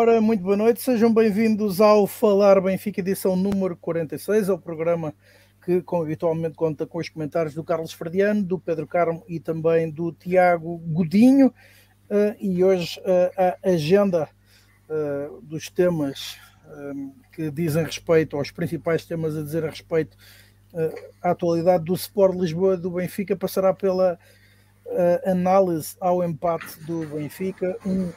Ora, muito boa noite, sejam bem-vindos ao Falar Benfica, edição número 46, ao programa que, como habitualmente, conta com os comentários do Carlos Fradiano, do Pedro Carmo e também do Tiago Godinho. E hoje a agenda dos temas que dizem respeito aos principais temas a dizer a respeito à atualidade do Sport Lisboa e do Benfica passará pela análise ao empate do Benfica,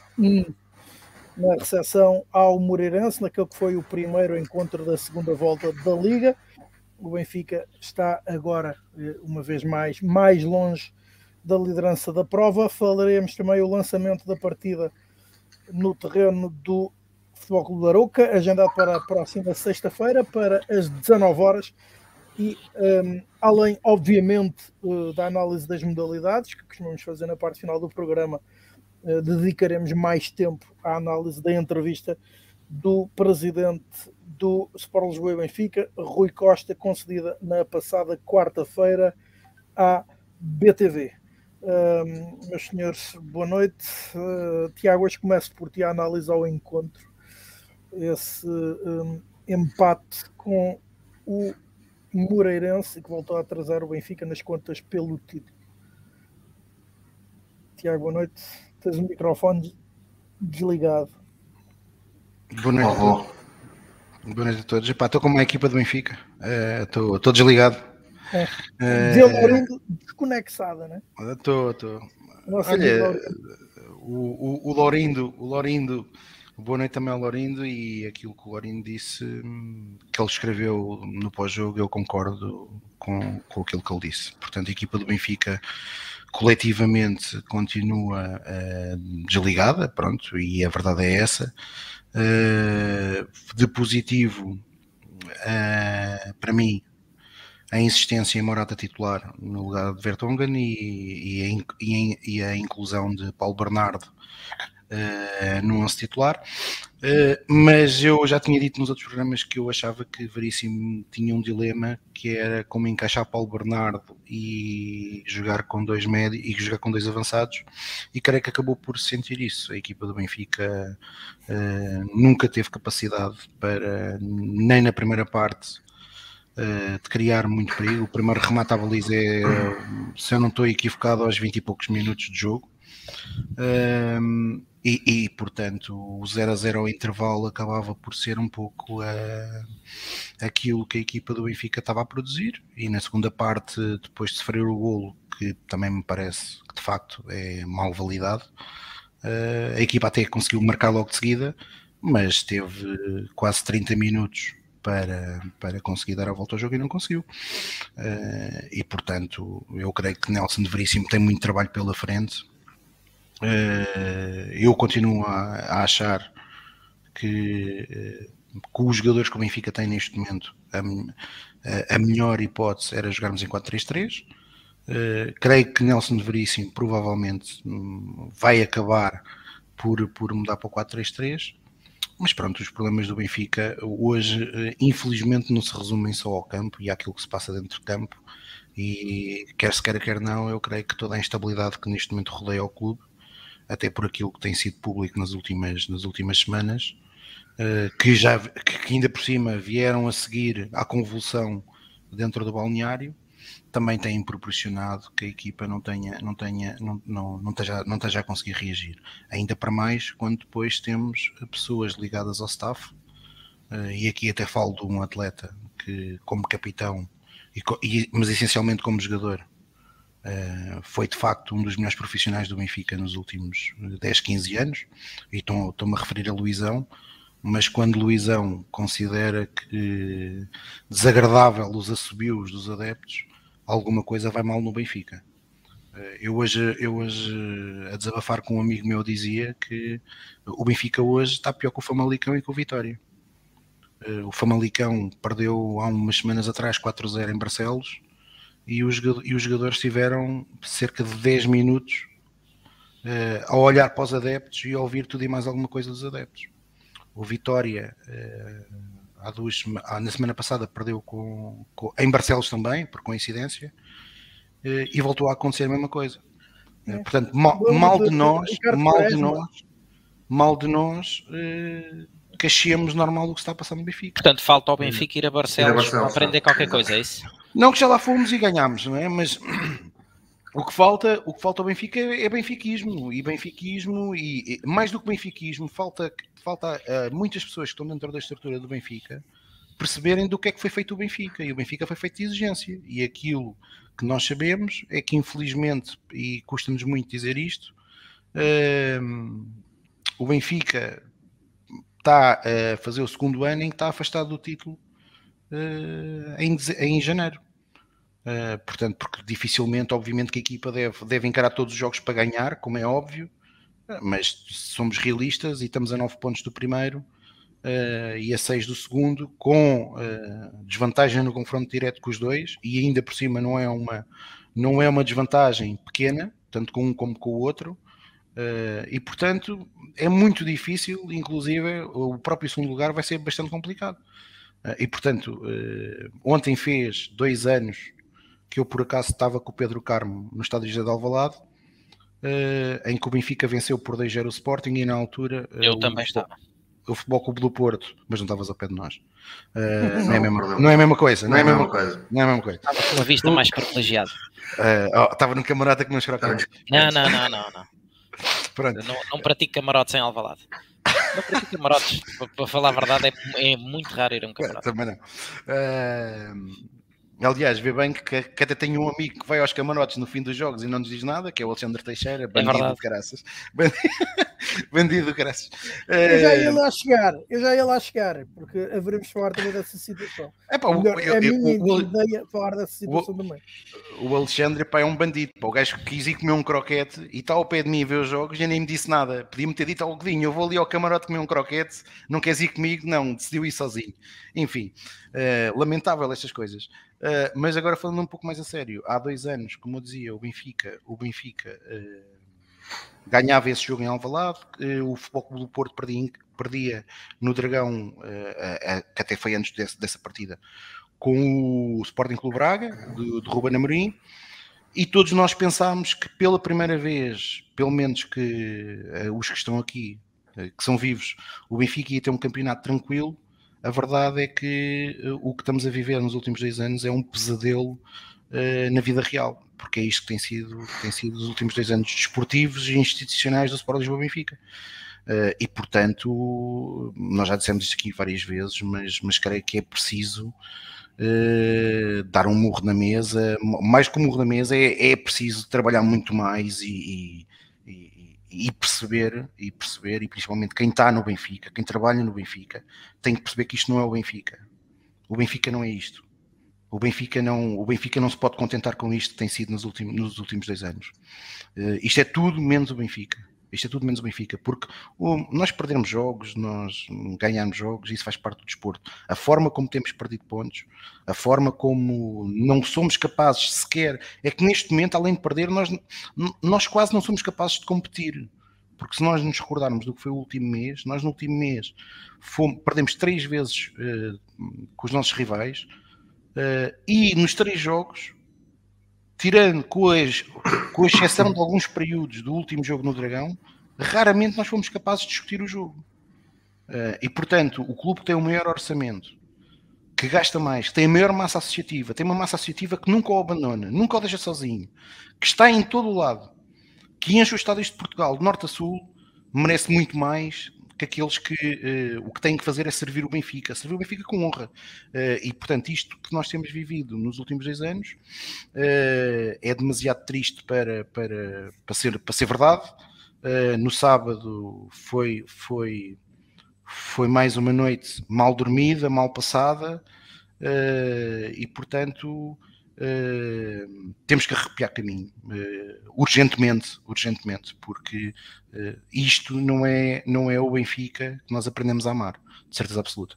na recepção ao Moreirense, naquele que foi o primeiro encontro da segunda volta da Liga. O Benfica está agora, uma vez mais longe da liderança da prova. Falaremos também o lançamento da partida no terreno do Futebol Clube da Arouca, agendado para a próxima sexta-feira, para as 19 horas. E, além, obviamente, da análise das modalidades, que costumamos fazer na parte final do programa, dedicaremos mais tempo à análise da entrevista do presidente do Sport Lisboa e Benfica, Rui Costa, concedida na passada quarta-feira à BTV. Meus senhores, boa noite. Tiago, hoje começo por ti a análise ao encontro, esse empate com o Moreirense, que voltou a atrasar o Benfica nas contas pelo título. Tiago, boa noite. Tens o microfone desligado. Boa noite a todos. Boa noite a todos. Estou com uma equipa do Benfica. Estou desligado. Desconexada, né? Estou. Olha, o Laurindo, boa noite também ao Laurindo, e aquilo que o Laurindo disse, que ele escreveu no pós-jogo, eu concordo com aquilo que ele disse. Portanto, a equipa do Benfica coletivamente continua desligada, pronto, e a verdade é essa. De positivo, para mim, a insistência em Morata titular no lugar de Vertonghen e a inclusão de Paulo Bernardo no 11 titular. Mas eu já tinha dito nos outros programas que eu achava que Veríssimo tinha um dilema, que era como encaixar Paulo Bernardo e jogar com dois médios e jogar com dois avançados, e creio que acabou por sentir isso. A equipa do Benfica nunca teve capacidade para, nem na primeira parte, de criar muito perigo. O primeiro remate à baliza é, se eu não estou equivocado, aos 20 e poucos minutos de jogo. E portanto o 0-0 ao intervalo acabava por ser um pouco aquilo que a equipa do Benfica estava a produzir, e na segunda parte, depois de sofrer o golo, que também me parece que de facto é mal validado, a equipa até conseguiu marcar logo de seguida, mas teve quase 30 minutos para conseguir dar a volta ao jogo e não conseguiu. E portanto eu creio que Nelson de Veríssimo tem muito trabalho pela frente. Eu continuo a achar que com os jogadores que o Benfica tem neste momento, a melhor hipótese era jogarmos em 4-3-3. Creio que Nelson de Veríssimo provavelmente vai acabar por mudar para o 4-3-3. Mas pronto, os problemas do Benfica hoje, infelizmente, não se resumem só ao campo e àquilo que se passa dentro do campo. E quer se queira, quer não, eu creio que toda a instabilidade que neste momento rodeia o clube, até por aquilo que tem sido público nas últimas semanas, que ainda por cima vieram a seguir à convulsão dentro do balneário, também têm proporcionado que a equipa não esteja a conseguir reagir. Ainda para mais quando depois temos pessoas ligadas ao staff, e aqui até falo de um atleta que, como capitão, mas essencialmente como jogador, foi de facto um dos melhores profissionais do Benfica nos últimos 10, 15 anos, e estou-me a referir a Luizão. Mas quando Luizão considera que desagradável os assobios dos adeptos, alguma coisa vai mal no Benfica. Eu hoje a desabafar com um amigo meu, dizia que o Benfica hoje está pior que o Famalicão e com o Vitória. O Famalicão perdeu há umas semanas atrás 4-0 em Barcelos, e os jogadores tiveram cerca de 10 minutos a olhar para os adeptos e a ouvir tudo e mais alguma coisa dos adeptos. O Vitória, na semana passada, perdeu em Barcelos também, por coincidência, e voltou a acontecer a mesma coisa. Portanto, mal de nós mal de nós que achemos normal o que está a passar no Benfica. Portanto, falta ao Benfica ir a Barcelos para aprender qualquer coisa, é isso? Não que já lá fomos e ganhámos, não é? Mas o que falta ao Benfica é benfiquismo, e mais do que benfiquismo, falta muitas pessoas que estão dentro da estrutura do Benfica perceberem do que é que foi feito o Benfica, e o Benfica foi feito de exigência, e aquilo que nós sabemos é que, infelizmente, e custa-nos muito dizer isto, o Benfica está a fazer o segundo ano em que está afastado do título em janeiro. Portanto, porque dificilmente, obviamente, que a equipa deve encarar todos os jogos para ganhar, como é óbvio, mas somos realistas e estamos a 9 pontos do primeiro e a 6 do segundo, com desvantagem no confronto direto com os dois, e ainda por cima não é uma desvantagem pequena, tanto com um como com o outro, e portanto é muito difícil, inclusive o próprio segundo lugar vai ser bastante complicado. E portanto, ontem fez 2 anos que eu por acaso estava com o Pedro Carmo no estádio de Alvalade, em que o Benfica venceu por 2-0 o Sporting, e na altura eu também estava. O Futebol Clube do Porto, mas não estavas ao pé de nós. Não é a mesma coisa. Estava com uma vista mais privilegiada. Estava no camarote com meus croquetes. Não. Pronto. Não pratico camarotes em Alvalade. Não pratico camarotes. Para falar a verdade, é muito raro ir a um camarote. Também não. Aliás, vê bem que até tenho um amigo que vai aos camarotes no fim dos jogos e não nos diz nada, que é o Alexandre Teixeira, bandido do caraças. Bandido do caraças. Eu já ia lá chegar, porque haveremos de falar também dessa situação. É a minha ideia falar dessa situação também. O Alexandre é um bandido. O gajo que quis ir comer um croquete e está ao pé de mim a ver os jogos e nem me disse nada. Podia-me ter dito ao Godinho, eu vou ali ao camarote comer um croquete, não queres ir comigo? Não, decidiu ir sozinho. Enfim, lamentável estas coisas. Mas agora falando um pouco mais a sério, há 2 anos, como eu dizia, o Benfica ganhava esse jogo em Alvalade, o Futebol Clube do Porto perdia no Dragão, que até foi antes dessa partida, com o Sporting Clube Braga, de Ruben Amorim, e todos nós pensámos que pela primeira vez, pelo menos que os que estão aqui, que são vivos, o Benfica ia ter um campeonato tranquilo. A verdade é que o que estamos a viver nos últimos 2 anos é um pesadelo na vida real, porque é isto que tem sido os últimos 2 anos desportivos e institucionais do Sport Lisboa Benfica. E portanto, nós já dissemos isto aqui várias vezes, mas creio que é preciso dar um murro na mesa. Mais que um murro na mesa, é preciso trabalhar muito mais e perceber, e principalmente quem está no Benfica, quem trabalha no Benfica, tem que perceber que isto não é o Benfica. O Benfica não é isto. O Benfica não se pode contentar com isto que tem sido nos últimos 2 anos. Isto é tudo menos o Benfica. Porque nós perdermos jogos, nós ganharmos jogos, isso faz parte do desporto. A forma como temos perdido pontos, a forma como não somos capazes sequer, é que neste momento, além de perder, nós quase não somos capazes de competir. Porque se nós nos recordarmos do que foi o último mês, nós no último mês perdemos 3 vezes com os nossos rivais, e nos 3 jogos, tirando com a exceção de alguns períodos do último jogo no Dragão, raramente nós fomos capazes de discutir o jogo. E portanto, o clube que tem o maior orçamento, que gasta mais, que tem a maior massa associativa, tem uma massa associativa que nunca o abandona, nunca o deixa sozinho, que está em todo o lado, que enche os estádios de Portugal, de norte a sul, merece muito mais que aqueles que o que têm que fazer é servir o Benfica com honra. E portanto, isto que nós temos vivido nos últimos 2 anos é demasiado triste para ser verdade. No sábado foi mais uma noite mal dormida, mal passada, e portanto temos que arrepiar caminho urgentemente, porque isto não é o Benfica que nós aprendemos a amar, de certeza absoluta.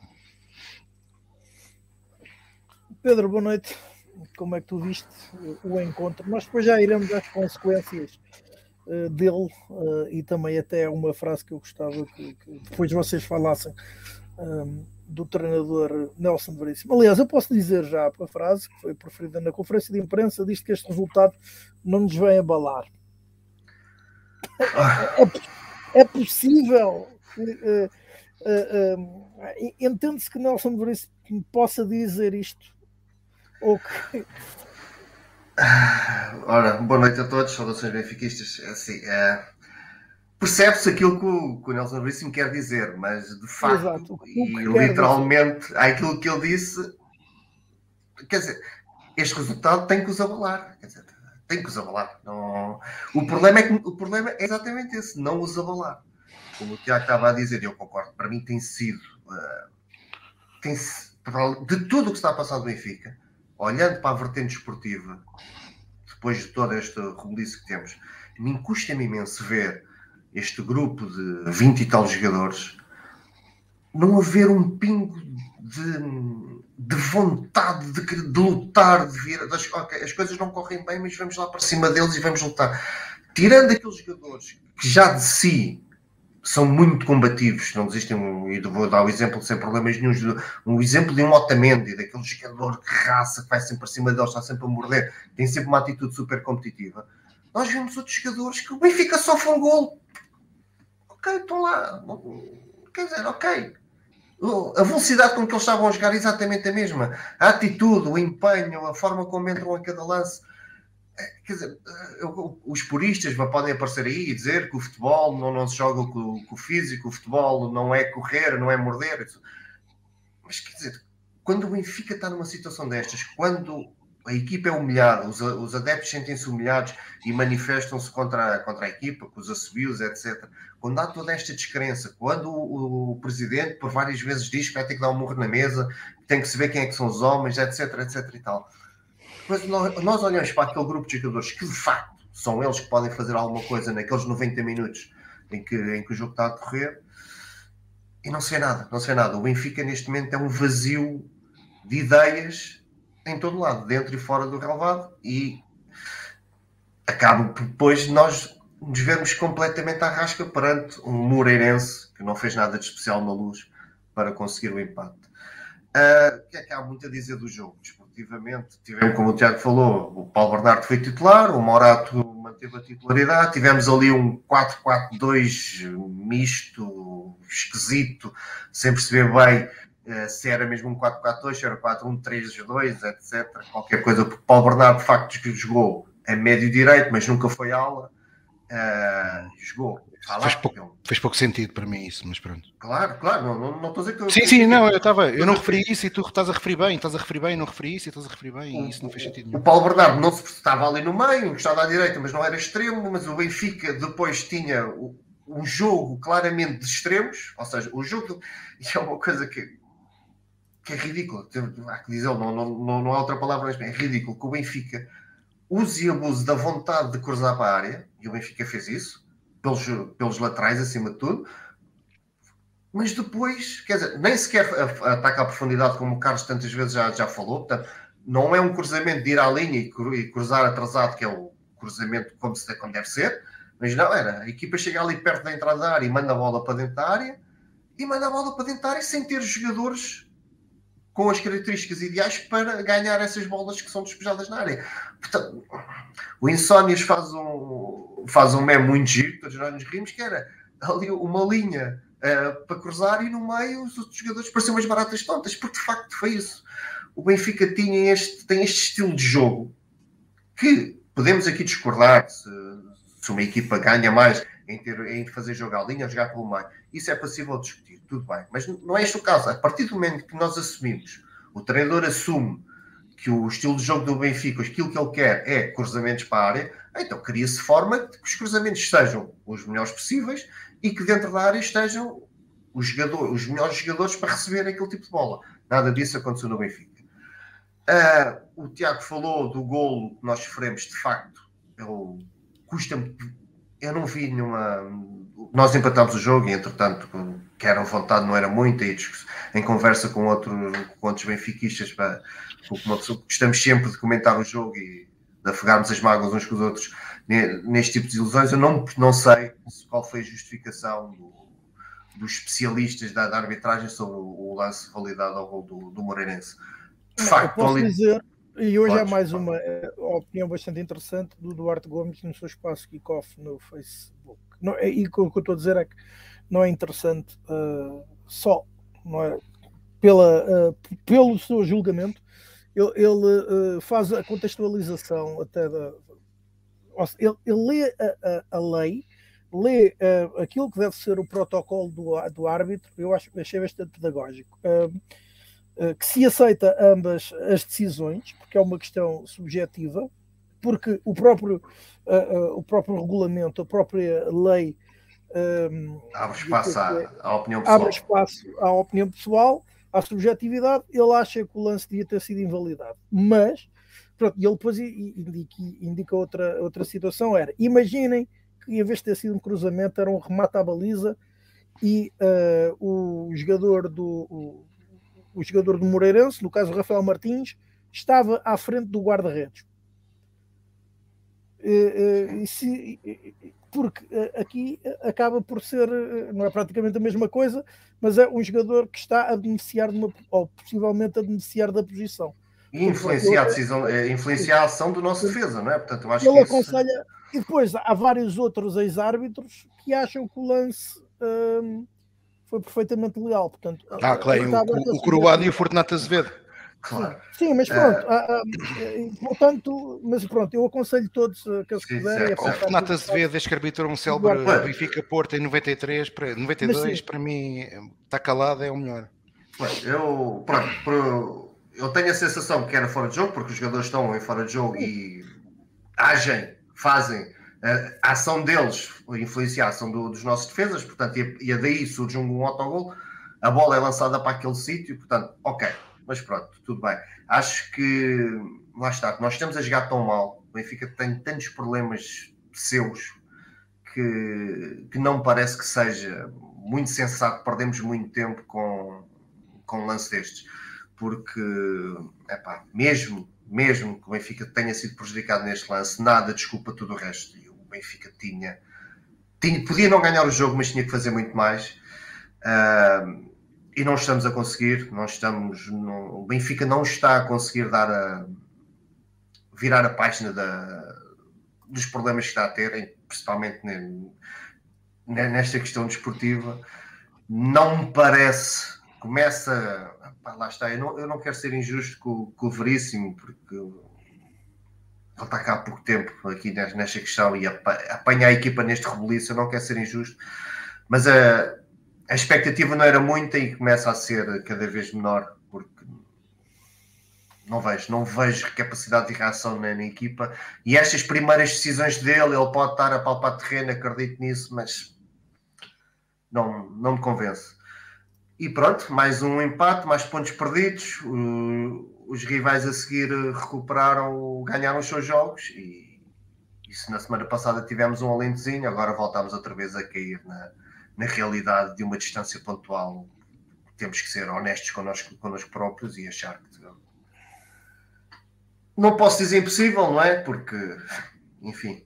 Pedro, boa noite. Como é que tu viste o encontro? Nós depois já iremos às consequências dele, e também até uma frase que eu gostava que depois vocês falassem, do treinador Nelson Veríssimo. Aliás, eu posso dizer já a frase que foi proferida na conferência de imprensa, diz que este resultado não nos vem abalar. É possível. Entende-se que Nelson Veríssimo possa dizer isto? Ou que... Ora, boa noite a todos, saudações benfiquistas. Assim, percebe-se aquilo que o Nelson Veríssimo quer dizer, mas de facto, exato, e literalmente, aquilo que ele disse, quer dizer, este resultado tem que os abalar. Quer dizer, tem que os abalar. Não... O problema é exatamente esse, não os abalar. Como o Tiago estava a dizer, e eu concordo, para mim tem sido, de tudo o que está a passar do Benfica, olhando para a vertente esportiva, depois de todo este rebuliço que temos, me custa-me imenso ver este grupo de 20 e tal jogadores não haver um pingo de vontade de lutar, de vir. Okay, as coisas não correm bem, mas vamos lá para cima deles e vamos lutar. Tirando aqueles jogadores que já de si são muito combativos, não desistem, e vou dar o exemplo sem problemas nenhum, um exemplo de um Otamendi, daquele jogador de raça que vai sempre para cima deles, está sempre a morder, tem sempre uma atitude super competitiva. Nós vemos outros jogadores que o Benfica sofre um gol. Ok, estão lá. Quer dizer, ok. A velocidade com que eles estavam a jogar é exatamente a mesma. A atitude, o empenho, a forma como entram a cada lance. Quer dizer, os puristas podem aparecer aí e dizer que o futebol não se joga com o físico, o futebol não é correr, não é morder. Mas quer dizer, quando o Benfica está numa situação destas, quando a equipa é humilhada, os adeptos sentem-se humilhados e manifestam-se contra a equipa, com os assobios, etc. Quando há toda esta descrença, quando o presidente por várias vezes diz que vai ter que dar um murro na mesa, que tem que se ver quem é que são os homens, etc, etc e tal. Depois nós olhamos para aquele grupo de jogadores que de facto são eles que podem fazer alguma coisa naqueles 90 minutos em que o jogo está a decorrer e não se vê nada, não se vê nada. O Benfica neste momento é um vazio de ideias em todo lado, dentro e fora do relvado, e acaba depois de nós nos vermos completamente à rasca perante um Moreirense que não fez nada de especial na Luz para conseguir o empate. O que é que há muito a dizer do jogo? Desportivamente, tivemos, como o Tiago falou, o Paulo Bernardo foi titular, o Morato manteve a titularidade, tivemos ali um 4-4-2 misto, esquisito, sem perceber bem se era mesmo um 4-4-2, se era 4-1-3-2, etc. Qualquer coisa, porque o Paulo Bernardo de facto jogou a médio direito, mas nunca foi ala. Jogou. Fez pouco sentido para mim isso, mas pronto. Claro, não estou a dizer que... Sim, não, eu não referi isso e tu estás a referir bem, não referi isso e estás a referir bem e isso não fez sentido nenhum. O Paulo Bernardo não se estava ali no meio, estava à direita, mas não era extremo, mas o Benfica depois tinha um jogo claramente de extremos, ou seja, o jogo é uma coisa que é ridícula, há que dizer, não há outra palavra, mas é ridículo que o Benfica use e abuse da vontade de cruzar para a área, e o Benfica fez isso, pelos laterais acima de tudo, mas depois, quer dizer, nem sequer ataca a profundidade, como o Carlos tantas vezes já falou. Portanto, não é um cruzamento de ir à linha e cruzar atrasado, que é o cruzamento como deve ser, mas não, a equipa chega ali perto da entrada da área e manda a bola para dentro da área, sem ter jogadores com as características ideais para ganhar essas bolas que são despejadas na área. Portanto, o Insónias faz um meme muito giro, todos nós nos rimos, que era ali uma linha para cruzar e no meio os outros jogadores pareciam umas baratas tontas, porque de facto foi isso. O Benfica tem este estilo de jogo que podemos aqui discordar se uma equipa ganha mais em fazer jogo à linha ou jogar pelo meio. Isso é possível discutir, tudo bem. Mas não é este o caso. A partir do momento que nós assumimos, o treinador assume que o estilo de jogo do Benfica, aquilo que ele quer é cruzamentos para a área, então cria-se forma de que os cruzamentos sejam os melhores possíveis e que dentro da área estejam os melhores jogadores para receber aquele tipo de bola. Nada disso aconteceu no Benfica. O Tiago falou do golo que nós sofremos, de facto, custa-me. Eu não vi nenhuma. Nós empatámos o jogo e, entretanto, que era vontade, não era muita, e em conversa com outros benfiquistas, gostamos sempre de comentar o jogo e de afogarmos as mágoas uns com os outros neste tipo de ilusões. Eu não sei qual foi a justificação dos especialistas da arbitragem sobre o lance validado ao gol do Moreirense. De facto, eu posso dizer, e hoje há mais uma opinião bastante interessante do Duarte Gomes no seu espaço Kickoff no Facebook. não, e o que eu estou a dizer é que não é interessante só, não é, pelo seu julgamento, ele faz a contextualização até ele lê a lei, lê aquilo que deve ser o protocolo do árbitro. Eu achei bastante pedagógico, que se aceita ambas as decisões, porque é uma questão subjetiva, porque o próprio regulamento, a própria lei abre espaço à opinião pessoal. Abre espaço à opinião pessoal, à subjetividade. Ele acha que o lance devia ter sido invalidado, mas pronto, e ele depois indica outra situação, imaginem que em vez de ter sido um cruzamento era um remate à baliza e o jogador do Moreirense, no caso o Rafael Martins, estava à frente do guarda-redes. Porque aqui acaba por ser, não é praticamente a mesma coisa, mas é um jogador que está a beneficiar ou possivelmente a beneficiar da posição. E influenciar a ação do nosso defesa, não é? Portanto, eu acho ele que aconselha. E depois há vários outros ex-árbitros que acham que o lance foi perfeitamente legal. Portanto, claro, o Coroado e o Fortunato Azevedo. Claro. Sim, mas pronto, portanto, eu aconselho todos que eles puderem. O Fortunato Azevedo, desde que arbitrou um célebre Benfica-Porto em 92, para mim, está calado, é o melhor. Eu tenho a sensação que era fora de jogo, porque os jogadores estão em fora de jogo e fazem a ação deles influenciar a ação dos nossos defesas, portanto, e daí surge um autogol, a bola é lançada para aquele sítio, portanto, ok, mas pronto, tudo bem. Acho que, lá está, nós estamos a jogar tão mal, o Benfica tem tantos problemas seus que não me parece que seja muito sensato, perdemos muito tempo com um lance destes, porque, mesmo que o Benfica tenha sido prejudicado neste lance, nada desculpa tudo o resto. E o Benfica podia não ganhar o jogo, mas tinha que fazer muito mais. E não estamos a conseguir. O Benfica não está a conseguir virar a página dos problemas que está a ter, principalmente nesta questão desportiva. Não me parece. Começa... lá está, eu não quero ser injusto com o Veríssimo, porque ele está cá há pouco tempo aqui nesta questão e apanha a equipa neste rebuliço. Eu não quero ser injusto, mas a expectativa não era muita e começa a ser cada vez menor, porque não vejo capacidade de reação na equipa, e estas primeiras decisões dele, ele pode estar a palpar terreno, acredito nisso, mas não me convence. E pronto, mais um empate, mais pontos perdidos. Os rivais a seguir ganharam os seus jogos. E se na semana passada tivemos um alentezinho, agora voltamos outra vez a cair na realidade de uma distância pontual. Temos que ser honestos connosco próprios e achar que... Não posso dizer impossível, não é? Porque, enfim...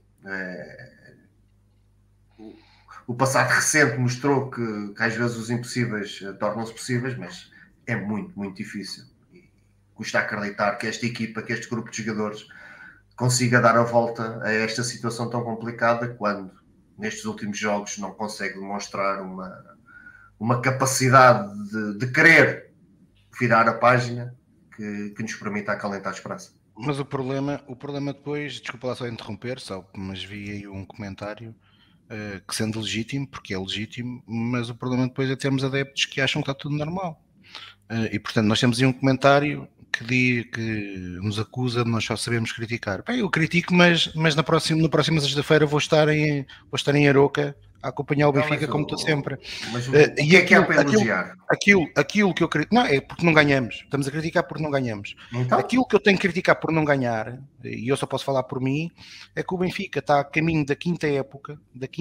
O passado recente mostrou que às vezes os impossíveis tornam-se possíveis, mas é muito, muito difícil. E custa acreditar que esta equipa, que este grupo de jogadores consiga dar a volta a esta situação tão complicada, quando nestes últimos jogos não consegue demonstrar uma capacidade de querer virar a página que nos permita acalentar a esperança. Mas o problema depois, desculpa lá só interromper, mas vi aí um comentário que, sendo legítimo, porque é legítimo, mas o problema depois é termos adeptos que acham que está tudo normal. E portanto nós temos aí um comentário que nos acusa de nós só sabemos criticar. Bem, eu critico, mas na próxima sexta-feira vou estar em Aroca a acompanhar o Benfica, como estou sempre. Mas o que é que há para elogiar? Aquilo que eu critico... Não, é porque não ganhamos. Estamos a criticar porque não ganhamos. Então? Aquilo que eu tenho que criticar por não ganhar, e eu só posso falar por mim, é que o Benfica está a caminho da quinta época,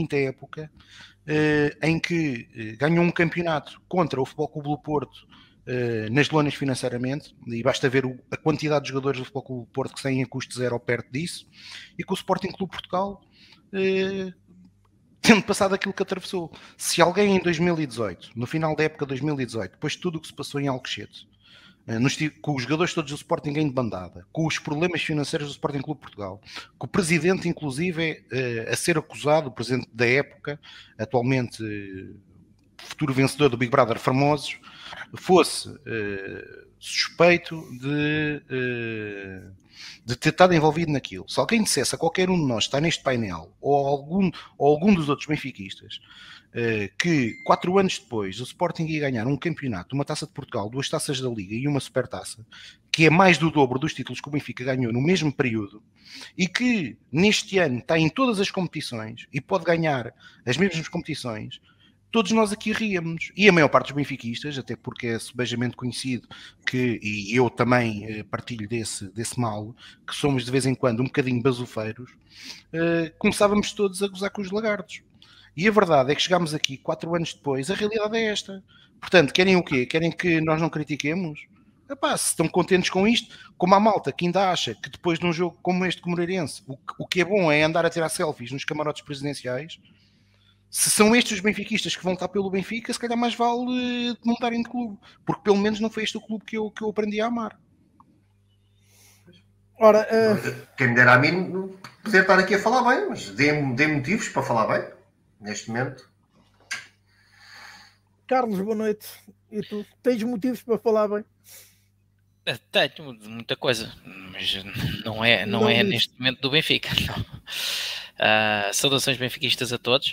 em que ganhou um campeonato contra o Futebol Clube do Porto nas lonas financeiramente, e basta ver a quantidade de jogadores do Futebol Clube do Porto que saem a custo zero ou perto disso, e que o Sporting Clube Portugal... tendo passado aquilo que atravessou. Se alguém em 2018, no final da época de 2018, depois de tudo o que se passou em Alcochete, com os jogadores todos do Sporting em bandada, com os problemas financeiros do Sporting Clube Portugal, com o presidente, inclusive, a ser acusado, o presidente da época, atualmente futuro vencedor do Big Brother Famosos, fosse suspeito de ter estado envolvido naquilo. Se alguém dissesse a qualquer um de nós que está neste painel, ou algum dos outros benfiquistas, que 4 anos depois o Sporting ia ganhar um campeonato, uma Taça de Portugal, 2 taças da Liga e uma Supertaça, que é mais do dobro dos títulos que o Benfica ganhou no mesmo período, e que neste ano está em todas as competições e pode ganhar as mesmas competições, todos nós aqui ríamos. E a maior parte dos benfiquistas, até porque é subejamente conhecido e eu também partilho desse mal, que somos de vez em quando um bocadinho basufeiros, começávamos todos a gozar com os lagartos. E a verdade é que chegámos aqui 4 anos depois, a realidade é esta. Portanto, querem o quê? Querem que nós não critiquemos? Epá, se estão contentes com isto, como a malta que ainda acha que depois de um jogo como este com o Moreirense, o que é bom é andar a tirar selfies nos camarotes presidenciais, se são estes os benfiquistas que vão estar pelo Benfica, se calhar mais vale não estarem de clube, porque pelo menos não foi este o clube que eu aprendi a amar. Ora, quem me dera a mim poder estar aqui a falar bem, mas dê motivos para falar bem neste momento. Carlos, boa noite. E tu? Tens motivos para falar bem? Tenho muita coisa, mas não é neste momento do Benfica. Saudações benfiquistas a todos.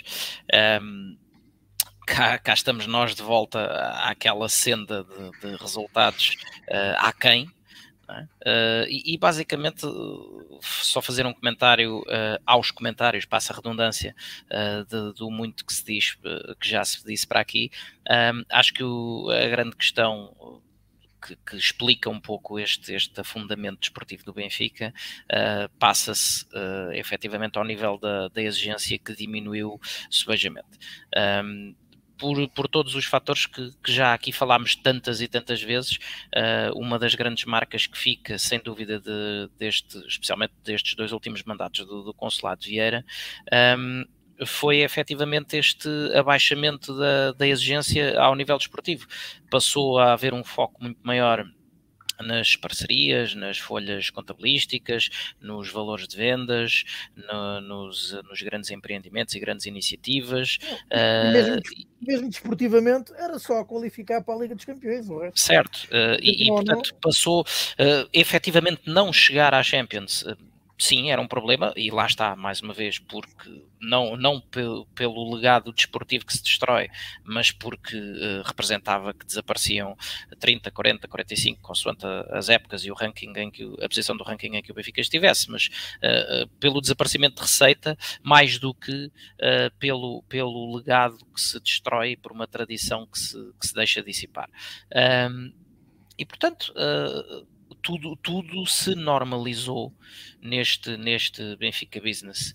Cá estamos nós de volta àquela senda de resultados aquém. E basicamente só fazer um comentário aos comentários, passa a redundância do muito que se diz, que já se disse para aqui. Acho que a grande questão que explica um pouco este afundamento desportivo do Benfica passa-se efetivamente ao nível da exigência, que diminuiu subejamente. Por todos os fatores que já aqui falámos tantas e tantas vezes, uma das grandes marcas que fica, sem dúvida, especialmente destes 2 últimos mandatos do Consulado de Vieira, foi efetivamente este abaixamento da exigência ao nível desportivo. Passou a haver um foco muito maior nas parcerias, nas folhas contabilísticas, nos valores de vendas, nos grandes empreendimentos e grandes iniciativas. Mesmo desportivamente, era só qualificar para a Liga dos Campeões, não é? Certo, portanto passou efetivamente não chegar à Champions. Sim, era um problema, e lá está, mais uma vez, porque não pelo legado desportivo que se destrói, mas porque representava que desapareciam 30, 40, 45, consoante as épocas e o ranking a posição do ranking em que o Benfica estivesse, mas pelo desaparecimento de receita, mais do que pelo legado que se destrói por uma tradição que se deixa dissipar. E, portanto... Tudo se normalizou neste Benfica Business.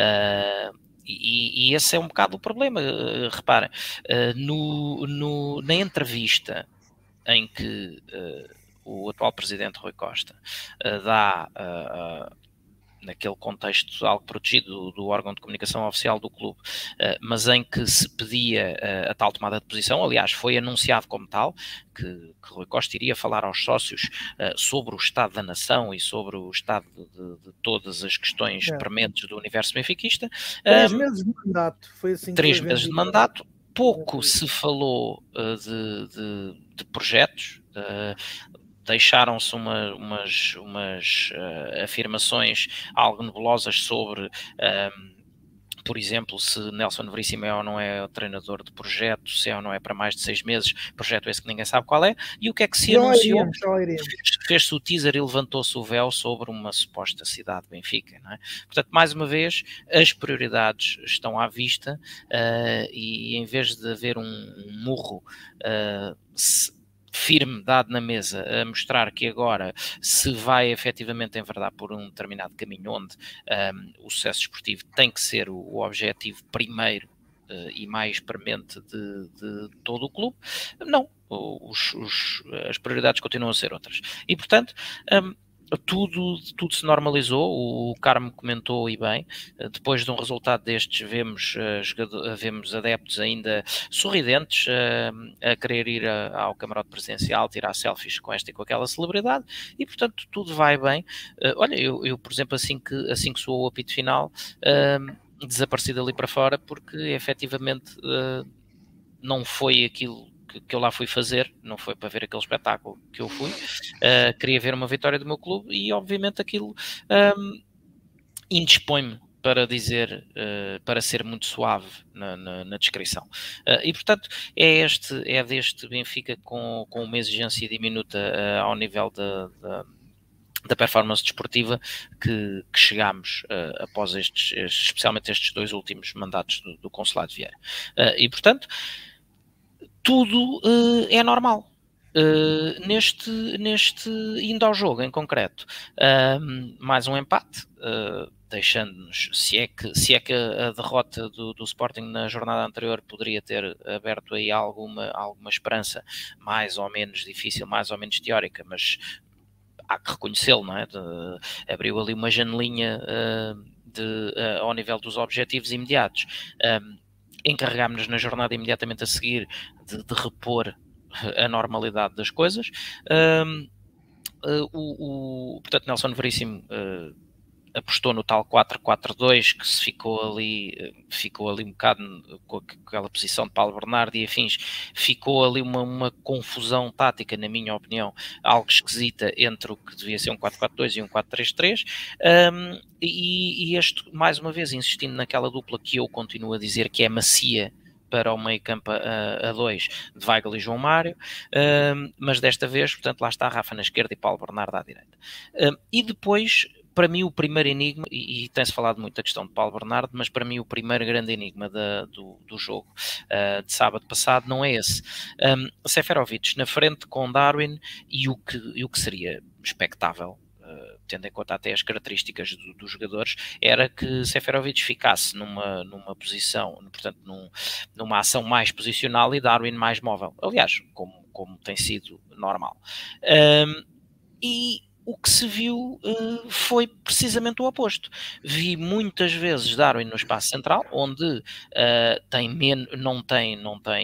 E esse é um bocado o problema. Reparem, na entrevista em que o atual presidente Rui Costa dá... naquele contexto algo protegido do órgão de comunicação oficial do clube, mas em que se pedia a tal tomada de posição. Aliás, foi anunciado como tal, que Rui Costa iria falar aos sócios sobre o estado da nação e sobre o estado de todas as questões prementes do universo benfiquista. 3 meses de mandato, foi assim. 3 meses de mandato, pouco se falou de projetos. Deixaram-se umas afirmações algo nebulosas sobre, por exemplo, se Nelson Veríssimo não é o treinador de projeto, se é ou não é para mais de 6 meses, projeto esse que ninguém sabe qual é, e o que é que se anunciou? Fez-se o teaser e levantou-se o véu sobre uma suposta cidade de Benfica, não é? Portanto, mais uma vez, as prioridades estão à vista, e em vez de haver um murro firme dado na mesa a mostrar que agora se vai efetivamente enverdar por um determinado caminho onde o sucesso desportivo tem que ser o objetivo primeiro e mais premente de todo o clube, não, as prioridades continuam a ser outras. E, portanto, tudo se normalizou. O Carmo comentou e bem, depois de um resultado destes vemos adeptos ainda sorridentes a querer ir ao camarote presidencial, tirar selfies com esta e com aquela celebridade, e portanto tudo vai bem. Olha, eu por exemplo, assim que soou o apito final, desapareci dali para fora, porque efetivamente não foi aquilo que eu lá fui fazer, não foi para ver aquele espetáculo que eu fui, queria ver uma vitória do meu clube, e obviamente aquilo indispõe-me para dizer, para ser muito suave na descrição. E portanto é deste Benfica com uma exigência diminuta ao nível da performance desportiva que chegámos após especialmente estes 2 últimos mandatos do Conselado de Vieira. E portanto tudo é normal. Indo ao jogo em concreto, mais um empate, deixando-nos, se é que a derrota do Sporting na jornada anterior poderia ter aberto aí alguma esperança mais ou menos difícil, mais ou menos teórica, mas há que reconhecê-lo, não é? Abriu ali uma janelinha ao nível dos objetivos imediatos. Encarregámos-nos na jornada imediatamente a seguir de repor a normalidade das coisas. Portanto, Nelson Veríssimo apostou no tal 4-4-2, que se ficou ali um bocado com aquela posição de Paulo Bernardo e afins, ficou ali uma confusão tática, na minha opinião, algo esquisita entre o que devia ser um 4-4-2 e um 4-3-3, e este, mais uma vez, insistindo naquela dupla que eu continuo a dizer que é macia para o meio campo a 2 de Weigl e João Mário, mas desta vez, portanto, lá está Rafa na esquerda e Paulo Bernardo à direita. E depois, para mim, o primeiro enigma, e tem-se falado muito da questão de Paulo Bernardo, mas para mim o primeiro grande enigma do jogo de sábado passado não é esse. Seferovic na frente com Darwin, e o que seria expectável, tendo em conta até as características dos jogadores, era que Seferovic ficasse numa posição, portanto, numa ação mais posicional e Darwin mais móvel. Aliás, como tem sido normal. E o que se viu foi precisamente o oposto. Vi muitas vezes Darwin no espaço central, onde não tem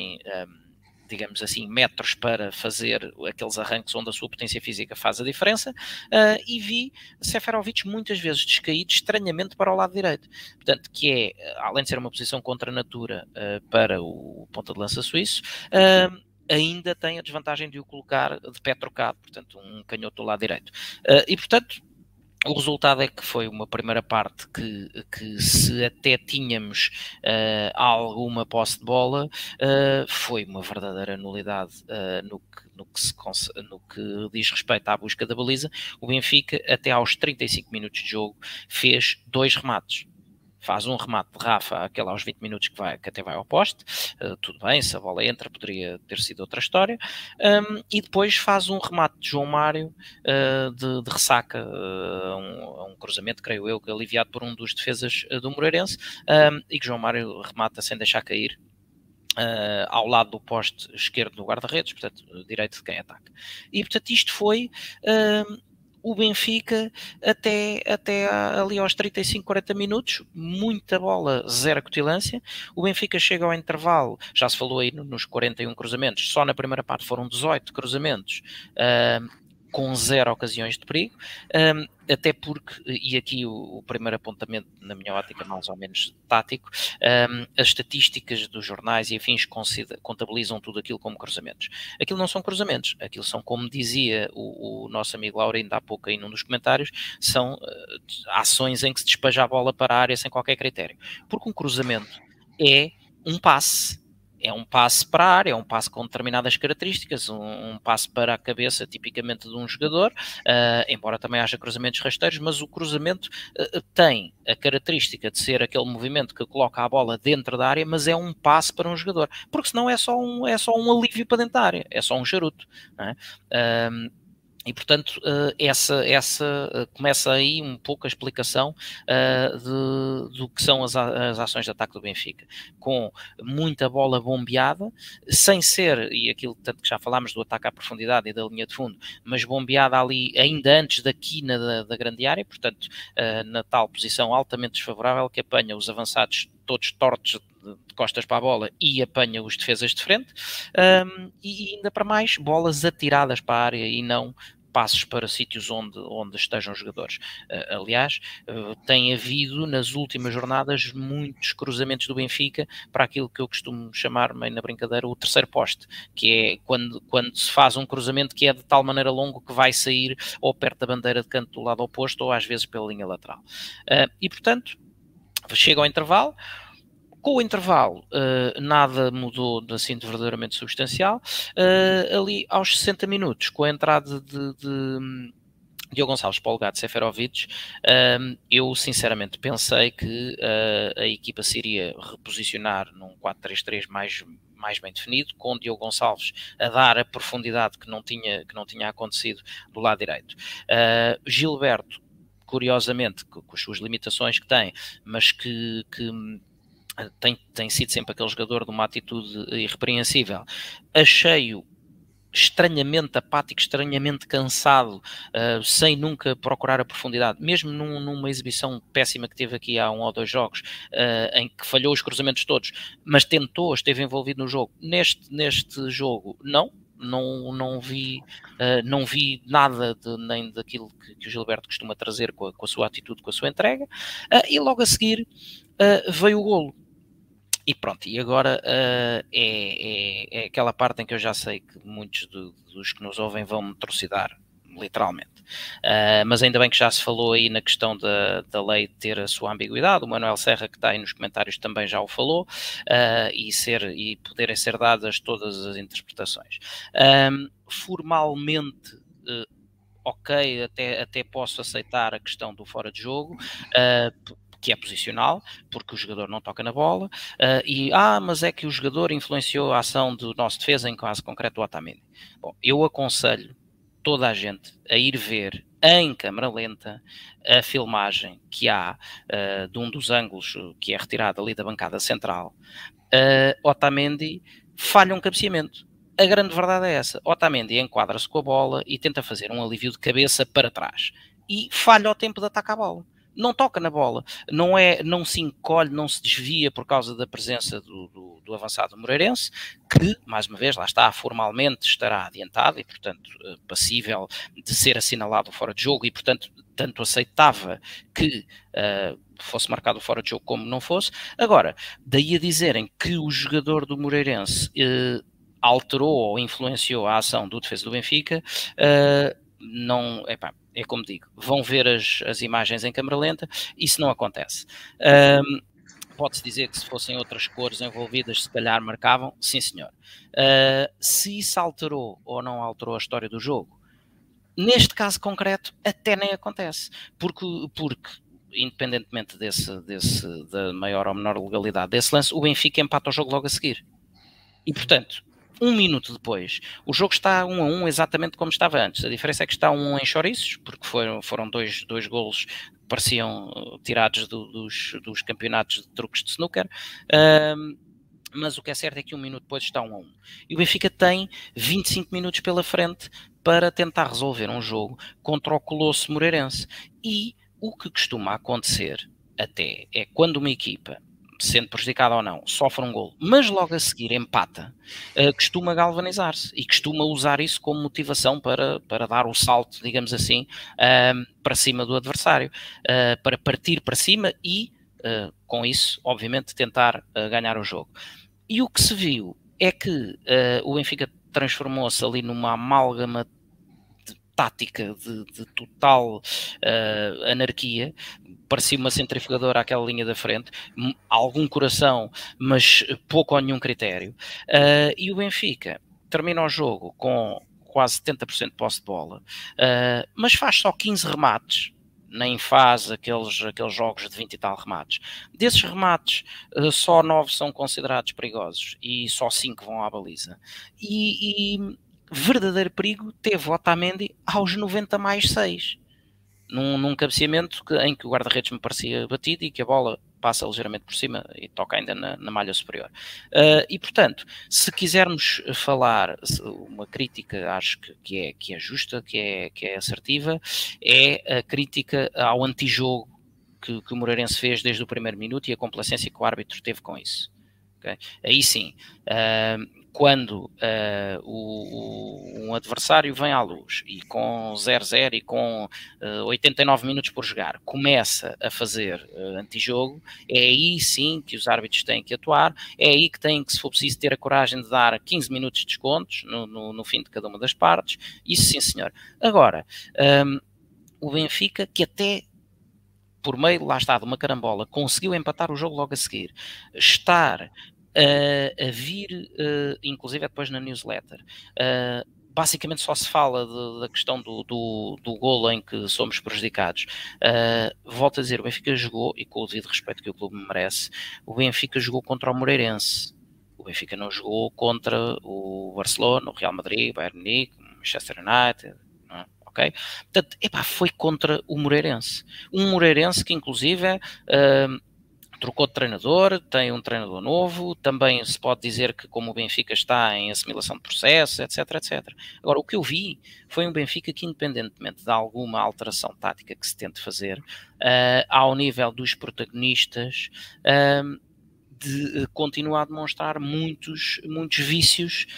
digamos assim, metros para fazer aqueles arranques onde a sua potência física faz a diferença, e vi Seferovic muitas vezes descaído estranhamente para o lado direito. Portanto, que é, além de ser uma posição contra a natura para o ponta de lança suíço, ainda tem a desvantagem de o colocar de pé trocado, portanto, um canhoto do lado direito. E, portanto, o resultado é que foi uma primeira parte que se até tínhamos alguma posse de bola, foi uma verdadeira nulidade no que diz respeito à busca da baliza. O Benfica, até aos 35 minutos de jogo, fez 2 remates. Faz um remate de Rafa, aquele aos 20 minutos que até vai ao poste, tudo bem, se a bola entra poderia ter sido outra história, e depois faz um remate de João Mário de ressaca, um cruzamento, creio eu, aliviado por um dos defesas do Moreirense, e que João Mário remata sem deixar cair ao lado do poste esquerdo do guarda-redes, portanto, direito de quem ataca. E, portanto, isto foi o Benfica até ali aos 35, 40 minutos, muita bola, zero acutilância. O Benfica chega ao intervalo, já se falou aí nos 41 cruzamentos, só na primeira parte foram 18 cruzamentos, com 0 ocasiões de perigo, até porque, e aqui o primeiro apontamento, na minha ótica mais ou menos tático, as estatísticas dos jornais e afins contabilizam tudo aquilo como cruzamentos. Aquilo não são cruzamentos, aquilo são, como dizia o nosso amigo Laurindo há pouco aí num dos comentários, são ações em que se despeja a bola para a área sem qualquer critério. Porque um cruzamento é um passe. É um passe para a área, é um passe com determinadas características, um passe para a cabeça tipicamente de um jogador, embora também haja cruzamentos rasteiros, mas o cruzamento tem a característica de ser aquele movimento que coloca a bola dentro da área, mas é um passe para um jogador, porque senão é só um alívio para dentro da área, é só um charuto, não é? E, portanto, começa aí um pouco a explicação do que são as ações de ataque do Benfica. Com muita bola bombeada, sem ser, e aquilo tanto que já falámos do ataque à profundidade e da linha de fundo, mas bombeada ali ainda antes da quina da grande área, portanto, na tal posição altamente desfavorável que apanha os avançados todos tortos de costas para a bola e apanha os defesas de frente, e ainda para mais, bolas atiradas para a área e não passos para sítios onde estejam os jogadores. Aliás, tem havido nas últimas jornadas muitos cruzamentos do Benfica para aquilo que eu costumo chamar, meio na brincadeira, o terceiro poste, que é quando se faz um cruzamento que é de tal maneira longo que vai sair ou perto da bandeira de canto do lado oposto ou às vezes pela linha lateral. E portanto, chega ao intervalo. Com o intervalo, nada mudou assim de verdadeiramente substancial. Ali aos 60 minutos, com a entrada de Diogo Gonçalves para o lugar de Seferovic, eu sinceramente pensei que a equipa se iria reposicionar num 4-3-3 mais bem definido, com o Diogo Gonçalves a dar a profundidade que não tinha acontecido do lado direito. Gilberto, curiosamente, com as suas limitações que tem, mas que tem sido sempre aquele jogador de uma atitude irrepreensível. Achei-o estranhamente apático, estranhamente cansado, sem nunca procurar a profundidade, mesmo numa exibição péssima que teve aqui há 1 ou 2 jogos, em que falhou os cruzamentos todos, mas tentou, esteve envolvido no jogo. Neste jogo, não vi nada nem daquilo que o Gilberto costuma trazer com a sua atitude, com a sua entrega, e logo a seguir veio o golo. E pronto, e agora é aquela parte em que eu já sei que muitos dos que nos ouvem vão me trucidar, literalmente. Mas ainda bem que já se falou aí na questão da lei ter a sua ambiguidade. O Manuel Serra, que está aí nos comentários, também já o falou, e poderem ser dadas todas as interpretações. Formalmente, ok, até posso aceitar a questão do fora de jogo, que é posicional, porque o jogador não toca na bola, mas é que o jogador influenciou a ação do nosso defesa, em caso concreto o Otamendi. Bom, eu aconselho toda a gente a ir ver em câmara lenta a filmagem que há de um dos ângulos que é retirado ali da bancada central. Otamendi falha um cabeceamento. A grande verdade é essa. Otamendi enquadra-se com a bola e tenta fazer um alívio de cabeça para trás. E falha ao tempo de atacar a bola. Não toca na bola, não se encolhe, não se desvia por causa da presença do avançado moreirense, que, mais uma vez, lá está, formalmente estará adiantado e, portanto, passível de ser assinalado fora de jogo e, portanto, tanto aceitava que fosse marcado fora de jogo como não fosse. Agora, daí a dizerem que o jogador do Moreirense alterou ou influenciou a ação do defesa do Benfica, é como digo, vão ver as imagens em câmara lenta, isso não acontece. Pode-se dizer que se fossem outras cores envolvidas, se calhar marcavam, sim senhor. Se isso alterou ou não alterou a história do jogo, neste caso concreto, até nem acontece, porque independentemente da maior ou menor legalidade desse lance, o Benfica empata o jogo logo a seguir. E, portanto, 1 minuto depois, o jogo está 1-1 exatamente como estava antes. A diferença é que está 1-1 em chouriços, porque foram dois golos que pareciam tirados dos campeonatos de truques de snooker. Mas o que é certo é que 1 minuto depois está 1-1. E o Benfica tem 25 minutos pela frente para tentar resolver um jogo contra o Colosso Moreirense. E o que costuma acontecer até é quando uma equipa, sendo prejudicada ou não, sofre um golo, mas logo a seguir empata, costuma galvanizar-se e costuma usar isso como motivação para dar o salto, digamos assim, para cima do adversário, para partir para cima e, com isso, obviamente, tentar ganhar o jogo. E o que se viu é que o Benfica transformou-se ali numa amálgama tática de total anarquia. Parecia uma centrifugadora àquela linha da frente, algum coração, mas pouco ou nenhum critério. E o Benfica termina o jogo com quase 70% de posse de bola, mas faz só 15 remates, nem faz aqueles jogos de 20 e tal remates. Desses remates, só 9 são considerados perigosos e só 5 vão à baliza. E verdadeiro perigo teve o Otamendi aos 90 mais 6. Num cabeceamento em que o guarda-redes me parecia batido e que a bola passa ligeiramente por cima e toca ainda na malha superior. E, portanto, se quisermos falar, uma crítica, acho que é justa, que é assertiva, é a crítica ao antijogo que o Moreirense fez desde o primeiro minuto e a complacência que o árbitro teve com isso. Okay? Aí sim, quando um adversário vem à luz e com 0-0 e com 89 minutos por jogar começa a fazer antijogo, é aí sim que os árbitros têm que atuar, é aí que têm que, se for preciso, ter a coragem de dar 15 minutos de descontos no fim de cada uma das partes, isso sim senhor. Agora, o Benfica, que até por meio, lá está, de uma carambola, conseguiu empatar o jogo logo a seguir, estar a vir, inclusive depois na newsletter, basicamente só se fala da questão do golo em que somos prejudicados. Volto a dizer, o Benfica jogou, e com o devido respeito que o clube merece, o Benfica jogou contra o Moreirense. O Benfica não jogou contra o Barcelona, o Real Madrid, o Bayern Munique, o Manchester United, não é? Okay? Portanto, foi contra o Moreirense. Um Moreirense que, inclusive, trocou de treinador, tem um treinador novo, também se pode dizer que, como o Benfica está em assimilação de processos, etc, etc. Agora, o que eu vi foi um Benfica que, independentemente de alguma alteração tática que se tente fazer, ao nível dos protagonistas, continua a demonstrar muitos vícios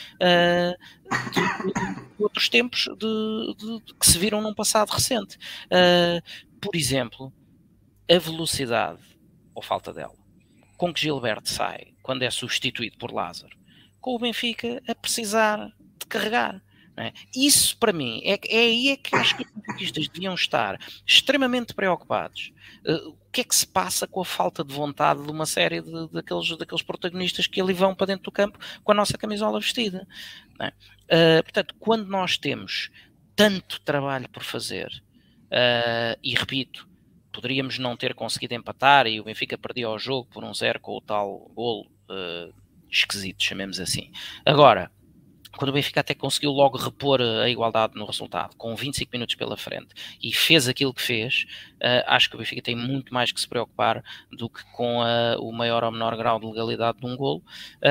de outros tempos que se viram num passado recente. Por exemplo, a velocidade, ou falta dela, com que Gilberto sai quando é substituído por Lázaro, com o Benfica a precisar de carregar. Não é? Isso, para mim, é aí que acho que os benfiquistas deviam estar extremamente preocupados. O que é que se passa com a falta de vontade de uma série daqueles protagonistas que ali vão para dentro do campo com a nossa camisola vestida? Não é? Portanto, quando nós temos tanto trabalho por fazer, e repito, poderíamos não ter conseguido empatar e o Benfica perdia o jogo por 1-0 com o tal golo esquisito, chamemos assim. Agora, quando o Benfica até conseguiu logo repor a igualdade no resultado, com 25 minutos pela frente, e fez aquilo que fez, acho que o Benfica tem muito mais que se preocupar do que com o maior ou menor grau de legalidade de um golo,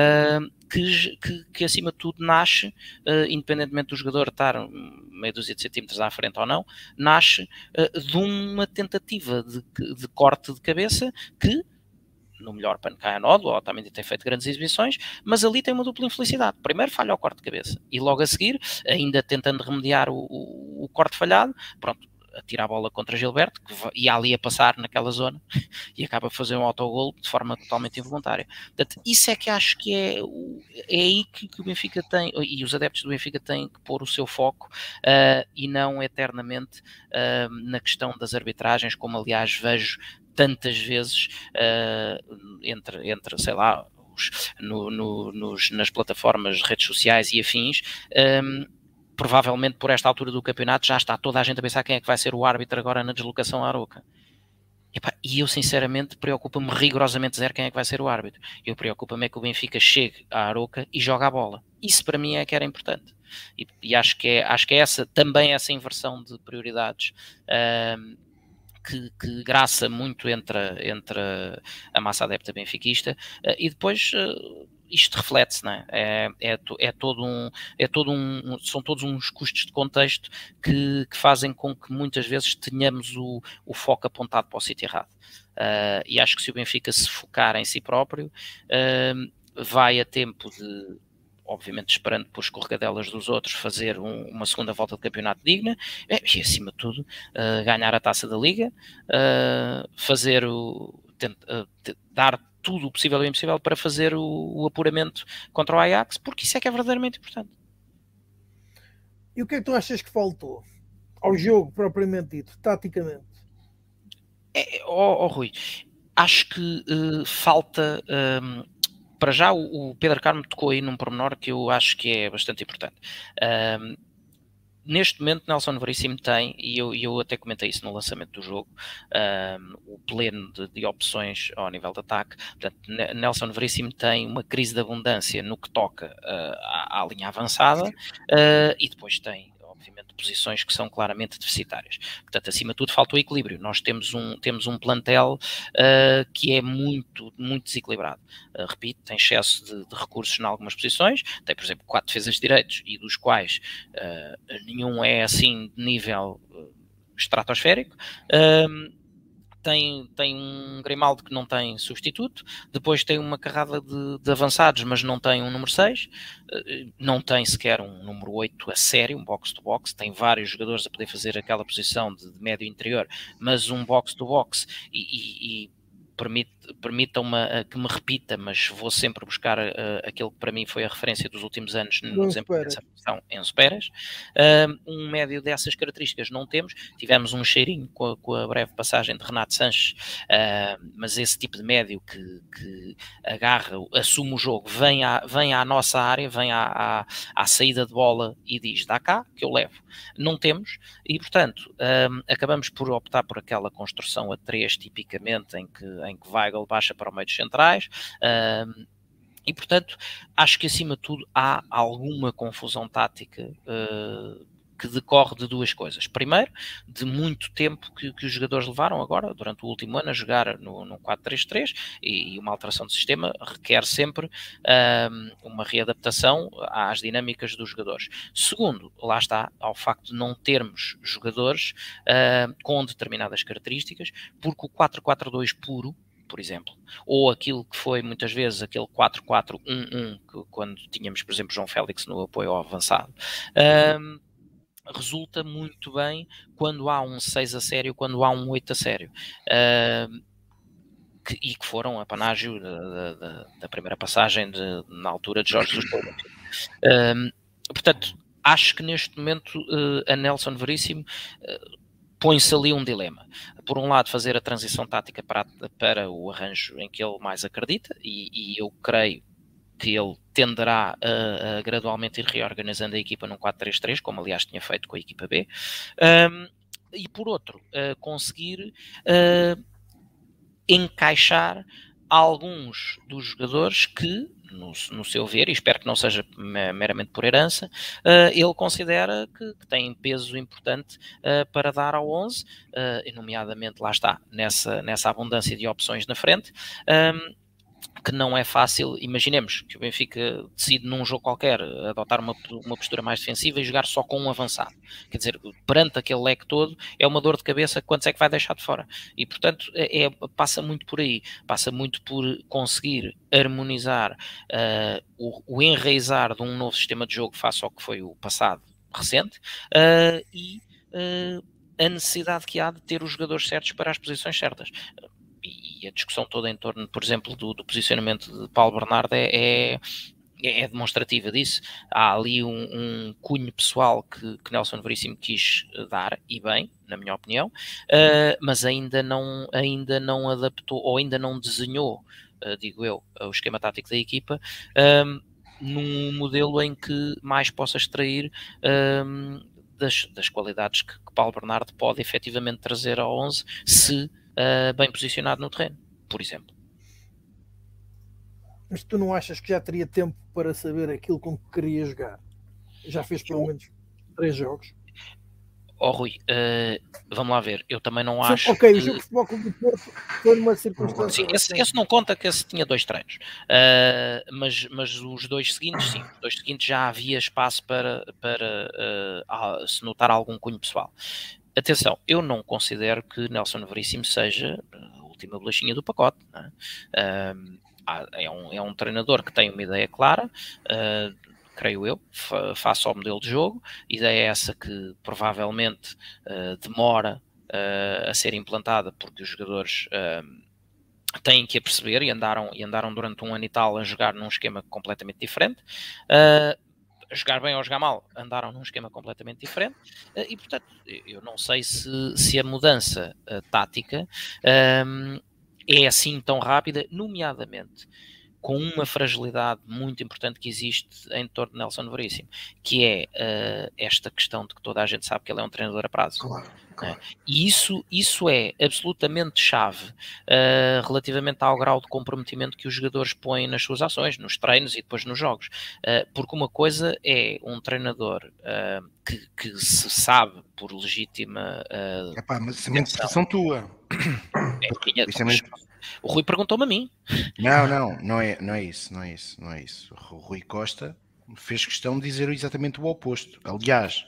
que acima de tudo nasce, independentemente do jogador estar meia dúzia de centímetros à frente ou não, nasce de uma tentativa de corte de cabeça que, no melhor pano cai a nódoa, o Otamendi tem feito grandes exibições, mas ali tem uma dupla infelicidade. Primeiro falha o corte de cabeça e logo a seguir, ainda tentando remediar o corte falhado, pronto, atira a bola contra Gilberto, que ia ali a passar naquela zona e acaba a fazer um autogolo de forma totalmente involuntária. Portanto, isso é que acho que é aí que o Benfica tem, e os adeptos do Benfica têm que pôr o seu foco, e não eternamente na questão das arbitragens, como aliás vejo tantas vezes entre sei lá, nas plataformas, redes sociais e afins. Provavelmente por esta altura do campeonato já está toda a gente a pensar quem é que vai ser o árbitro agora na deslocação à Arouca. E eu sinceramente preocupa-me rigorosamente zero quem é que vai ser o árbitro. Eu preocupa-me é que o Benfica chegue à Arouca e jogue a bola. Isso para mim é que era importante. E acho que é essa, também essa inversão de prioridades que graça muito entre a massa adepta benfiquista, e depois isto reflete-se, não é? São todos uns custos de contexto que fazem com que muitas vezes tenhamos o foco apontado para o sítio errado. E acho que se o Benfica se focar em si próprio, vai a tempo de, obviamente esperando por escorregadelas dos outros, fazer uma segunda volta de campeonato digna, e acima de tudo ganhar a taça da Liga, dar tudo o possível e o impossível para fazer o apuramento contra o Ajax, porque isso é que é verdadeiramente importante. E o que é que tu achas que faltou ao jogo propriamente dito, taticamente? Rui, acho que falta... para já o Pedro Carmo tocou aí num pormenor que eu acho que é bastante importante. Neste momento, Nelson Veríssimo tem, e eu até comentei isso no lançamento do jogo, o pleno de opções ao nível de ataque. Portanto, Nelson Veríssimo tem uma crise de abundância no que toca à linha avançada, e depois tem, obviamente, posições que são claramente deficitárias. Portanto, acima de tudo, falta o equilíbrio. Nós temos um plantel que é muito, muito desequilibrado. Repito, tem excesso de recursos em algumas posições. Tem, por exemplo, 4 defesas de direitos, e dos quais nenhum é assim de nível estratosférico. Tem um Grimaldo que não tem substituto, depois tem uma carrada de avançados, mas não tem um número 6, não tem sequer um número 8 a sério, um box-to-box, tem vários jogadores a poder fazer aquela posição de médio interior, mas um box-to-box, e permitam-me que me repita, mas vou sempre buscar aquilo que para mim foi a referência dos últimos anos no desempenho dessa posição, Enzo Pérez. Um médio dessas características não temos, tivemos um cheirinho com a breve passagem de Renato Sanches, mas esse tipo de médio que agarra, assume o jogo, vem à nossa área, vem à saída de bola e diz, dá cá, que eu levo. Não temos, e portanto acabamos por optar por aquela construção a 3, tipicamente, em que Weigl baixa para o meio dos centrais, e portanto acho que acima de tudo há alguma confusão tática que decorre de duas coisas. Primeiro, de muito tempo que os jogadores levaram agora, durante o último ano, a jogar no 4-3-3, e uma alteração de sistema requer sempre uma readaptação às dinâmicas dos jogadores. Segundo, lá está, ao facto de não termos jogadores com determinadas características, porque o 4-4-2 puro, por exemplo, ou aquilo que foi muitas vezes aquele 4-4-1-1, quando tínhamos, por exemplo, João Félix no apoio ao avançado, resulta muito bem quando há um 6 a sério, quando há um 8 a sério, e que foram apanágio da primeira passagem na altura de Jorge Jesus. Portanto, acho que neste momento a Nelson Veríssimo põe-se ali um dilema. Por um lado, fazer a transição tática para o arranjo em que ele mais acredita, e eu creio que ele tenderá a gradualmente ir reorganizando a equipa num 4-3-3, como aliás tinha feito com a equipa B, e por outro, conseguir encaixar alguns dos jogadores que, no seu ver, e espero que não seja meramente por herança, ele considera que têm peso importante para dar ao 11, nomeadamente, lá está, nessa abundância de opções na frente, que não é fácil. Imaginemos que o Benfica decide num jogo qualquer adotar uma postura mais defensiva e jogar só com um avançado. Quer dizer, perante aquele leque todo, é uma dor de cabeça, quantos é que vai deixar de fora? E, portanto, passa muito por aí, passa muito por conseguir harmonizar o enraizar de um novo sistema de jogo face ao que foi o passado recente, e a necessidade que há de ter os jogadores certos para as posições certas. E a discussão toda em torno, por exemplo, do posicionamento de Paulo Bernardo é demonstrativa disso. Há ali um cunho pessoal que Nelson Veríssimo quis dar, e bem, na minha opinião, mas ainda não adaptou, ou ainda não desenhou, digo eu, o esquema tático da equipa, num modelo em que mais possa extrair das qualidades que Paulo Bernardo pode efetivamente trazer ao 11, se bem posicionado no terreno, por exemplo. Mas tu não achas que já teria tempo para saber aquilo com que queria jogar? Já fez pelo menos 3 jogos. Rui, vamos lá ver, eu também não acho... Ok, o jogo de Futebol Clube do Porto foi numa circunstância... Sim, esse não conta, que esse tinha 2 treinos, mas os 2 seguintes, sim, os 2 seguintes já havia espaço para se notar algum cunho pessoal. Atenção, eu não considero que Nelson Veríssimo seja a última bolachinha do pacote, não é? É um treinador que tem uma ideia clara, creio eu, face ao modelo de jogo, ideia essa que provavelmente demora a ser implantada, porque os jogadores têm que a perceber, e andaram durante um ano e tal a jogar num esquema completamente diferente. Jogar bem ou jogar mal, andaram num esquema completamente diferente, e portanto eu não sei se a mudança tática é assim tão rápida, nomeadamente com uma fragilidade muito importante que existe em torno de Nelson Veríssimo, que é esta questão de que toda a gente sabe que ele é um treinador a prazo. Claro. E isso é absolutamente chave relativamente ao grau de comprometimento que os jogadores põem nas suas ações, nos treinos e depois nos jogos. Porque uma coisa é um treinador que se sabe por legítima... mas isso é uma interpretação tua. O Rui perguntou-me a mim. Não é isso. O Rui Costa fez questão de dizer exatamente o oposto. Aliás,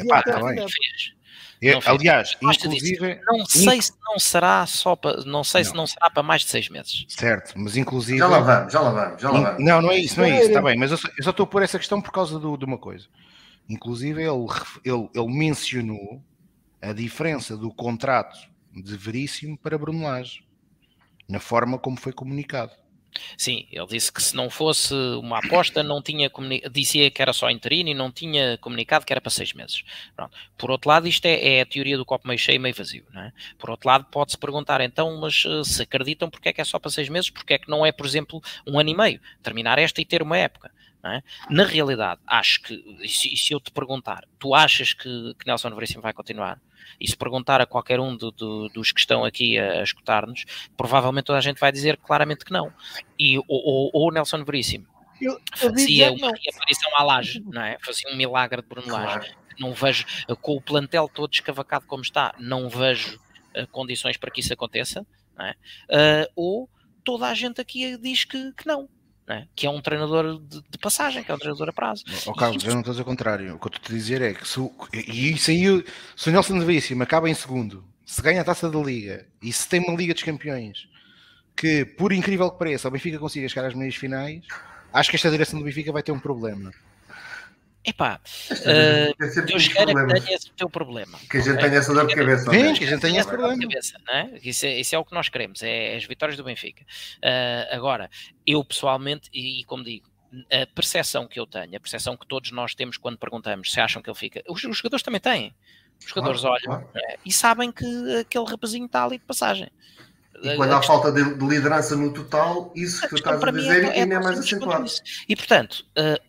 aliás, inclusive, não sei se não será se não será para mais de 6 meses. Certo, mas inclusive já lá vamos. Não é isso, está bem, mas eu só estou a pôr essa questão por causa de uma coisa. Inclusive ele mencionou a diferença do contrato de Veríssimo para Bruno Lage, na forma como foi comunicado. Sim, ele disse que se não fosse uma aposta, não tinha dizia que era só interino e não tinha comunicado que era para 6 meses. Pronto. Por outro lado, isto é a teoria do copo meio cheio e meio vazio, não é? Por outro lado, pode-se perguntar então, mas se acreditam, porque é que é só para 6 meses? Porque é que não é, por exemplo, 1 ano e meio? Terminar esta e ter uma época. Não é? Na realidade, acho que, e se eu te perguntar, tu achas que Nelson Veríssimo vai continuar? E se perguntar a qualquer um dos que estão aqui a escutar-nos, provavelmente toda a gente vai dizer claramente que não. E o Nelson Veríssimo fazia uma reaparição à Lage, não é? Fazia um milagre de Bruno Lage. Não vejo, com o plantel todo escavacado como está, não vejo condições para que isso aconteça, não é? Ou toda a gente aqui diz que não. Que é um treinador de passagem, que é um treinador a prazo. Carlos, eu não estou a dizer o contrário. O que eu estou a dizer é que se o Nelson Veríssimo acaba em segundo, se ganha a Taça da Liga e se tem uma Liga dos Campeões que, por incrível que pareça, o Benfica consiga chegar às meias finais, acho que esta direção do Benfica vai ter um problema. Epá, Deus queira que tenha esse teu problema. Que a gente tenha essa dor de cabeça. Sim, que a gente tenha esse problema. Não é? Isso é o que nós queremos, é as vitórias do Benfica. Agora, eu pessoalmente, e como digo, a percepção que eu tenho, a percepção que todos nós temos quando perguntamos se acham que ele fica, os jogadores também têm. Os jogadores olham e sabem que aquele rapazinho está ali de passagem. E quando há falta de liderança no total, isso que tu estás a dizer ainda é mais acentuado. E portanto,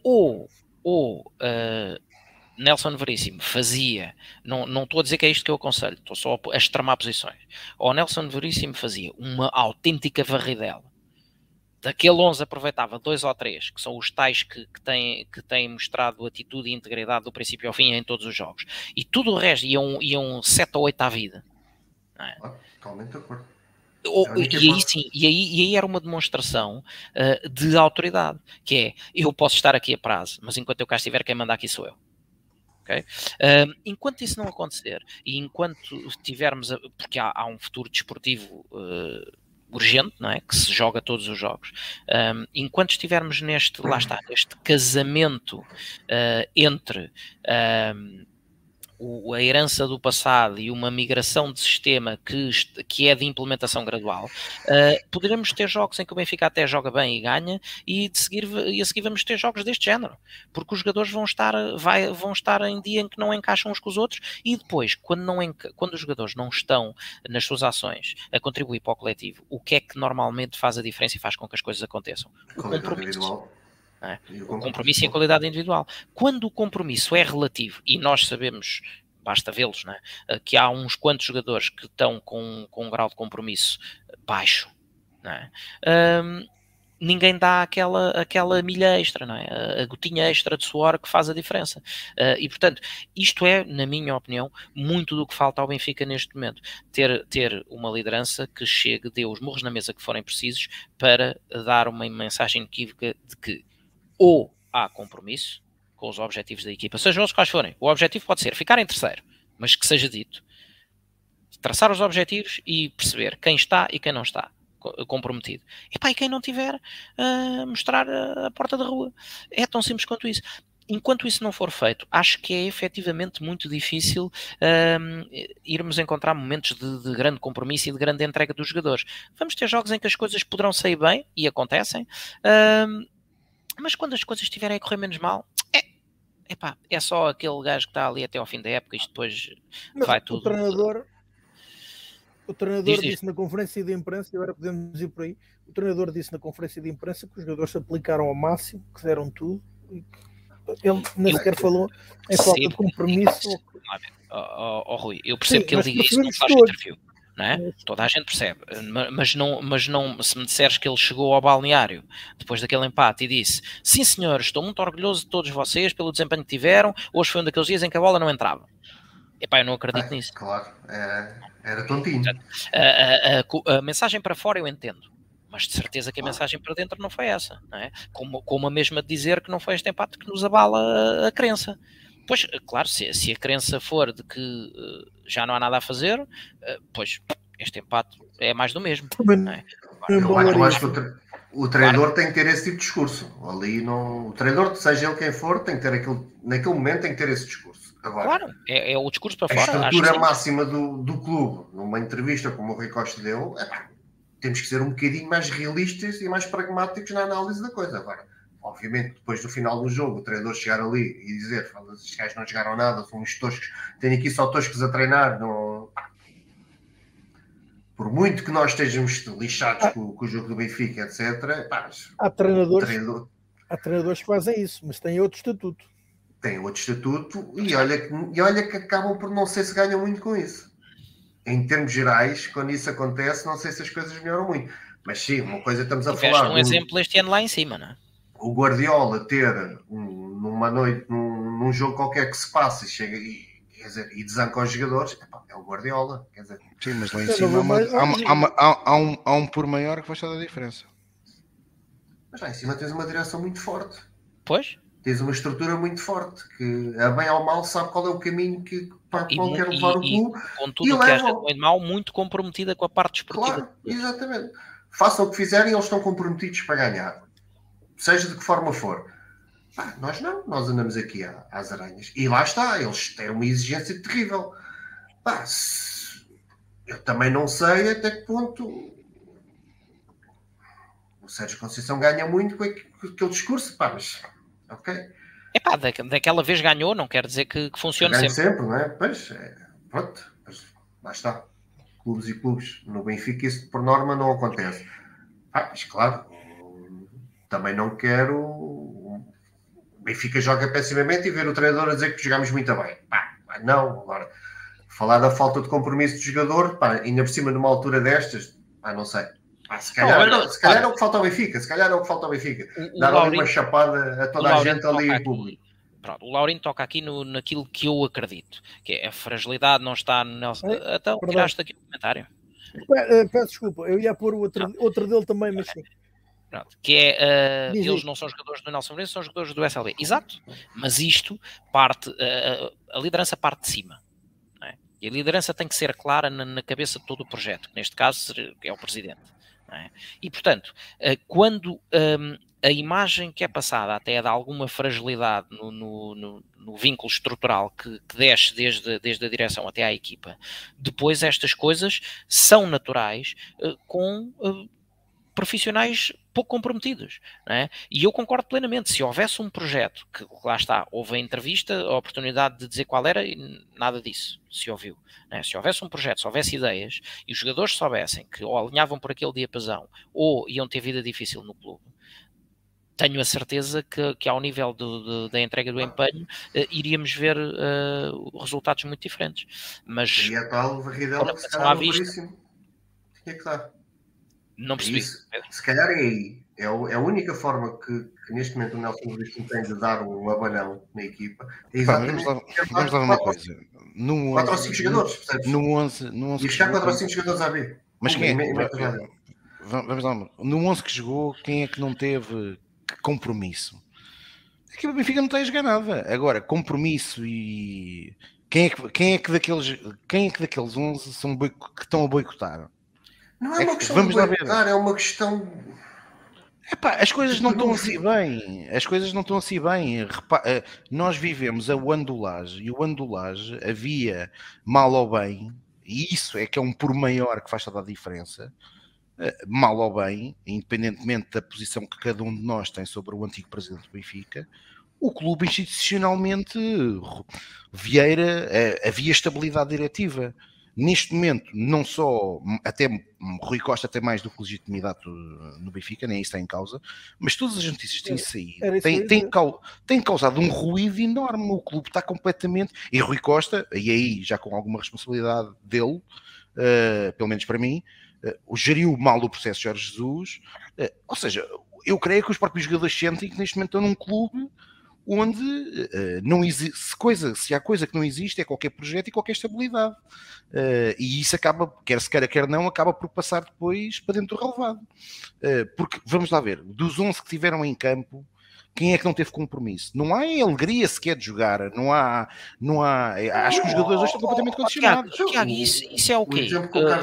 Nelson Veríssimo fazia, não estou a dizer que é isto que eu aconselho, estou só a extremar posições, ou Nelson Veríssimo fazia uma autêntica varridela, daquele 11 aproveitava 2 ou 3, que são os tais que têm mostrado atitude e integridade do princípio ao fim em todos os jogos, e tudo o resto iam 7 ou 8 à vida. Não é? Totalmente de acordo. E aí era uma demonstração de autoridade, que é, eu posso estar aqui a prazo, mas enquanto eu cá estiver, quem manda aqui sou eu. Okay? Enquanto isso não acontecer, e enquanto tivermos, porque há um futuro desportivo urgente, não é? Que se joga todos os jogos, enquanto estivermos neste casamento entre a herança do passado e uma migração de sistema que é de implementação gradual, poderemos ter jogos em que o Benfica até joga bem e ganha, e a seguir vamos ter jogos deste género, porque os jogadores vão estar em dia em que não encaixam uns com os outros, e depois, quando os jogadores não estão nas suas ações a contribuir para o coletivo, o que é que normalmente faz a diferença e faz com que as coisas aconteçam? O compromisso. É? O compromisso e a qualidade individual. Quando o compromisso é relativo, e nós sabemos, basta vê-los, não é? Que há uns quantos jogadores que estão com um grau de compromisso baixo, não é? Ninguém dá aquela milha extra, não é? A gotinha extra de suor que faz a diferença. E, portanto, isto é, na minha opinião, muito do que falta ao Benfica neste momento. Ter uma liderança que chegue, dê os murros na mesa que forem precisos para dar uma mensagem inequívoca de que ou há compromisso com os objetivos da equipa, sejam eles quais forem. O objetivo pode ser ficar em terceiro, mas que seja dito. Traçar os objetivos e perceber quem está e quem não está comprometido. E quem não tiver, mostrar a porta da rua. É tão simples quanto isso. Enquanto isso não for feito, acho que é efetivamente muito difícil irmos encontrar momentos de grande compromisso e de grande entrega dos jogadores. Vamos ter jogos em que as coisas poderão sair bem, e acontecem, mas quando as coisas estiverem a correr menos mal, é só aquele gajo que está ali até ao fim da época, e depois vai tudo. O O treinador disse na conferência de imprensa, e agora podemos ir por aí, o treinador disse na conferência de imprensa que os jogadores se aplicaram ao máximo, que deram tudo, e ele nem sequer falou em falta de compromisso. Rui, eu percebo que ele diga isso não faz interview, não é? Toda a gente percebe, mas não, se me disseres que ele chegou ao balneário depois daquele empate e disse, sim senhor, estou muito orgulhoso de todos vocês pelo desempenho que tiveram, hoje foi um daqueles dias em que a bola não entrava. Epá, eu não acredito nisso. Claro, era tontinho. A mensagem para fora eu entendo, mas de certeza que a mensagem para dentro não foi essa, não é? Como a mesma de dizer que não foi este empate que nos abala a crença. Pois, claro, se a crença for de que já não há nada a fazer, pois este empate é mais do mesmo. Não é? Eu acho que o treinador tem que ter esse tipo de discurso. Ali não, o treinador, seja ele quem for, tem que ter naquele momento tem que ter esse discurso. Agora, claro, é o discurso para fora. A estrutura máxima do clube, numa entrevista como o Rui Costa deu, temos que ser um bocadinho mais realistas e mais pragmáticos na análise da coisa. Agora, obviamente, depois do final do jogo, o treinador chegar ali e dizer, estes gajos não jogaram nada, são uns toscos, tenho aqui só toscos a treinar, não... Por muito que nós estejamos lixados com o jogo do Benfica, etc. Há treinadores que fazem isso, mas têm outro estatuto. Tem outro estatuto e olha que acabam por não sei se ganham muito com isso. Em termos gerais, quando isso acontece, não sei se as coisas melhoram muito. Mas sim, uma coisa estamos a falar... um exemplo este ano lá em cima, não é? O Guardiola ter numa noite, num jogo qualquer que se passa e chega e desanca os jogadores, é o Guardiola. Quer dizer. Sim, mas lá em cima há um por maior que vai estar a diferença. Mas lá em cima tens uma direção muito forte. Pois? Tens uma estrutura muito forte, que a bem ou mal sabe qual é o caminho para qual quer levar o clube. Com tudo o que haja de bem mal, muito comprometida com a parte desportiva. Claro, exatamente. Façam o que fizerem, eles estão comprometidos para ganhar. Seja de que forma for. Nós não, nós andamos aqui às aranhas. E lá está, eles têm uma exigência terrível. Eu também não sei até que ponto o Sérgio Conceição ganha muito com aquele discurso, mas... Ok. Daquela vez ganhou, não quer dizer que funcione sempre. Não é? Pois, pronto, lá está. Clubes e clubes. No Benfica isso por norma não acontece. Mas claro, também não quero... O Benfica joga pessimamente e ver o treinador a dizer que jogamos muito bem. Não, agora, falar da falta de compromisso do jogador, ainda por cima numa altura destas, não sei. Se calhar é o que falta ao Benfica. Dar ali uma chapada a toda a gente ali em público. Pronto, o Laurindo toca aqui naquilo que eu acredito, que é a fragilidade não está no Nelson. Então, tiraste aqui o comentário. Peço desculpa, eu ia pôr outro dele também, mas sim. Pronto, que é, eles não são jogadores do Nelson Lourenço, são jogadores do SLB. Exato, mas isto parte, a liderança parte de cima. Não é? E a liderança tem que ser clara na cabeça de todo o projeto, que neste caso é o presidente. Não é? E, portanto, quando a imagem que é passada até é de alguma fragilidade no vínculo estrutural que desce desde a direção até à equipa, depois estas coisas são naturais com profissionais pouco comprometidos, não é? E eu concordo plenamente, se houvesse um projeto, que lá está, houve a entrevista, a oportunidade de dizer qual era, e nada disso se ouviu, não é? Se houvesse um projeto, se houvesse ideias, e os jogadores soubessem que ou alinhavam por aquele diapasão, ou iam ter vida difícil no clube, tenho a certeza que ao nível da entrega do empenho, iríamos ver resultados muito diferentes. Mas e a tal varridela que se calhar por isso tinha que dar. Não percebi. Isso, se calhar é aí. É a única forma que neste momento o Nelson Lourenço tem de dar um abanão na equipa. É exatamente. Vamos lá uma coisa. 4 ou 5 jogadores, percebes? No 11 e buscar 4 ou 5 jogadores a ver. Mas quem é? Vamos lá. No 11 que jogou, quem é que não teve compromisso? A equipa do Benfica não tem a jogar nada. Agora, compromisso e... Quem é que daqueles 11 são que estão a boicotar? Não é uma questão de boicotar, é uma questão... As coisas não estão assim bem. As coisas não estão assim bem. Nós vivemos a Andolage, e o Andolage havia mal ou bem, e isso é que é um por maior que faz toda a diferença, mal ou bem, independentemente da posição que cada um de nós tem sobre o antigo presidente do Benfica, o clube institucionalmente, Vieira, havia estabilidade diretiva. Neste momento, não só, até Rui Costa tem mais do que legitimidade no Benfica, nem isso está em causa, mas todas as notícias que têm saído têm causado um ruído enorme. O clube está completamente... E Rui Costa, e aí já com alguma responsabilidade dele, pelo menos para mim, geriu mal o processo de Jorge Jesus, ou seja, eu creio que os próprios jogadores sentem que neste momento estão num clube onde não existe se há coisa que não existe é qualquer projeto e qualquer estabilidade, e isso acaba, quer se queira quer não, acaba por passar depois para dentro do relevado, porque vamos lá ver, dos 11 que tiveram em campo, quem é que não teve compromisso? Não há alegria sequer de jogar, não há acho que os jogadores hoje estão completamente condicionados. Tiago, isso é o quê?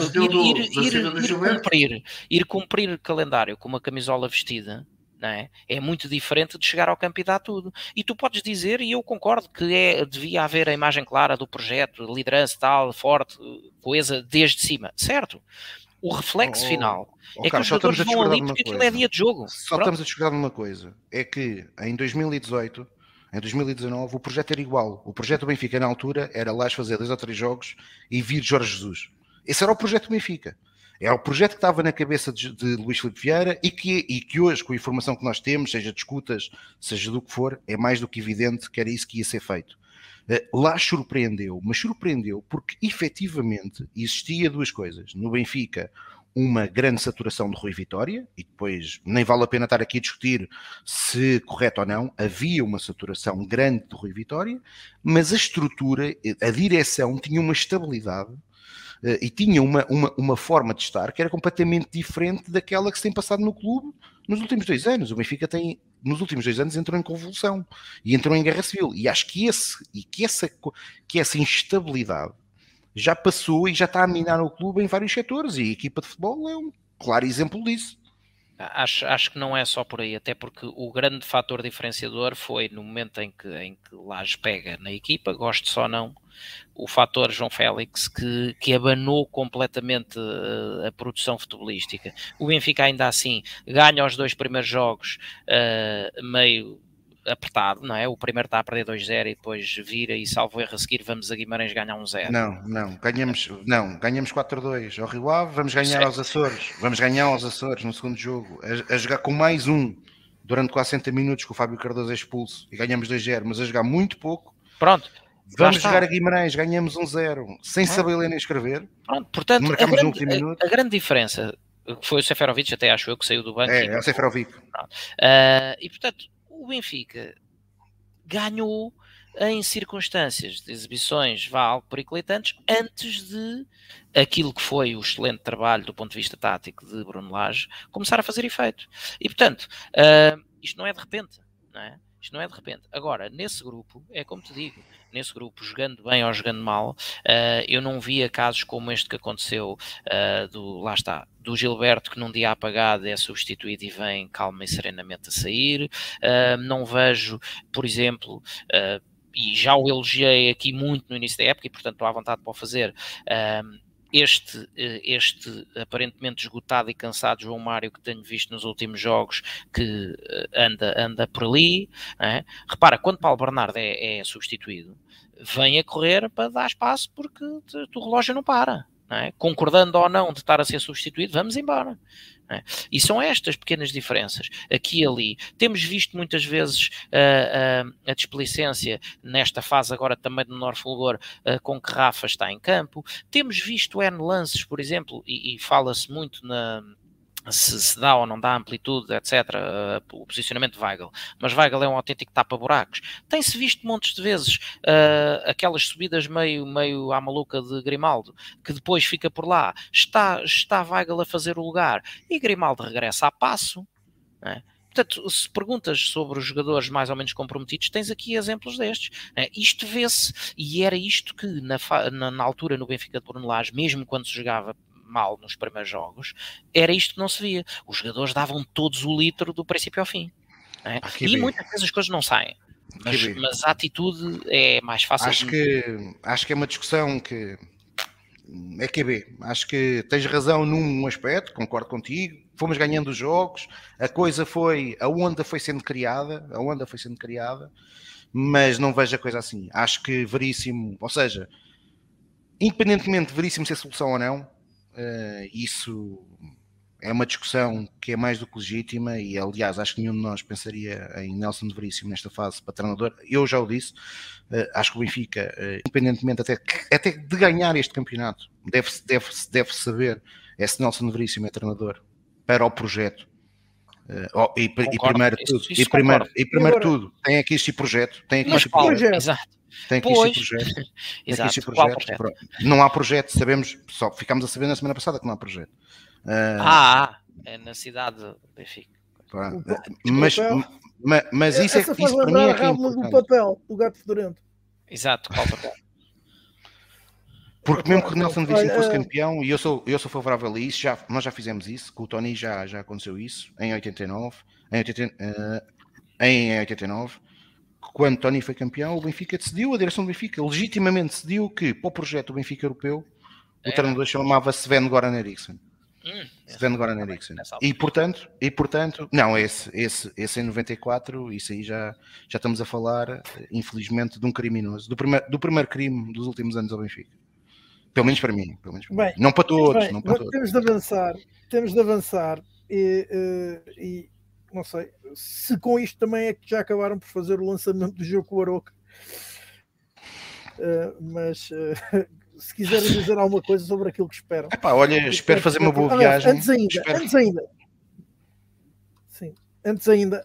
Ir cumprir calendário com uma camisola vestida, não é? É muito diferente de chegar ao campo e dar tudo. E tu podes dizer, e eu concordo, que devia haver a imagem clara do projeto, liderança tal, forte, coesa desde cima, certo? O reflexo final é que os jogadores vão ali porque aquilo é dia de jogo. Estamos a discordar numa coisa, é que em 2018, em 2019, o projeto era igual. O projeto do Benfica na altura era lá fazer 2 ou 3 jogos e vir Jorge Jesus. Esse era o projeto do Benfica. É o projeto que estava na cabeça de Luís Filipe Vieira e que hoje, com a informação que nós temos, seja de escutas, seja do que for, é mais do que evidente que era isso que ia ser feito. Lá surpreendeu, mas surpreendeu porque efetivamente existia 2 coisas. No Benfica, uma grande saturação de Rui Vitória, e depois nem vale a pena estar aqui a discutir se correto ou não, havia uma saturação grande de Rui Vitória, mas a estrutura, a direção tinha uma estabilidade e tinha uma forma de estar que era completamente diferente daquela que se tem passado no clube nos últimos 2 anos. O Benfica nos últimos 2 anos entrou em convulsão e entrou em guerra civil, e acho que essa instabilidade já passou e já está a minar o clube em vários setores, e a equipa de futebol é um claro exemplo disso. Acho que não é só por aí, até porque o grande fator diferenciador foi no momento em que Lage pega na equipa, goste só não, o fator João Félix, que abanou completamente a produção futebolística. O Benfica ainda assim ganha os 2 primeiros jogos meio apertado, não é? O primeiro está a perder 2-0 e depois vira e, salvo erro, a seguir vamos a Guimarães ganhar 1-0. Ganhamos 4-2 ao Rio Ave, vamos ganhar aos Açores, no segundo jogo, a jogar com mais um durante quase 60 minutos, com o Fábio Cardoso é expulso, e ganhamos 2-0, mas a jogar muito pouco. Pronto. Vamos jogar a Guimarães, ganhamos 1-0, sem saber ler nem escrever. Pronto, portanto, a grande diferença, que foi o Seferovic, até acho eu, que saiu do banco. É o Seferovic. E portanto, o Benfica ganhou em circunstâncias de exibições algo periclitantes antes de aquilo que foi o excelente trabalho do ponto de vista tático de Bruno Lage começar a fazer efeito. E portanto, isto não é de repente, não é? Isto não é de repente. Agora, nesse grupo, é como te digo, nesse grupo, jogando bem ou jogando mal, eu não via casos como este que aconteceu do Gilberto, que num dia apagado é substituído e vem calma e serenamente a sair. Não vejo, por exemplo, e já o elogiei aqui muito no início da época e portanto estou à vontade para o fazer, este aparentemente esgotado e cansado João Mário que tenho visto nos últimos jogos, que anda por ali, é? Repara, quando Paulo Bernardo é substituído, vem a correr para dar espaço porque o relógio não para, não é? Concordando ou não de estar a ser substituído, vamos embora. É? E são estas pequenas diferenças, aqui e ali. Temos visto muitas vezes a displicência nesta fase agora também do menor fulgor com que Rafa está em campo. Temos visto N lances, por exemplo, e fala-se muito se dá ou não dá amplitude, etc., o posicionamento de Weigl, mas Weigl é um autêntico tapa-buracos. Tem-se visto montes de vezes aquelas subidas meio à maluca de Grimaldo, que depois fica por lá, está Weigl a fazer o lugar, e Grimaldo regressa a passo, não é? Portanto, se perguntas sobre os jogadores mais ou menos comprometidos, tens aqui exemplos destes. Isto vê-se, e era isto que na altura no Benfica de Bruno Lage, mesmo quando se jogava mal nos primeiros jogos, era isto que não se via. Os jogadores davam todos o litro do princípio ao fim. E muitas vezes as coisas não saem. Mas a atitude é mais fácil. Acho que é uma discussão que é QB. Acho que tens razão num aspecto, concordo contigo. Fomos ganhando os jogos, a onda foi sendo criada, mas não vejo a coisa assim. Acho que Veríssimo, ou seja, independentemente de Veríssimo ser solução ou não, isso é uma discussão que é mais do que legítima e, aliás, acho que nenhum de nós pensaria em Nelson de Veríssimo nesta fase para treinador. Eu já o disse, acho que o Benfica, independentemente até de ganhar este campeonato, deve saber se Nelson de Veríssimo é treinador para o projeto. E primeiro tudo, tem aqui este projeto. Tem aqui este projeto. Exato. Tem aqui este projeto. Exato. Projeto. Não há projeto, sabemos, só ficámos a saber na semana passada que não há projeto. É na cidade de Benfica. Mas isso para mim é que é importante. Do papel, do gato fedorento. Exato, qual papel? Porque mesmo que o Nelson de Veríssimo fosse campeão, e eu sou favorável a isso, nós já fizemos isso, com o Tony já aconteceu isso, em 89, quando Tony foi campeão, o Benfica decidiu, a direção do Benfica legitimamente decidiu que para o projeto do Benfica Europeu, o treinador chamava-se Sven-Goran Eriksson. Sven-Goran Eriksson. E portanto, não, esse em 94, isso aí já estamos a falar, infelizmente, de um criminoso, do primeiro crime dos últimos anos ao Benfica. Pelo menos para mim. Bem, não para todos. Temos de avançar e não sei se com isto também é que já acabaram por fazer o lançamento do jogo com o Aroca. Mas se quiserem dizer alguma coisa sobre aquilo que esperam. Olha, espero fazer uma boa viagem. Antes ainda,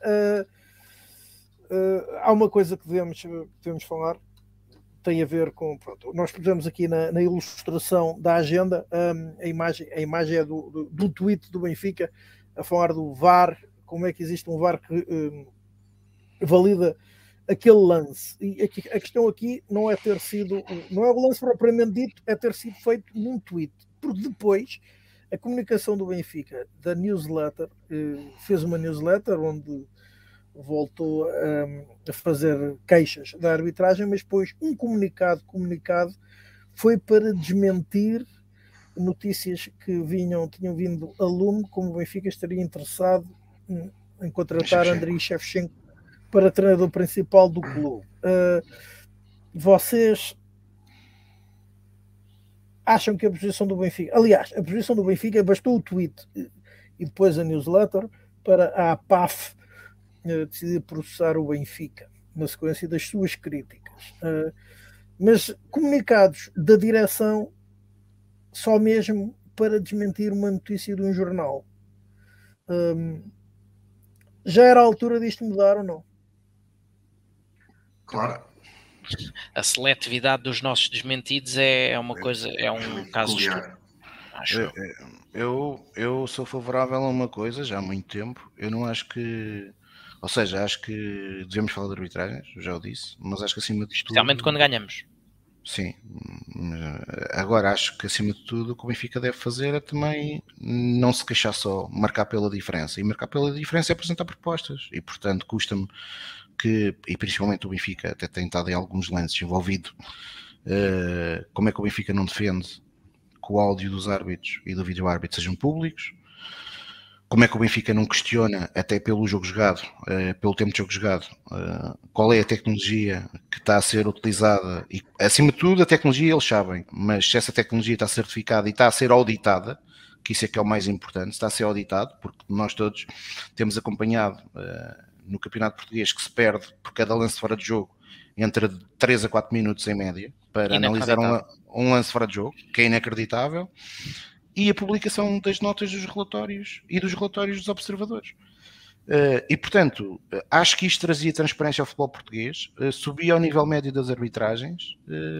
há uma coisa que devemos falar. Tem a ver com, nós pusemos aqui na ilustração da agenda a imagem é do tweet do Benfica a falar do VAR, como é que existe um VAR que valida aquele lance. E a questão aqui não é o lance propriamente dito, é ter sido feito num tweet, porque depois a comunicação do Benfica, da newsletter, fez uma newsletter onde voltou a fazer queixas da arbitragem, mas depois um comunicado foi para desmentir notícias que tinham vindo a lume, como o Benfica estaria interessado em contratar Andriy Shevchenko para treinador principal do clube. Vocês acham que a posição do Benfica... Aliás, a posição do Benfica bastou o tweet e depois a newsletter para a APAF decidir processar o Benfica na sequência das suas críticas. Mas comunicados da direção só mesmo para desmentir uma notícia de um jornal. Já era a altura disto mudar ou não? Claro. A seletividade dos nossos desmentidos é uma coisa, é um caso de estudo. Eu sou favorável a uma coisa já há muito tempo. Eu não acho que... Ou seja, acho que devemos falar de arbitragens, já o disse, mas acho que acima de tudo... Especialmente quando ganhamos. Sim. Agora acho que acima de tudo o que o Benfica deve fazer é também não se queixar só, marcar pela diferença. E marcar pela diferença é apresentar propostas. E portanto custa-me que, e principalmente o Benfica até tem estado em alguns lances envolvido, como é que o Benfica não defende que o áudio dos árbitros e do vídeo árbitro sejam públicos? Como é que o Benfica não questiona, até pelo jogo jogado, pelo tempo de jogo jogado, qual é a tecnologia que está a ser utilizada? E, acima de tudo, a tecnologia eles sabem, mas se essa tecnologia está certificada e está a ser auditada, que isso é que é o mais importante, está a ser auditado, porque nós todos temos acompanhado no Campeonato Português que se perde por cada lance fora de jogo entre 3 a 4 minutos em média, para analisar um lance fora de jogo, que é inacreditável. E a publicação das notas dos relatórios e dos relatórios dos observadores. E, portanto, acho que isto trazia transparência ao futebol português, subia ao nível médio das arbitragens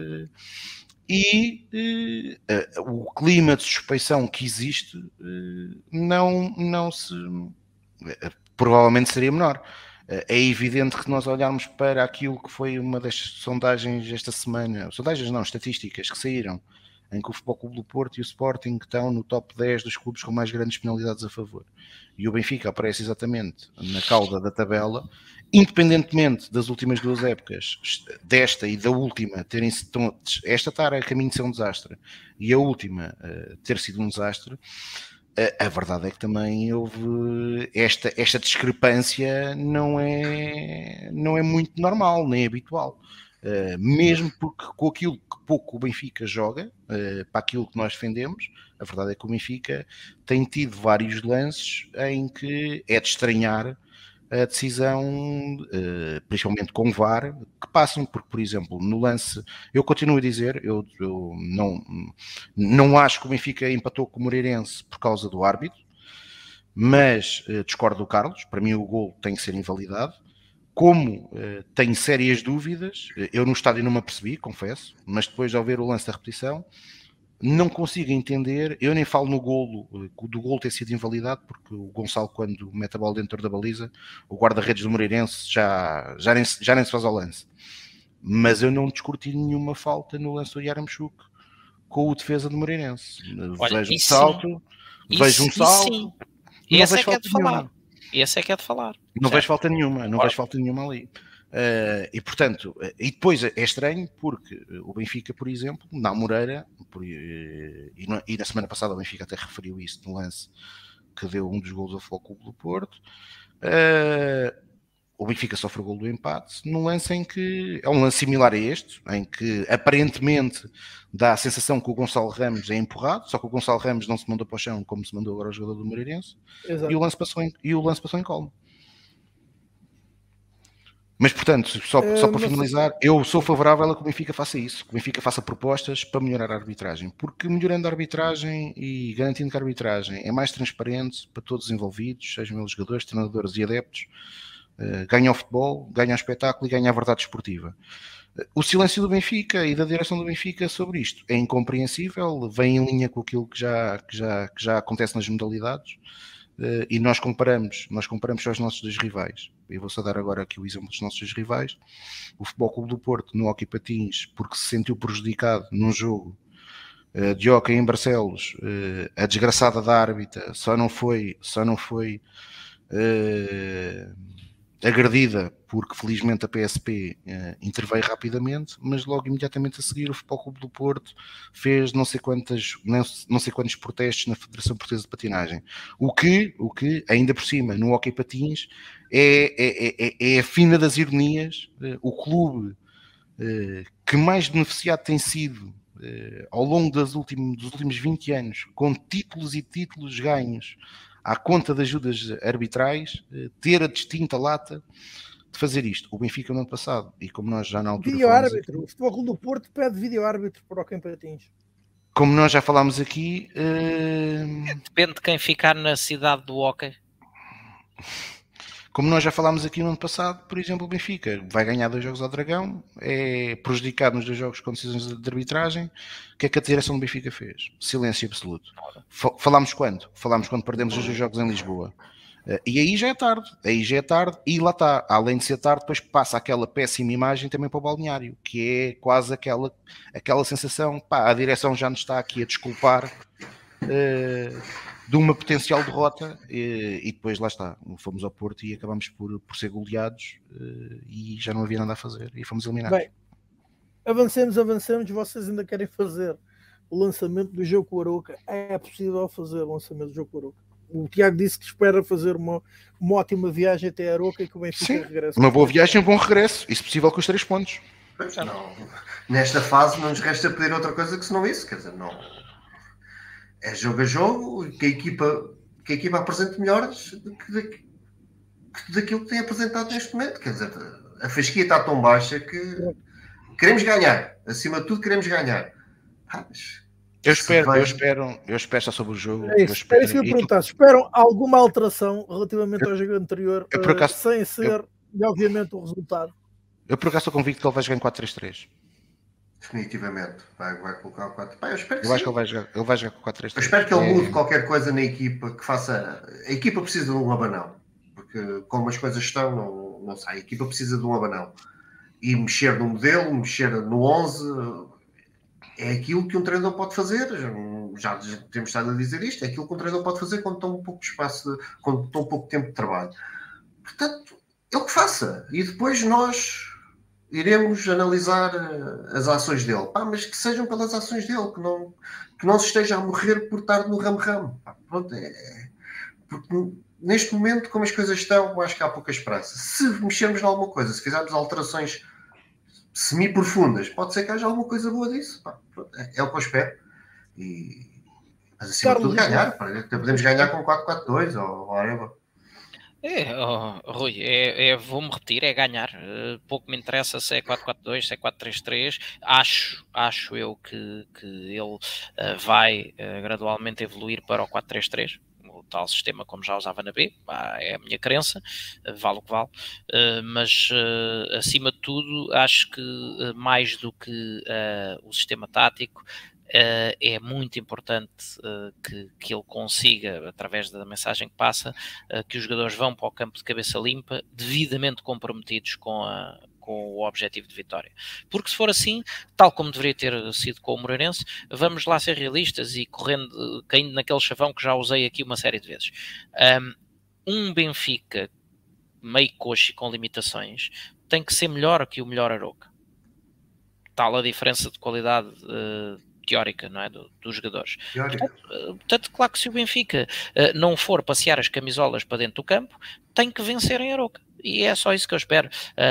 e o clima de suspeição que existe não se... provavelmente seria menor. É evidente que nós olharmos para aquilo que foi uma das sondagens esta semana, estatísticas que saíram, em que o Futebol Clube do Porto e o Sporting estão no top 10 dos clubes com mais grandes penalidades a favor. E o Benfica aparece exatamente na cauda da tabela, independentemente das últimas duas épocas, desta e da última, esta estar a caminho de ser um desastre e a última ter sido um desastre. A verdade é que também houve esta discrepância, não é muito normal, nem habitual. mesmo porque com aquilo que pouco o Benfica joga, para aquilo que nós defendemos, a verdade é que o Benfica tem tido vários lances em que é de estranhar a decisão, principalmente com o VAR, que passam, porque, por exemplo, no lance, eu continuo a dizer, eu não acho que o Benfica empatou com o Moreirense por causa do árbitro, mas discordo do Carlos, para mim o gol tem que ser invalidado. Como tenho sérias dúvidas, eu no estádio não me apercebi, confesso, mas depois ao ver o lance da repetição, não consigo entender, eu nem falo no golo, do golo ter sido invalidado, porque o Gonçalo, quando mete a bola dentro da baliza, o guarda-redes do Moreirense já nem se faz ao lance. Mas eu não discuti nenhuma falta no lance do Yaramchuk com o defesa do Moreirense. Vejo um salto, e esse é que é de falar. Esse é que é de falar. Não vejo falta nenhuma, não vejo falta nenhuma ali. E portanto, e depois é estranho porque o Benfica, por exemplo, na Amoreira, e na semana passada o Benfica até referiu isso no lance que deu um dos gols ao Futebol Clube do Porto, o Benfica sofre o gol do empate num lance em que é um lance similar a este, em que aparentemente dá a sensação que o Gonçalo Ramos é empurrado, só que o Gonçalo Ramos não se mandou para o chão como se mandou agora o jogador do Moreirense. Exato. E o lance passou em calmo. Mas portanto, só para finalizar, eu sou favorável a que o Benfica faça isso, que o Benfica faça propostas para melhorar a arbitragem, porque melhorando a arbitragem e garantindo que a arbitragem é mais transparente para todos os envolvidos, sejam eles jogadores, treinadores e adeptos, ganha o futebol, ganha o espetáculo e ganha a verdade esportiva. O silêncio do Benfica e da direção do Benfica sobre isto é incompreensível, vem em linha com aquilo que já acontece nas modalidades, e nós comparamos aos nossos dois rivais. Eu vou só dar agora aqui o exemplo dos nossos dois rivais. O Futebol Clube do Porto no Hóquei Patins, porque se sentiu prejudicado num jogo de hóquei em Barcelos, a desgraçada da árbitra só não foi agredida, porque felizmente a PSP interveio rapidamente, mas logo imediatamente a seguir o Futebol Clube do Porto fez não sei quantos protestos na Federação Portuguesa de Patinagem. O que ainda por cima, no Hóquei Patins, é a fina das ironias. O clube que mais beneficiado tem sido ao longo dos últimos 20 anos, com títulos e títulos ganhos à conta de ajudas arbitrais, ter a distinta lata de fazer isto. O Benfica no ano passado, e como nós já na altura vídeo-árbitro, o Futebol Clube do Porto pede vídeo-árbitro para o Hóquei Patins. Como nós já falámos aqui... Depende de quem ficar na cidade do hóquei. Como nós já falámos aqui no ano passado, por exemplo, o Benfica vai ganhar 2 jogos ao Dragão, é prejudicado nos 2 jogos com decisões de arbitragem. O que é que a direção do Benfica fez? Silêncio absoluto. Falámos quando? Falámos quando perdemos os 2 jogos em Lisboa. E aí já é tarde, e lá está. Além de ser tarde, depois passa aquela péssima imagem também para o balneário, que é quase aquela sensação, pá, a direção já nos está aqui a desculpar de uma potencial derrota, e depois lá está, fomos ao Porto e acabamos por ser goleados, e já não havia nada a fazer e fomos eliminados. Bem, avancemos, vocês ainda querem fazer o lançamento do jogo com o Arouca? É possível fazer o lançamento do jogo com o Arouca. O Tiago disse que espera fazer uma ótima viagem até a Arouca e que o Benfica regresse. Uma boa viagem, um bom regresso, e se possível com os 3 pontos. Não. Nesta fase não nos resta pedir outra coisa que senão isso, quer dizer, não... É jogo a jogo, que a equipa apresente melhores daquilo que tem apresentado neste momento. Quer dizer, a fasquia está tão baixa que queremos ganhar. Acima de tudo, queremos ganhar. Eu espero só sobre o jogo. É isso que eu ia perguntar. Esperam alguma alteração relativamente ao jogo anterior, sem ser, obviamente, o resultado? Eu, por acaso, estou convicto que ele vai jogar em 4-3-3. Definitivamente. Vai colocar o 4. Eu espero que eu acho que ele vai jogar com 4-3-3. Eu espero que ele mude qualquer coisa na equipa que faça. A equipa precisa de um abanão. Porque como as coisas estão, não sai. A equipa precisa de um abanão. E mexer no modelo, mexer no 11, é aquilo que um treinador pode fazer. Já temos estado a dizer isto. É aquilo que um treinador pode fazer quando tem um pouco de espaço, quando tem um pouco de tempo de trabalho. Portanto, ele que faça. E depois nós iremos analisar as ações dele. Mas que sejam pelas ações dele, que não se esteja a morrer por estar no ramo-ramo. Pronto, porque neste momento, como as coisas estão, eu acho que há pouca esperança. Se mexermos em alguma coisa, se fizermos alterações semi-profundas, pode ser que haja alguma coisa boa disso. Pá, é o que eu espero. Mas acima de tudo ganhar. Podemos ganhar com 4-4-2 ou whatever. Rui, vou-me repetir, é ganhar. Pouco me interessa se é 4-4-2, se é 4-3-3. Acho eu que ele vai gradualmente evoluir para o 4-3-3. O tal sistema como já usava na B, é a minha crença, vale o que vale, mas acima de tudo acho que mais do que o sistema tático, é muito importante que ele consiga, através da mensagem que passa, que os jogadores vão para o campo de cabeça limpa, devidamente comprometidos com o objetivo de vitória. Porque se for assim, tal como deveria ter sido com o Moreirense, vamos lá ser realistas e caindo naquele chavão que já usei aqui uma série de vezes. Benfica meio coxo e com limitações tem que ser melhor que o melhor Arouca. Tal a diferença de qualidade teórica, não é? Dos jogadores. Portanto, claro que se o Benfica não for passear as camisolas para dentro do campo, tem que vencer em Arouca. E é só isso que eu espero.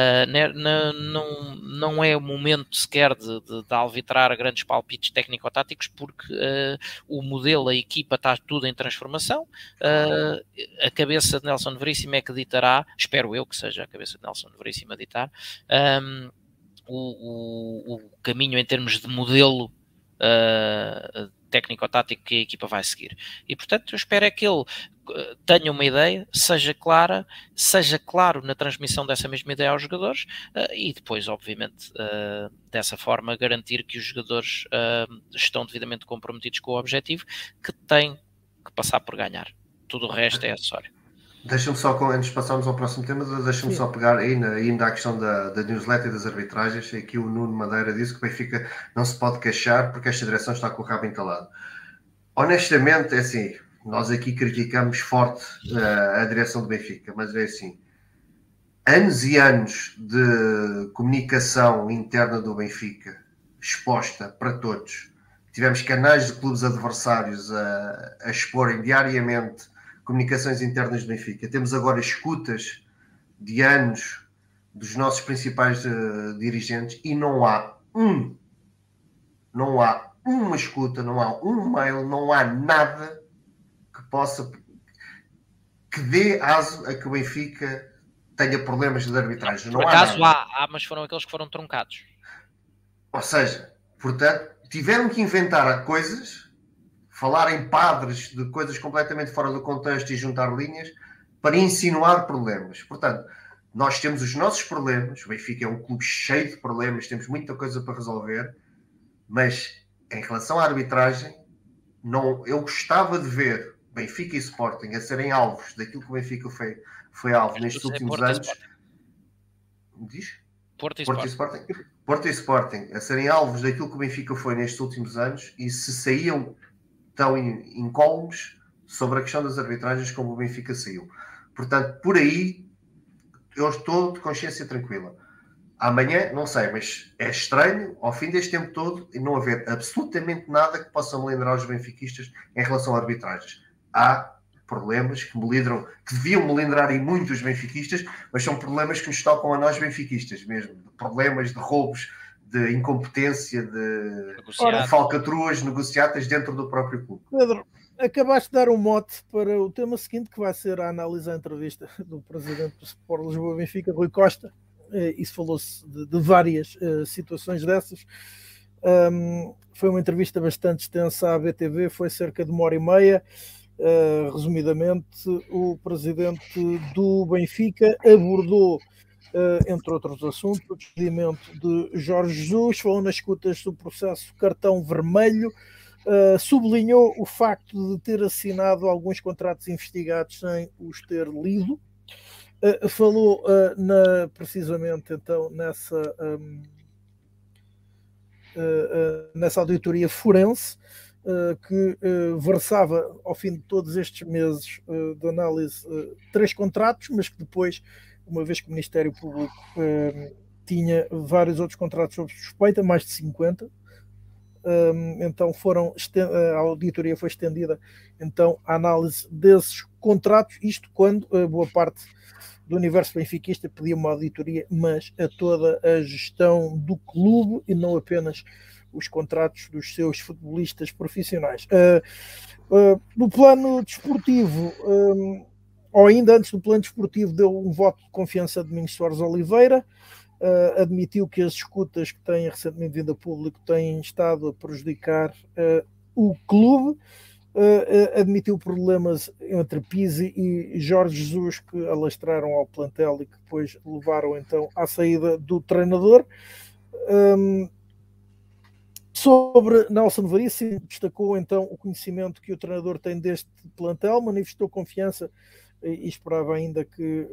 Não é o momento sequer de arbitrar grandes palpites técnico-táticos, porque o modelo, a equipa está tudo em transformação. A cabeça de Nelson Veríssimo é que ditará, espero eu que seja a cabeça de Nelson Veríssimo a ditar, o caminho em termos de modelo técnico-tático que a equipa vai seguir. E, portanto, eu espero é que ele tenha uma ideia, seja clara, seja claro na transmissão dessa mesma ideia aos jogadores e depois, obviamente, dessa forma, garantir que os jogadores estão devidamente comprometidos com o objetivo, que têm que passar por ganhar. Tudo o resto é acessório. Deixa-me só, antes de passarmos ao próximo tema, deixa-me só pegar ainda a questão da newsletter e das arbitragens. Aqui o Nuno Madeira disse que o Benfica não se pode queixar porque esta direção está com o rabo entalado. Honestamente, é assim, nós aqui criticamos forte a direção do Benfica, mas é assim, anos e anos de comunicação interna do Benfica exposta para todos. Tivemos canais de clubes adversários a exporem diariamente comunicações internas do Benfica. Temos agora escutas de anos dos nossos principais dirigentes e não há uma escuta, não há um mail, não há nada que dê aso a que o Benfica tenha problemas de arbitragem. Por acaso há, mas foram aqueles que foram truncados. Ou seja, portanto, tiveram que inventar coisas, falar em padres de coisas completamente fora do contexto e juntar linhas para insinuar problemas. Portanto, nós temos os nossos problemas, o Benfica é um clube cheio de problemas, temos muita coisa para resolver, mas em relação à arbitragem, eu gostava de ver Benfica e Sporting a serem alvos daquilo que o Benfica foi alvo nestes últimos anos. Diz? Porto e Sporting a serem alvos daquilo que o Benfica foi nestes últimos anos e se saíam tão incólumes sobre a questão das arbitragens como o Benfica saiu. Portanto, por aí eu estou de consciência tranquila. Amanhã, não sei, mas é estranho, ao fim deste tempo todo, não haver absolutamente nada que possa melindrar os benfiquistas em relação a arbitragens. Há problemas que deviam melindrar em muitos benfiquistas, mas são problemas que nos tocam a nós benfiquistas mesmo. Problemas de roubos, de incompetência, de falcatruas negociadas dentro do próprio clube. Pedro, acabaste de dar um mote para o tema seguinte, que vai ser a análise à entrevista do presidente do Sport Lisboa Benfica, Rui Costa. Isso falou-se de várias situações dessas. Foi uma entrevista bastante extensa à BTV, foi cerca de 1h30. Resumidamente, o presidente do Benfica abordou, entre outros assuntos, o despedimento de Jorge Jesus, falou nas escutas do processo cartão vermelho, sublinhou o facto de ter assinado alguns contratos investigados sem os ter lido. Falou precisamente então nessa auditoria forense que versava ao fim de todos estes meses de análise 3 contratos, mas que depois, uma vez que o Ministério Público tinha vários outros contratos sob suspeita, mais de 50, então a auditoria foi estendida então à análise desses contratos, isto quando boa parte do universo benfiquista, pedia uma auditoria, mas a toda a gestão do clube e não apenas os contratos dos seus futebolistas profissionais. No plano desportivo, ou ainda antes do plano desportivo, deu um voto de confiança a Domingos Soares Oliveira, admitiu que as escutas que têm recentemente vindo a público têm estado a prejudicar o clube, admitiu problemas entre Pizzi e Jorge Jesus que alastraram ao plantel e que depois levaram então à saída do treinador. Sobre Nelson Veríssimo, destacou então o conhecimento que o treinador tem deste plantel, manifestou confiança e esperava ainda que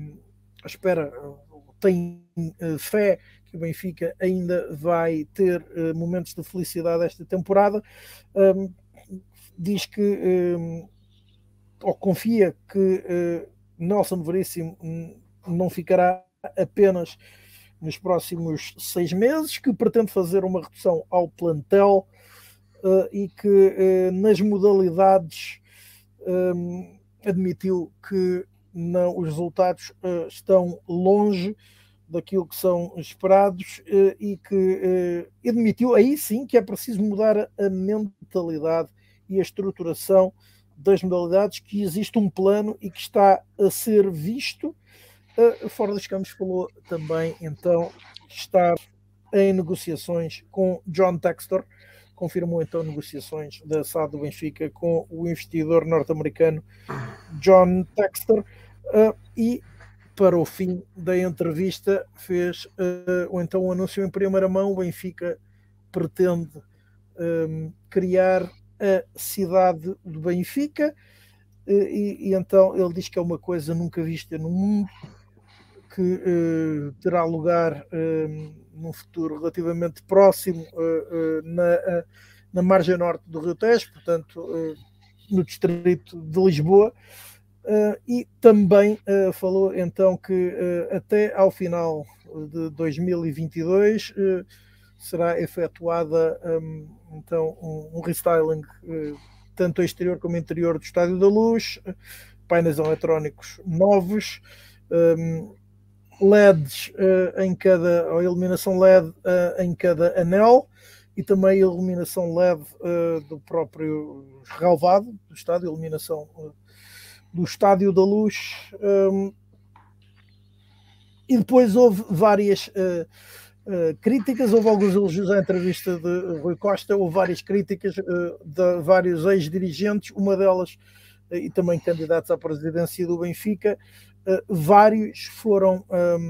tem fé que o Benfica ainda vai ter momentos de felicidade esta temporada. Diz que ou confia que Nelson Veríssimo não ficará apenas nos próximos 6 meses, que pretende fazer uma redução ao plantel e que nas modalidades admitiu que não, os resultados estão longe daquilo que são esperados e que admitiu aí sim que é preciso mudar a mentalidade e a estruturação das modalidades, que existe um plano e que está a ser visto. Fora dos campos falou também então estar em negociações com John Textor, confirmou então negociações da SAD do Benfica com o investidor norte-americano John Textor, e para o fim da entrevista fez então um anúncio em primeira mão. O Benfica pretende criar a cidade do Benfica e então ele diz que é uma coisa nunca vista no mundo, que terá lugar num futuro relativamente próximo na margem norte do Rio Tejo, portanto no distrito de Lisboa, e também falou então que até ao final de 2022 será efetuada então um restyling tanto exterior como interior do Estádio da Luz, painéis eletrónicos novos, LEDs ou iluminação LED em cada anel, e também a iluminação LED do próprio relvado do estádio, iluminação do Estádio da Luz. E depois houve várias críticas, houve alguns elogios à entrevista de Rui Costa, houve várias críticas de vários ex-dirigentes, uma delas e também candidatos à presidência do Benfica. Vários foram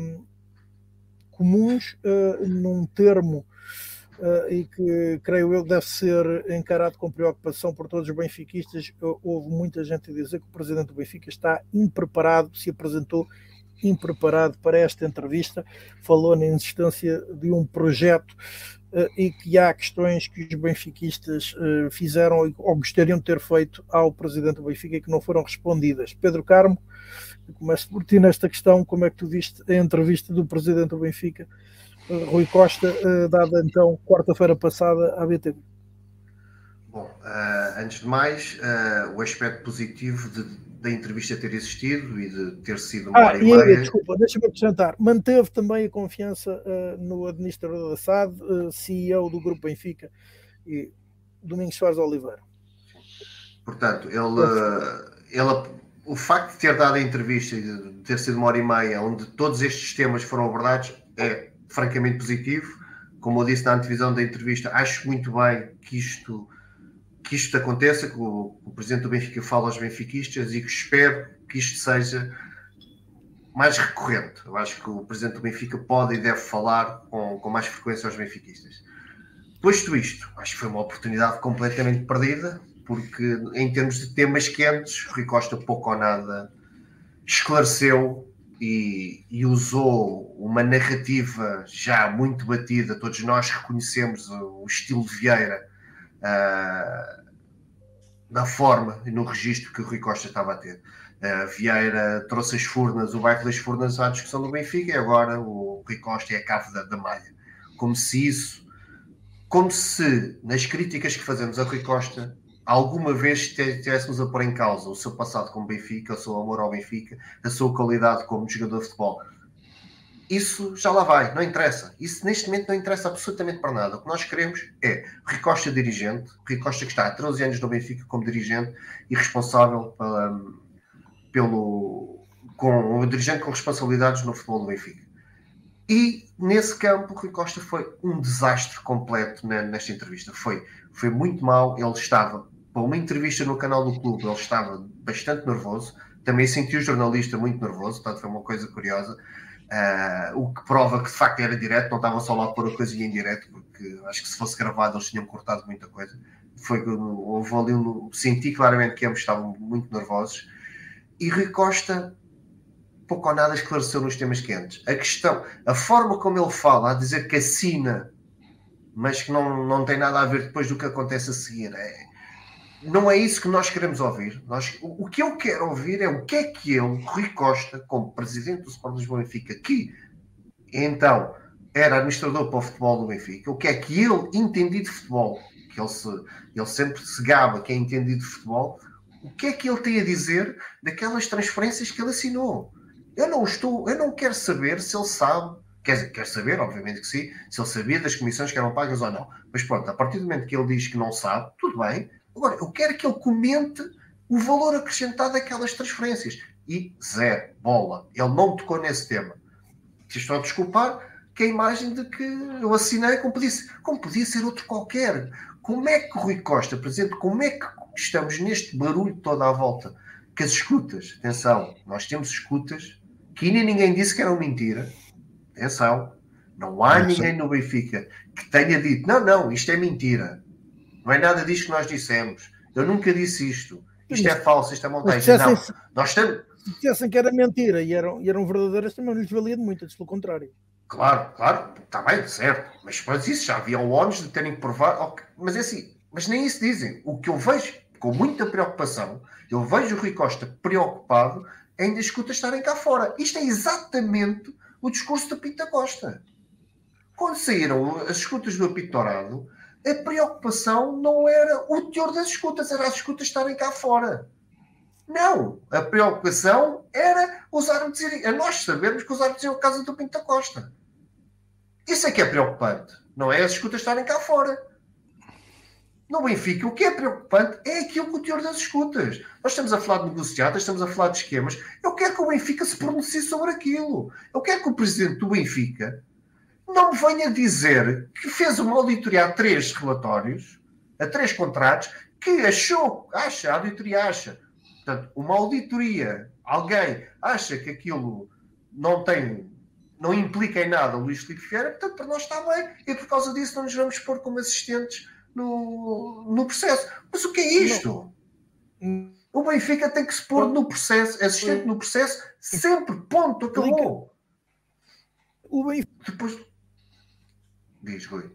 comuns num termo e que creio eu deve ser encarado com preocupação por todos os benfiquistas. Houve muita gente a dizer que o presidente do Benfica está impreparado, se apresentou impreparado para esta entrevista, falou na existência de um projeto e que há questões que os benfiquistas fizeram ou gostariam de ter feito ao presidente do Benfica e que não foram respondidas. Pedro Carmo, começo por ti nesta questão. Como é que tu viste a entrevista do presidente do Benfica, Rui Costa, dada então quarta-feira passada à BTV? Bom, antes de mais, o aspecto positivo da entrevista ter existido e de ter sido uma hora e meia. Desculpa, deixa-me acrescentar. Manteve também a confiança no administrador da SAD, CEO do Grupo Benfica, e Domingos Soares Oliveira. Portanto, o facto de ter dado a entrevista e de ter sido uma hora e meia, onde todos estes temas foram abordados, é francamente positivo. Como eu disse na antevisão da entrevista, acho muito bem que isto aconteça, que o presidente do Benfica fala aos benfiquistas, e que espero que isto seja mais recorrente. Eu acho que o presidente do Benfica pode e deve falar com mais frequência aos benfiquistas. Posto isto, acho que foi uma oportunidade completamente perdida, porque em termos de temas quentes, Rui Costa pouco ou nada esclareceu e usou uma narrativa já muito batida. Todos nós reconhecemos o estilo de Vieira na forma e no registro que o Rui Costa estava a ter. Vieira trouxe as Furnas, o bairro das Furnas à discussão do Benfica, e agora o Rui Costa é a cave da malha. Como se nas críticas que fazemos a Rui Costa, alguma vez tivéssemos a pôr em causa o seu passado como Benfica, o seu amor ao Benfica, a sua qualidade como jogador de futebol. Isso já lá vai, não interessa. Isso neste momento não interessa absolutamente para nada. O que nós queremos é Rui Costa dirigente, Rui Costa que está há 13 anos no Benfica como dirigente e responsável com o dirigente com responsabilidades no futebol do Benfica. E nesse campo Rui Costa foi um desastre completo nesta entrevista. Foi muito mal. Ele estava, para uma entrevista no canal do clube, ele estava bastante nervoso. Também senti o jornalista muito nervoso, portanto foi uma coisa curiosa. O que prova que de facto era direto, não estava só lá a pôr a coisinha em direto, porque acho que se fosse gravado eles tinham cortado muita coisa. Houve ali senti claramente que ambos estavam muito nervosos. E Rui Costa pouco ou nada esclareceu nos temas quentes. A questão, a forma como ele fala, a dizer que assina, mas que não tem nada a ver depois do que acontece a seguir, não é isso que nós queremos ouvir. O que eu quero ouvir é o que é que ele, Rui Costa, como presidente do Sport Lisboa Benfica, que então era administrador para o futebol do Benfica, o que é que ele, entendido de futebol, que ele sempre se gaba que é entendido de futebol, o que é que ele tem a dizer daquelas transferências que ele assinou? Eu não quero saber se ele sabe, quer saber, obviamente que sim, se ele sabia das comissões que eram pagas ou não. Mas pronto, a partir do momento que ele diz que não sabe, tudo bem. Agora, eu quero que ele comente o valor acrescentado daquelas transferências. E zero, bola. Ele não tocou nesse tema. Estou a desculpar que a imagem de que eu assinei como podia ser outro qualquer. Como é que o Rui Costa, por exemplo, como é que estamos neste barulho todo à volta? Que as escutas, atenção, nós temos escutas que ainda ninguém disse que eram mentira. Atenção, não há ninguém no Benfica que tenha dito, não, isto é mentira. Não é nada disto que nós dissemos. Eu nunca disse isto. Isto é falso, isto é montagem. Não, nós estamos... Se dissessem que era mentira e eram verdadeiras, também não lhes valia de muito, antes pelo contrário. Claro, está bem, certo. Mas isso já havia ónus de terem que provar. Okay. Mas é assim, mas nem isso dizem. O que eu vejo com muita preocupação, eu vejo o Rui Costa preocupado em as escutas estarem cá fora. Isto é exatamente o discurso do Pinto da Costa. Quando saíram as escutas do apito dourado, a preocupação não era o teor das escutas, era as escutas estarem cá fora. Não, a preocupação era os árbitros irem. A nós sabermos que os árbitros iam à casa do Pinto da Costa. Isso é que é preocupante. Não é as escutas estarem cá fora. No Benfica, o que é preocupante é aquilo que o teor das escutas. Nós estamos a falar de negociatas, estamos a falar de esquemas. Eu quero que o Benfica se pronuncie sobre aquilo. Eu quero que o presidente do Benfica não me venha dizer que fez uma auditoria a 3 relatórios, a 3 contratos, que a auditoria acha. Portanto, uma auditoria, alguém acha que aquilo não implica em nada o Luís Filipe Vieira, portanto, para nós está bem, e por causa disso não nos vamos pôr como assistentes no processo. Mas o que é isto? Não. O Benfica tem que se pôr no processo, assistente no processo, sempre, ponto, acabou. O Benfica... Depois... Diz, Rui.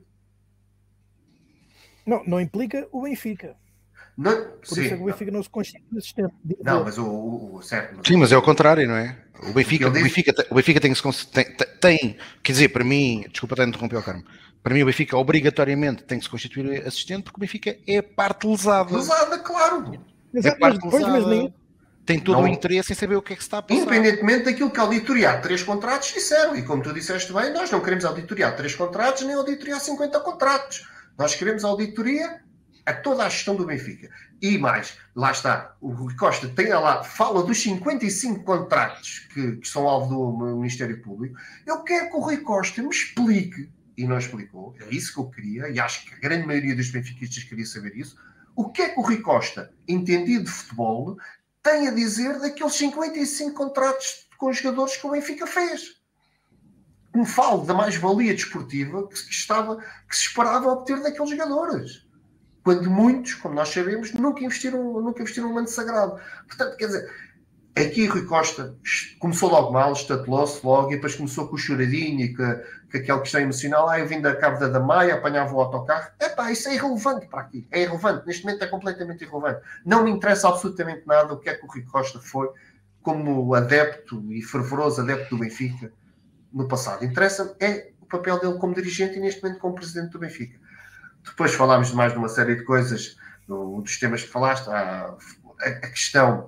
Não implica o Benfica. Não, por isso é que o Benfica não se constitui assistente. Não, mas o certo. Sim, mas é o contrário, não é? O Benfica tem que se tem, quer dizer, para mim, desculpa até interromper o Carmo, para mim o Benfica obrigatoriamente tem que se constituir assistente porque o Benfica é parte lesada. Lesada, claro. É parte lesada. Tem todo o interesse em saber o que é que se está a passar. Independentemente daquilo que auditoriar 3 contratos disseram, e como tu disseste bem, nós não queremos auditoriar 3 contratos, nem auditoriar 50 contratos. Nós queremos auditoria a toda a gestão do Benfica. E mais, lá está, o Rui Costa fala dos 55 contratos que são alvo do Ministério Público. Eu quero que o Rui Costa me explique, e não explicou, é isso que eu queria, e acho que a grande maioria dos benfiquistas queria saber isso, o que é que o Rui Costa, entendido de futebol, tem a dizer daqueles 55 contratos com os jogadores que o Benfica fez. Me falo da mais-valia desportiva que se esperava obter daqueles jogadores. Quando muitos, como nós sabemos, nunca investiram um manto sagrado. Portanto, quer dizer, aqui Rui Costa começou logo mal, estatelou-se logo, e depois começou com o choradinho e com aquela questão emocional. Eu vim da Cabo da Maia, apanhava o autocarro. Isso é irrelevante para aqui. É irrelevante. Neste momento é completamente irrelevante. Não me interessa absolutamente nada o que é que o Rui Costa foi como adepto e fervoroso adepto do Benfica no passado. Interessa é o papel dele como dirigente e neste momento como presidente do Benfica. Depois falámos de mais de uma série de coisas dos temas que falaste, a questão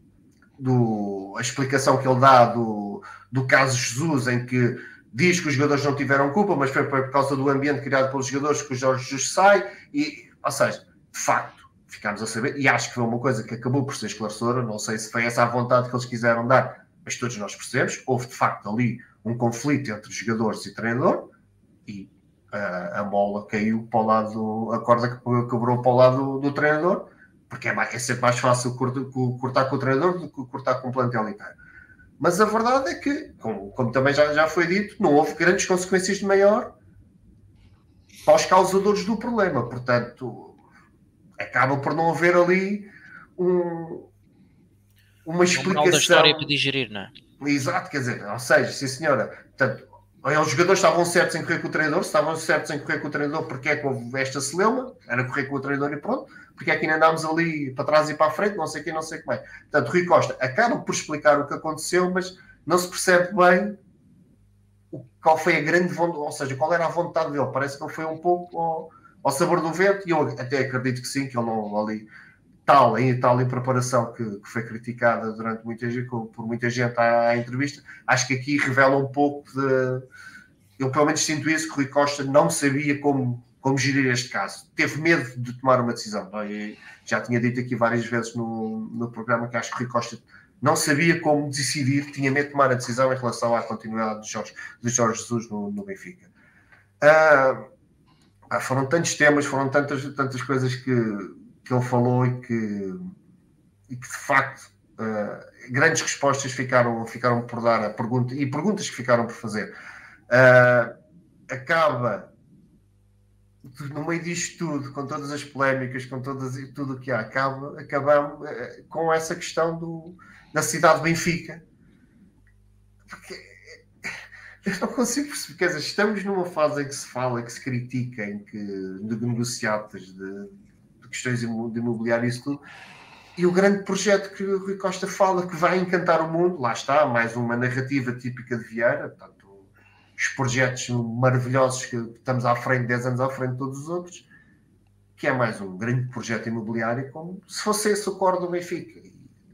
a explicação que ele dá do caso Jesus, em que diz que os jogadores não tiveram culpa, mas foi por causa do ambiente criado pelos jogadores que o Jorge Jesus sai, ou seja, de facto, ficámos a saber, e acho que foi uma coisa que acabou por ser esclarecedora, não sei se foi essa a vontade que eles quiseram dar, mas todos nós percebemos, houve de facto ali um conflito entre jogadores e treinador, e a bola caiu para o lado, a corda quebrou para o lado do treinador, porque é sempre mais fácil cortar com o treinador do que cortar com o plantel inteiro. Mas a verdade é que, como também já foi dito, não houve grandes consequências de maior para os causadores do problema. Portanto, acaba por não haver ali uma explicação. Moral da história para digerir, não é? Exato, quer dizer, ou seja, sim senhora, portanto, os jogadores estavam certos em correr com o treinador, estavam certos em correr com o treinador, porque é que houve esta celeuma, era correr com o treinador e pronto, porque é que ainda andámos ali para trás e para a frente, não sei o que, não sei como é. Portanto, Rui Costa acaba por explicar o que aconteceu, mas não se percebe bem qual foi a grande vontade, ou seja, qual era a vontade dele. Parece que ele foi um pouco ao sabor do vento, e eu até acredito que sim, que ele não ali tal em preparação que foi criticada por muita gente à entrevista. Acho que aqui revela um pouco de... Eu pelo menos sinto isso, que Rui Costa não sabia como gerir este caso. Teve medo de tomar uma decisão. Não? E já tinha dito aqui várias vezes no programa que acho que Rui Costa não sabia como decidir, tinha medo de tomar a decisão em relação à continuidade de Jorge Jesus no Benfica. Foram tantos temas, foram tantas coisas que ele falou e que de facto grandes respostas ficaram por dar a pergunta, e perguntas que ficaram por fazer. Acaba no meio disto tudo, com todas as polémicas, com tudo o que há, acabamos com essa questão da cidade de Benfica, porque eu não consigo perceber, quer dizer, estamos numa fase em que se fala, que se critica, de negociatas, de questões de imobiliário e isso tudo, e o grande projeto que o Rui Costa fala, que vai encantar o mundo, lá está, mais uma narrativa típica de Vieira, portanto, os projetos maravilhosos que estamos à frente, 10 anos à frente de todos os outros, que é mais um grande projeto imobiliário, como se fosse esse o core do Benfica.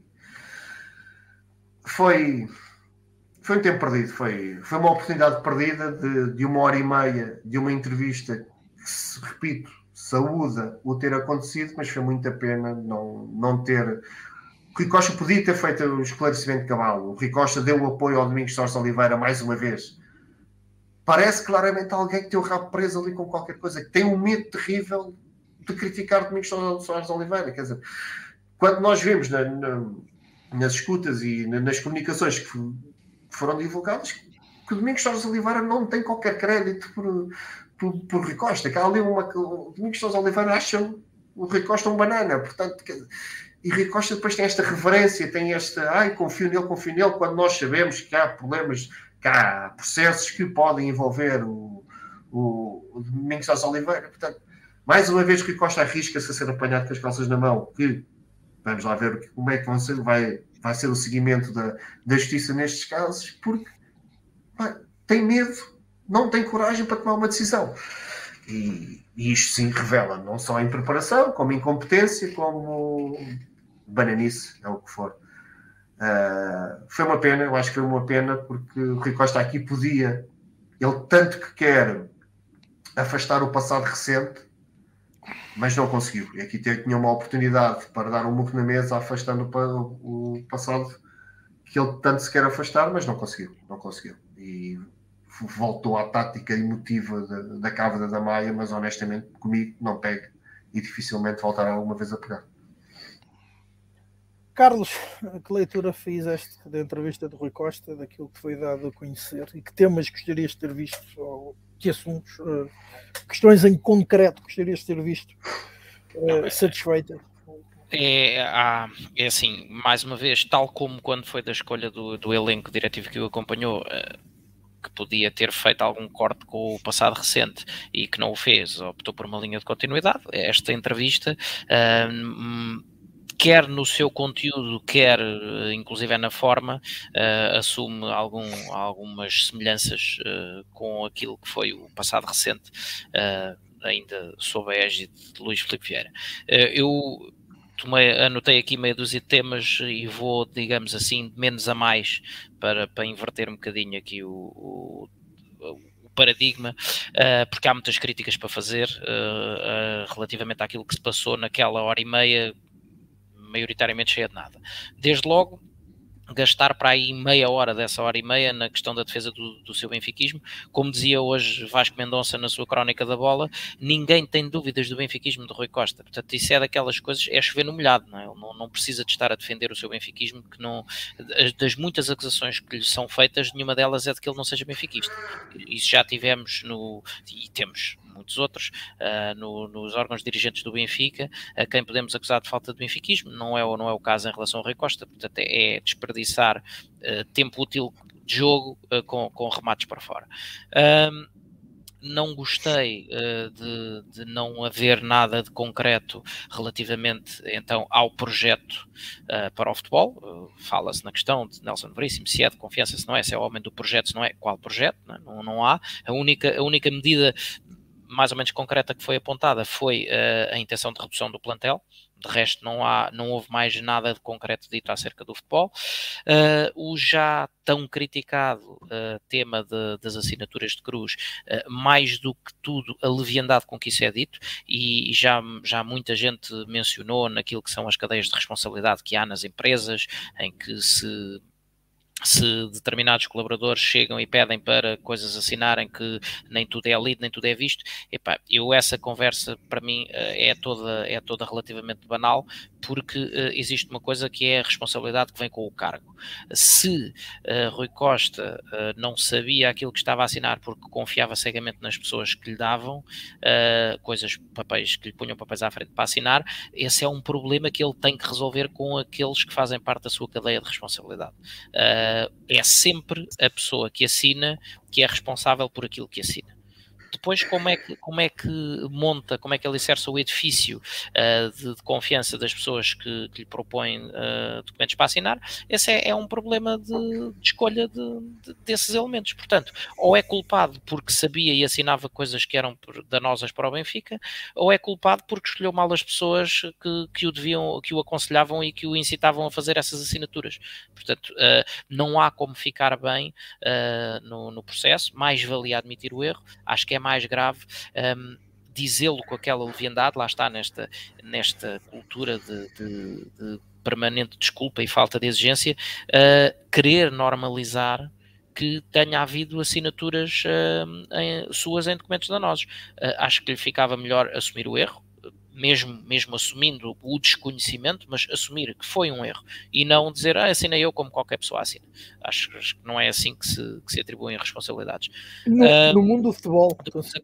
Foi um tempo perdido, foi uma oportunidade perdida de 1h30 de uma entrevista que, repito, saúda o ter acontecido, mas foi muita pena não ter... O Rui Costa podia ter feito o esclarecimento de cavalo. O Rui Costa deu o apoio ao Domingos Soares Oliveira mais uma vez. Parece claramente alguém que tem o rabo preso ali com qualquer coisa, que tem um medo terrível de criticar Domingos Soares Oliveira. Quer dizer, quando nós vemos nas escutas e nas comunicações que foram divulgadas, que o Domingos Soares Oliveira não tem qualquer crédito por Rui Costa, que há ali o Domingos Soares Oliveira acha o Rui Costa um banana, portanto, e Rui Costa depois tem esta reverência, tem esta, confio nele, quando nós sabemos que há problemas, que há processos que podem envolver o Domingos Soares Oliveira. Portanto, mais uma vez Rui Costa arrisca-se a ser apanhado com as calças na mão, que vamos lá ver como é que vai ser o seguimento da justiça nestes casos, porque tem medo, não tem coragem para tomar uma decisão. E isto sim revela, não só em preparação, como incompetência, como bananice, é o que for. Foi uma pena, eu acho que foi uma pena, porque o Rui Costa aqui podia, ele tanto que quer afastar o passado recente, mas não conseguiu. E aqui tinha uma oportunidade para dar um murro na mesa, afastando o passado que ele tanto se quer afastar, mas não conseguiu. E voltou à tática emotiva da Cávada da Maia, mas honestamente comigo não pega e dificilmente voltará alguma vez a pegar. Carlos, que leitura fizeste da entrevista de Rui Costa, daquilo que foi dado a conhecer, e que temas gostarias de ter visto, ou que assuntos, questões em concreto gostarias de ter visto satisfeita? É assim, mais uma vez, tal como quando foi da escolha do elenco diretivo que o acompanhou, que podia ter feito algum corte com o passado recente e que não o fez, optou por uma linha de continuidade. Esta entrevista, quer no seu conteúdo, quer inclusive na forma, assume algumas semelhanças com aquilo que foi o passado recente. ainda sob a égide de Luís Filipe Vieira. Eu anotei aqui meia dúzia de temas e vou, digamos assim, de menos a mais para inverter um bocadinho aqui o paradigma, porque há muitas críticas para fazer relativamente àquilo que se passou naquela hora e meia, maioritariamente cheia de nada. Desde logo, gastar para aí meia hora dessa hora e meia na questão da defesa do seu benfiquismo. Como dizia hoje Vasco Mendonça na sua crónica da bola, ninguém tem dúvidas do benfiquismo de Rui Costa. Portanto, isso é daquelas coisas, é chover no molhado, não é? Ele não precisa de estar a defender o seu benfiquismo, que não, das muitas acusações que lhe são feitas, nenhuma delas é de que ele não seja benfiquista. Isso já tivemos e temos muitos outros, nos órgãos dirigentes do Benfica, a quem podemos acusar de falta de benfiquismo. Não é o caso em relação ao Rui Costa. Portanto, é desperdiçar tempo útil de jogo com remates para fora. Não gostei de não haver nada de concreto relativamente então ao projeto para o futebol. Fala-se na questão de Nelson Veríssimo, se é de confiança, se não é, se é o homem do projeto, se não é, qual projeto? Não há. A única medida mais ou menos concreta que foi apontada foi a intenção de redução do plantel. De resto não houve mais nada de concreto dito acerca do futebol. O já tão criticado tema das assinaturas de cruz, mais do que tudo a leviandade com que isso é dito, e já muita gente mencionou naquilo que são as cadeias de responsabilidade que há nas empresas, em que se determinados colaboradores chegam e pedem para coisas assinarem que nem tudo é lido, nem tudo é visto, essa conversa para mim é toda relativamente banal, porque existe uma coisa que é a responsabilidade que vem com o cargo. Se Rui Costa não sabia aquilo que estava a assinar porque confiava cegamente nas pessoas que lhe davam papéis, que lhe punham papéis à frente para assinar, esse é um problema que ele tem que resolver com aqueles que fazem parte da sua cadeia de responsabilidade. É sempre a pessoa que assina que é responsável por aquilo que assina. Depois, como é que monta, como é que alicerça o edifício de confiança das pessoas que lhe propõem documentos para assinar, esse é um problema de escolha desses elementos. Portanto, ou é culpado porque sabia e assinava coisas que eram danosas para o Benfica, ou é culpado porque escolheu mal as pessoas que o aconselhavam e que o incitavam a fazer essas assinaturas. Portanto, não há como ficar bem no processo, mais valia admitir o erro. Acho que é mais grave dizê-lo com aquela leviandade, lá está nesta cultura de permanente desculpa e falta de exigência, querer normalizar que tenha havido assinaturas suas em documentos danosos. Acho que lhe ficava melhor assumir o erro, mesmo assumindo o desconhecimento, mas assumir que foi um erro e não dizer, assinei eu como qualquer pessoa assina. Acho que não é assim que se atribuem responsabilidades. No mundo do futebol.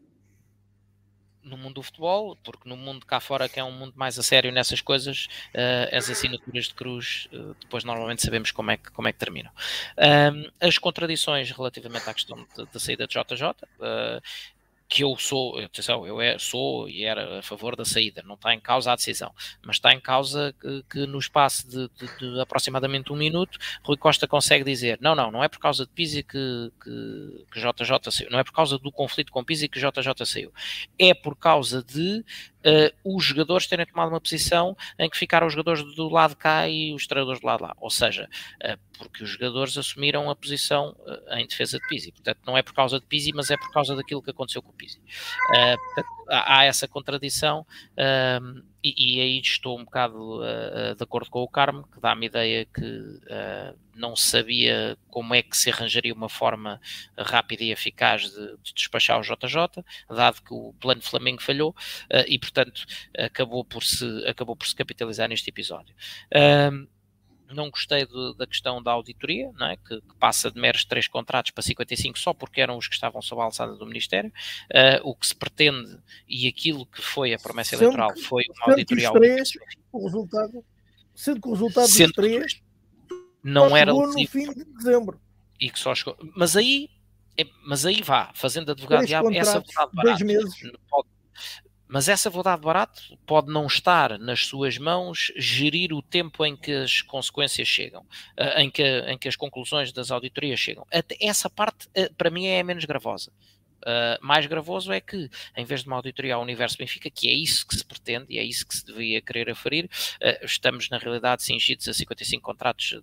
No mundo do futebol, porque no mundo cá fora, que é um mundo mais a sério nessas coisas, as assinaturas de cruz, depois normalmente sabemos como é que terminam. As contradições relativamente à questão da saída de JJ, que eu sou, atenção, sou e era a favor da saída, não está em causa a decisão, mas está em causa que no espaço de aproximadamente 1 minuto, Rui Costa consegue dizer, não é por causa de Pizzi que JJ saiu, não é por causa do conflito com Pizzi que JJ saiu, é por causa de os jogadores terem tomado uma posição em que ficaram os jogadores do lado de cá e os treinadores do lado de lá, ou seja, porque os jogadores assumiram a posição em defesa de Pizzi, portanto não é por causa de Pizzi, mas é por causa daquilo que aconteceu com o Pizzi. Portanto, há essa contradição e aí estou um bocado de acordo com o Carmo, que dá-me ideia que não sabia como é que se arranjaria uma forma rápida e eficaz de despachar o JJ, dado que o plano Flamengo falhou, e portanto acabou por se capitalizar neste episódio. Não gostei da questão da auditoria, não é? que passa de meros 3 contratos para 55 só porque eram os que estavam sob a alçada do Ministério. O que se pretende e aquilo que foi a promessa eleitoral foi uma auditoria ao sendo que o resultado dos 3 não era no fim de dezembro. E que só chegou. Mas aí vá, fazendo advogado diabo, essa verdade barata. 2 meses. Mas essa verdade barato pode não estar nas suas mãos gerir o tempo em que as consequências chegam, em que as conclusões das auditorias chegam. Até essa parte, para mim, é a menos gravosa. Mais gravoso é que, em vez de uma auditoria ao universo Benfica, que é isso que se pretende e é isso que se devia querer aferir, estamos na realidade cingidos a 55 contratos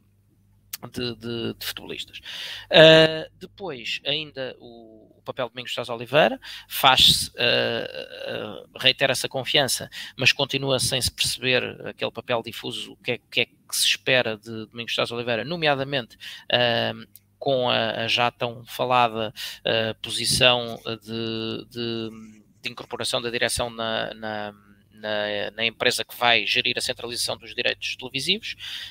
de futebolistas. Depois, ainda o papel de Domingos Sousa Oliveira faz-se, reitera-se a confiança, mas continua sem se perceber aquele papel difuso, o que é que se espera de Domingos Sousa Oliveira, nomeadamente com a já tão falada posição de incorporação da direção na empresa que vai gerir a centralização dos direitos televisivos.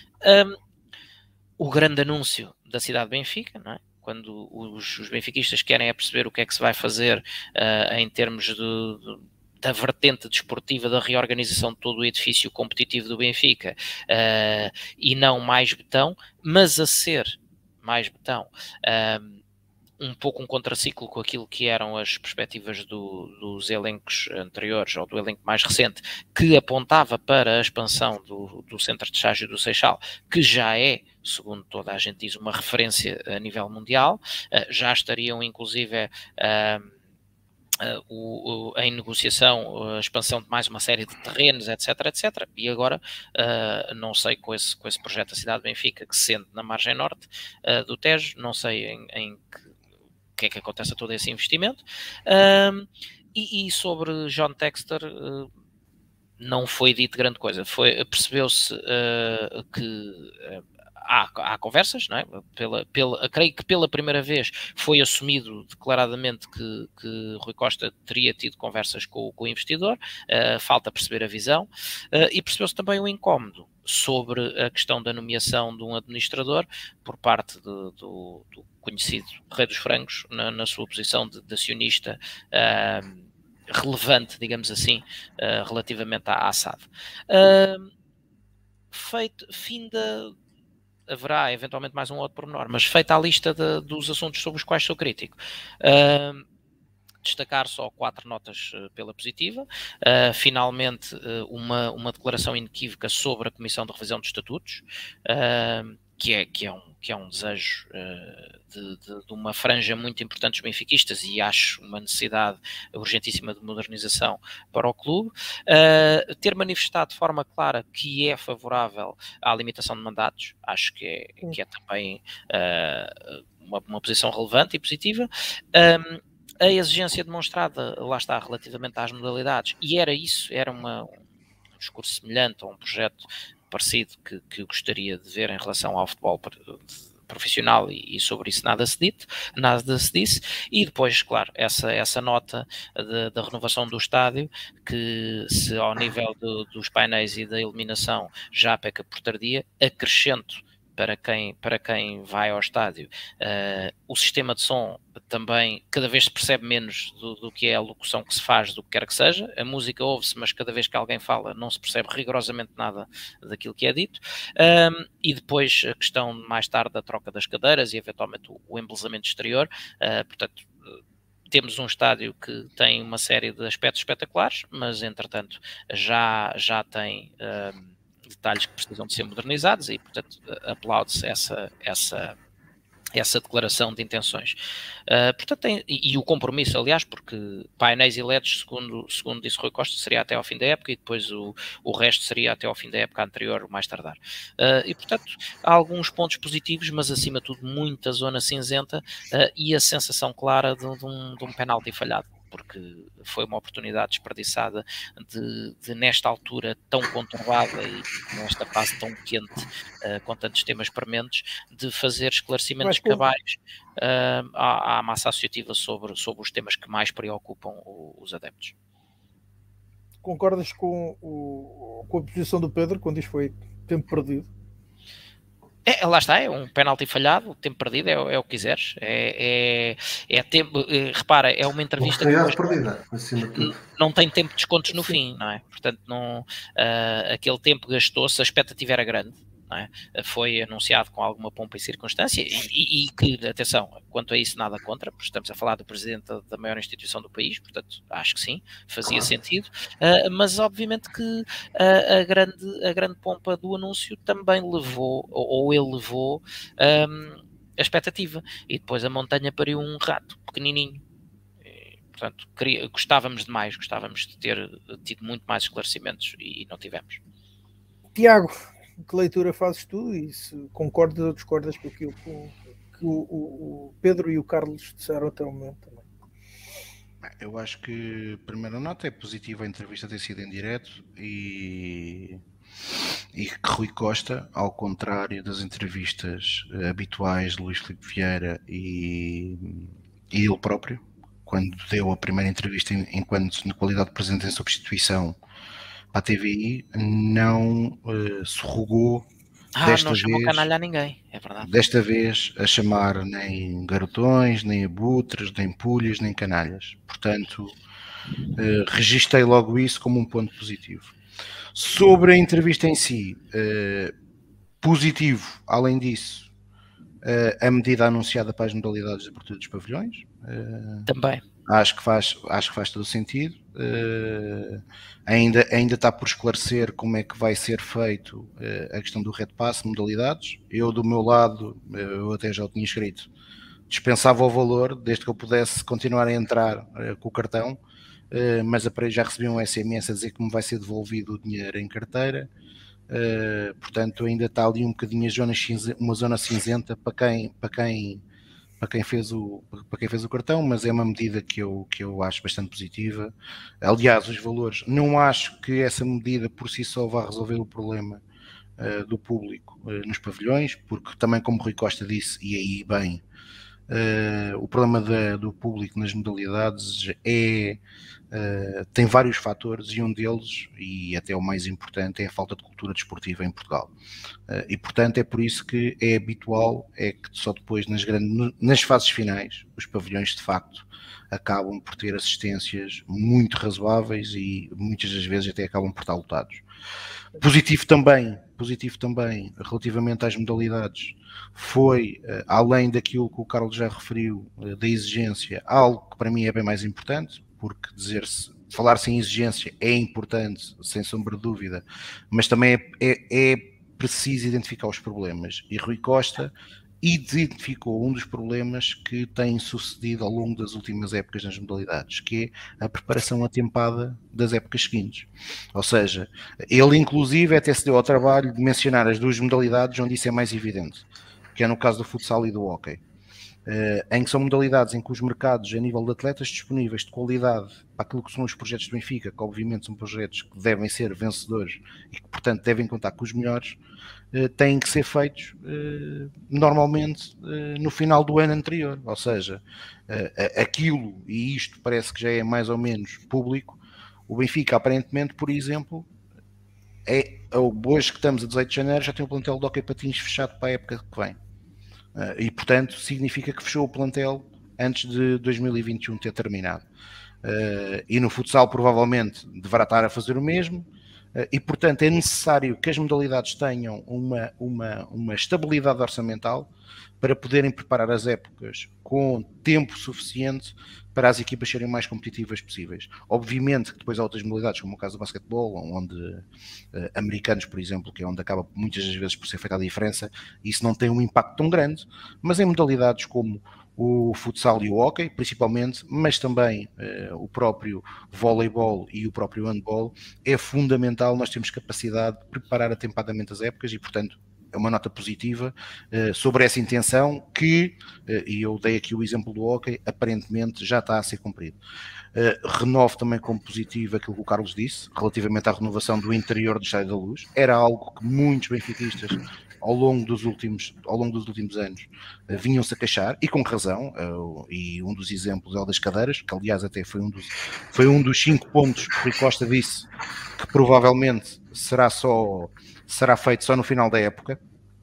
O grande anúncio da cidade de Benfica, não é? Quando os benfiquistas querem perceber o que é que se vai fazer em termos da vertente desportiva da reorganização de todo o edifício competitivo do Benfica, e não mais betão, mas a ser mais betão, um pouco um contraciclo com aquilo que eram as perspectivas dos elencos anteriores, ou do elenco mais recente, que apontava para a expansão do centro de estágio do Seixal, que já é, segundo toda a gente diz, uma referência a nível mundial. Já estariam inclusive em negociação a expansão de mais uma série de terrenos, etc, etc, e agora não sei com esse projeto da cidade de Benfica, que se sente na margem norte do Tejo, não sei em que é que acontece a todo esse investimento. E sobre John Textor, não foi dito grande coisa. Percebeu-se que há conversas, não é? Creio que pela primeira vez foi assumido declaradamente que Rui Costa teria tido conversas com o investidor, falta perceber a visão, e percebeu-se também o incómodo sobre a questão da nomeação de um administrador por parte do conhecido Rei dos Frangos, na sua posição de acionista relevante, digamos assim, relativamente à SAD. Haverá eventualmente mais um outro pormenor, mas feita a lista dos assuntos sobre os quais sou crítico, destacar só 4 notas pela positiva. Finalmente, uma declaração inequívoca sobre a Comissão de Revisão de Estatutos, que é um desejo de uma franja muito importante dos benfiquistas, e acho uma necessidade urgentíssima de modernização para o clube. Ter manifestado de forma clara que é favorável à limitação de mandatos, acho que é também uma posição relevante e positiva. A exigência demonstrada, lá está, relativamente às modalidades, e era um discurso semelhante a um projeto parecido que eu gostaria de ver em relação ao futebol profissional, e sobre isso nada se disse. E depois, claro, essa nota da renovação do estádio, que se ao nível dos painéis e da iluminação já peca por tardia, acrescento para quem vai ao estádio, o sistema de som também cada vez se percebe menos do que é a locução que se faz, do que quer que seja. A música ouve-se, mas cada vez que alguém fala não se percebe rigorosamente nada daquilo que é dito. E depois a questão mais tarde da troca das cadeiras e eventualmente o embelezamento exterior. Portanto, temos um estádio que tem uma série de aspectos espetaculares, mas entretanto já tem detalhes que precisam de ser modernizados, e portanto aplaude-se essa declaração de intenções. Portanto, e o compromisso, aliás, porque painéis e LEDs, segundo disse Rui Costa, seria até ao fim da época, e depois o resto seria até ao fim da época anterior, o mais tardar. E portanto há alguns pontos positivos, mas acima de tudo muita zona cinzenta, e a sensação clara de um penalti falhado, porque foi uma oportunidade desperdiçada de nesta altura tão conturbada e nesta fase tão quente, com tantos temas prementes, de fazer esclarecimentos cabais à massa associativa sobre os temas que mais preocupam os adeptos. Concordas com a posição do Pedro quando isto foi tempo perdido? Lá está, é um penalti falhado, tempo perdido, é o que quiseres. É tempo, repara, é uma entrevista que perdida, acima de tudo. Não tem tempo de descontos no fim, não é? Portanto, aquele tempo gastou-se, a expectativa era grande, não é? Foi anunciado com alguma pompa e circunstância, e que, atenção, quanto a isso nada contra, porque estamos a falar do presidente da maior instituição do país, portanto, acho que sim, fazia sentido, mas obviamente que a grande pompa do anúncio também levou, ou elevou, a expectativa, e depois a montanha pariu um rato pequenininho, Portanto, gostávamos de ter tido muito mais esclarecimentos e não tivemos. Tiago, que leitura fazes tu e se concordas ou discordas com aquilo que o Pedro e o Carlos disseram até o momento também? Eu acho que a primeira nota é positiva a entrevista ter sido em direto e que Rui Costa, ao contrário das entrevistas habituais de Luís Filipe Vieira e ele próprio, quando deu a primeira entrevista enquanto na qualidade de presidente em substituição para a TVI, não se rogou não chamou canalha a ninguém, é verdade. Desta vez a chamar nem garotões, nem abutres, nem pulhas, nem canalhas. Portanto, registrei logo isso como um ponto positivo. Sobre a entrevista em si, positivo, além disso, a medida anunciada para as modalidades de abertura dos pavilhões. Também. Acho que faz todo o sentido. Ainda está por esclarecer como é que vai ser feito a questão do Red Pass, modalidades. Eu, do meu lado, eu até já o tinha escrito, dispensava o valor, desde que eu pudesse continuar a entrar com o cartão, mas já recebi um SMS a dizer que me vai ser devolvido o dinheiro em carteira. Portanto, ainda está ali um bocadinho uma zona cinzenta para quem fez o cartão, mas é uma medida que eu acho bastante positiva. Aliás, os valores, não acho que essa medida por si só vá resolver o problema do público nos pavilhões, porque também, como Rui Costa disse, e aí bem, o problema do público nas modalidades tem vários fatores e um deles, e até o mais importante, é a falta de cultura desportiva em Portugal. E portanto é por isso que é habitual, é que só depois nas fases finais os pavilhões de facto acabam por ter assistências muito razoáveis e muitas das vezes até acabam por estar lotados. Positivo também relativamente às modalidades foi, além daquilo que o Carlos já referiu, da exigência, algo que para mim é bem mais importante, porque falar-se em exigência é importante, sem sombra de dúvida, mas também é preciso identificar os problemas. E Rui Costa identificou um dos problemas que tem sucedido ao longo das últimas épocas nas modalidades, que é a preparação atempada das épocas seguintes. Ou seja, ele inclusive até se deu ao trabalho de mencionar as duas modalidades onde isso é mais evidente, que é no caso do futsal e do hóquei. Em que são modalidades em que os mercados a nível de atletas disponíveis de qualidade para aquilo que são os projetos do Benfica, que obviamente são projetos que devem ser vencedores e que portanto devem contar com os melhores, têm que ser feitos normalmente no final do ano anterior, ou seja, aquilo, e isto parece que já é mais ou menos público, o Benfica aparentemente, por exemplo, hoje que estamos a 18 de janeiro já tem o plantel de hóquei patins fechado para a época que vem. E portanto significa que fechou o plantel antes de 2021 ter terminado. E no futsal provavelmente deverá estar a fazer o mesmo, e portanto é necessário que as modalidades tenham uma estabilidade orçamental para poderem preparar as épocas com tempo suficiente para as equipas serem mais competitivas possíveis. Obviamente que depois há outras modalidades, como o caso do basquetebol, onde americanos, por exemplo, que é onde acaba muitas das vezes por ser feita a diferença, isso não tem um impacto tão grande, mas em modalidades como o futsal e o hóquei, principalmente, mas também o próprio voleibol e o próprio handball, é fundamental nós termos capacidade de preparar atempadamente as épocas e, portanto, é uma nota positiva sobre essa intenção que, e eu dei aqui o exemplo do hóquei, aparentemente já está a ser cumprido. Renovo também como positivo aquilo que o Carlos disse, relativamente à renovação do interior do Estádio da Luz. Era algo que muitos benfiquistas ao longo dos últimos anos vinham-se a queixar, e com razão, e um dos exemplos é o das cadeiras, que aliás até foi um dos 5 pontos que Rui Costa disse que provavelmente será feito só no final da época.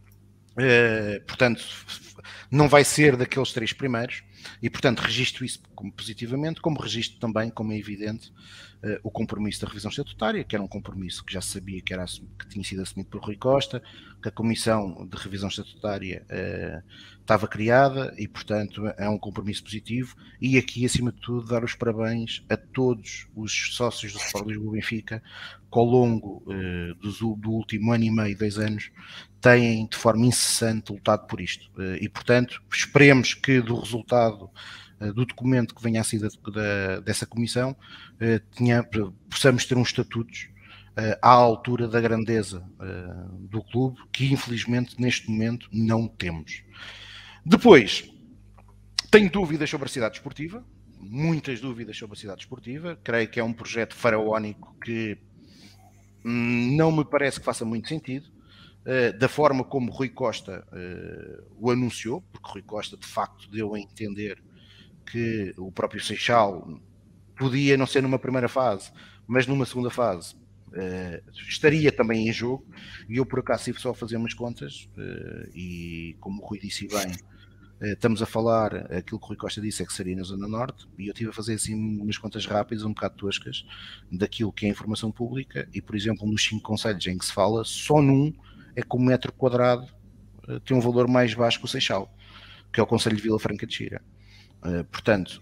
Portanto, não vai ser daqueles 3 primeiros, e portanto registro isso como positivamente, como registro também, como é evidente, o compromisso da revisão estatutária, que era um compromisso que já se sabia que tinha sido assumido por Rui Costa, que a comissão de revisão estatutária estava criada e portanto é um compromisso positivo, e aqui acima de tudo dar os parabéns a todos os sócios do Sport Lisboa Benfica que ao longo do último ano e meio, 2 anos, têm de forma incessante lutado por isto, e portanto esperemos que do resultado do documento que venha a sair dessa comissão, possamos ter uns estatutos à altura da grandeza do clube, que infelizmente neste momento não temos. Depois, tenho dúvidas sobre a cidade esportiva, muitas dúvidas sobre a cidade esportiva. Creio que é um projeto faraónico que não me parece que faça muito sentido, da forma como Rui Costa o anunciou, porque Rui Costa de facto deu a entender que o próprio Seixal podia não ser numa primeira fase, mas numa segunda fase estaria também em jogo, e eu por acaso estive só a fazer umas contas, e como o Rui disse bem, estamos a falar, aquilo que o Rui Costa disse é que seria na Zona Norte, e eu estive a fazer assim umas contas rápidas, um bocado toscas, daquilo que é informação pública, e por exemplo nos 5 concelhos em que se fala, só num é que o metro quadrado tem um valor mais baixo que o Seixal, que é o Concelho de Vila Franca de Xira. Portanto,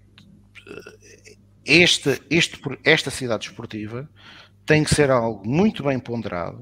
esta cidade esportiva tem que ser algo muito bem ponderado,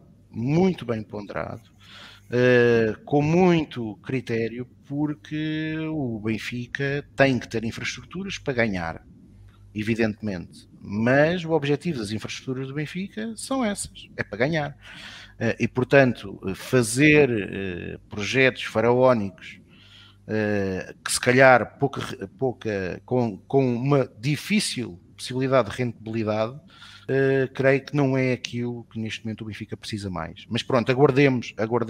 com muito critério, porque o Benfica tem que ter infraestruturas para ganhar, evidentemente, mas o objetivo das infraestruturas do Benfica são essas, é para ganhar. E portanto, fazer projetos faraónicos que se calhar com uma difícil possibilidade de rentabilidade, creio que não é aquilo que neste momento o Benfica precisa mais. Mas pronto, aguardemos